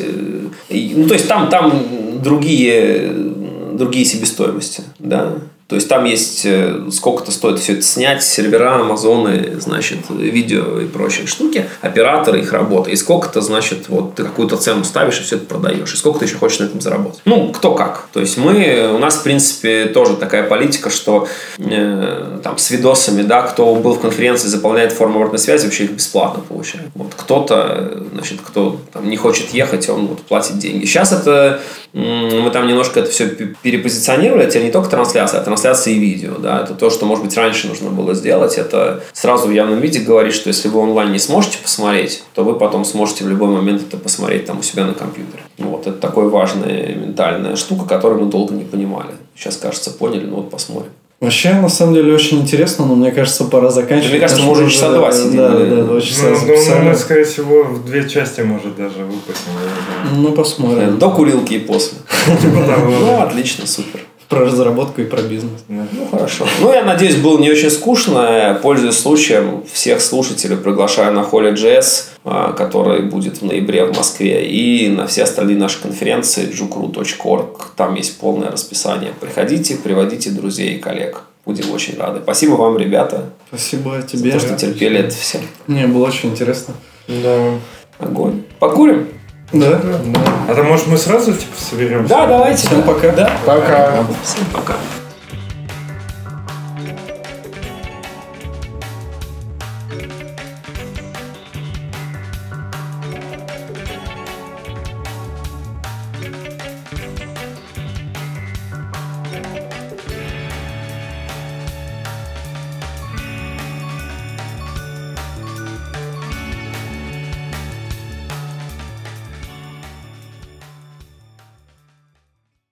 Ну, то есть, там, там другие, другие себестоимости, да. То есть, там есть сколько-то стоит все это снять, сервера, Амазоны, значит, видео и прочие штуки, операторы, их работа. И сколько-то, значит, вот ты какую-то цену ставишь и все это продаешь. И сколько ты еще хочешь на этом заработать. Ну, кто как. То есть, мы, у нас, в принципе, тоже такая политика, что э, там с видосами, да, кто был в конференции, заполняет форму обратной связи, вообще их бесплатно получает. Вот кто-то, значит, кто там не хочет ехать, он вот платит деньги. Сейчас это, мы там немножко это все перепозиционировали, теперь не только трансляция, а трансляции и видео, да, это то, что, может быть, раньше нужно было сделать, это сразу в явном виде говорить, что если вы онлайн не сможете посмотреть, то вы потом сможете в любой момент это посмотреть там у себя на компьютере. Вот, это такая важная ментальная штука, которую мы долго не понимали. Сейчас, кажется, поняли, ну вот посмотрим. Вообще, на самом деле, очень интересно, но мне кажется, пора заканчивать. Мне кажется, мы уже часа два сидим. Да, да, два часа ну, записали. Ну, мы, скорее всего, в две части, может, даже выпустим. Ну, посмотрим. До курилки и после. Ну, отлично, супер. Про разработку и про бизнес. Ну, хорошо. Ну, я надеюсь, было не очень скучно. Пользуясь случаем, всех слушателей приглашаю на Holy.js, который будет в ноябре в Москве, и на все остальные наши конференции джукру точка орг. Там есть полное расписание. Приходите, приводите друзей и коллег. Будем очень рады. Спасибо вам, ребята. Спасибо тебе. За то, что терпели это все. Мне было очень интересно. Да. Огонь. Покурим? Да. А то, может, мы сразу типа соберемся? Да, давайте. Всем пока. Да. Пока. Всем пока.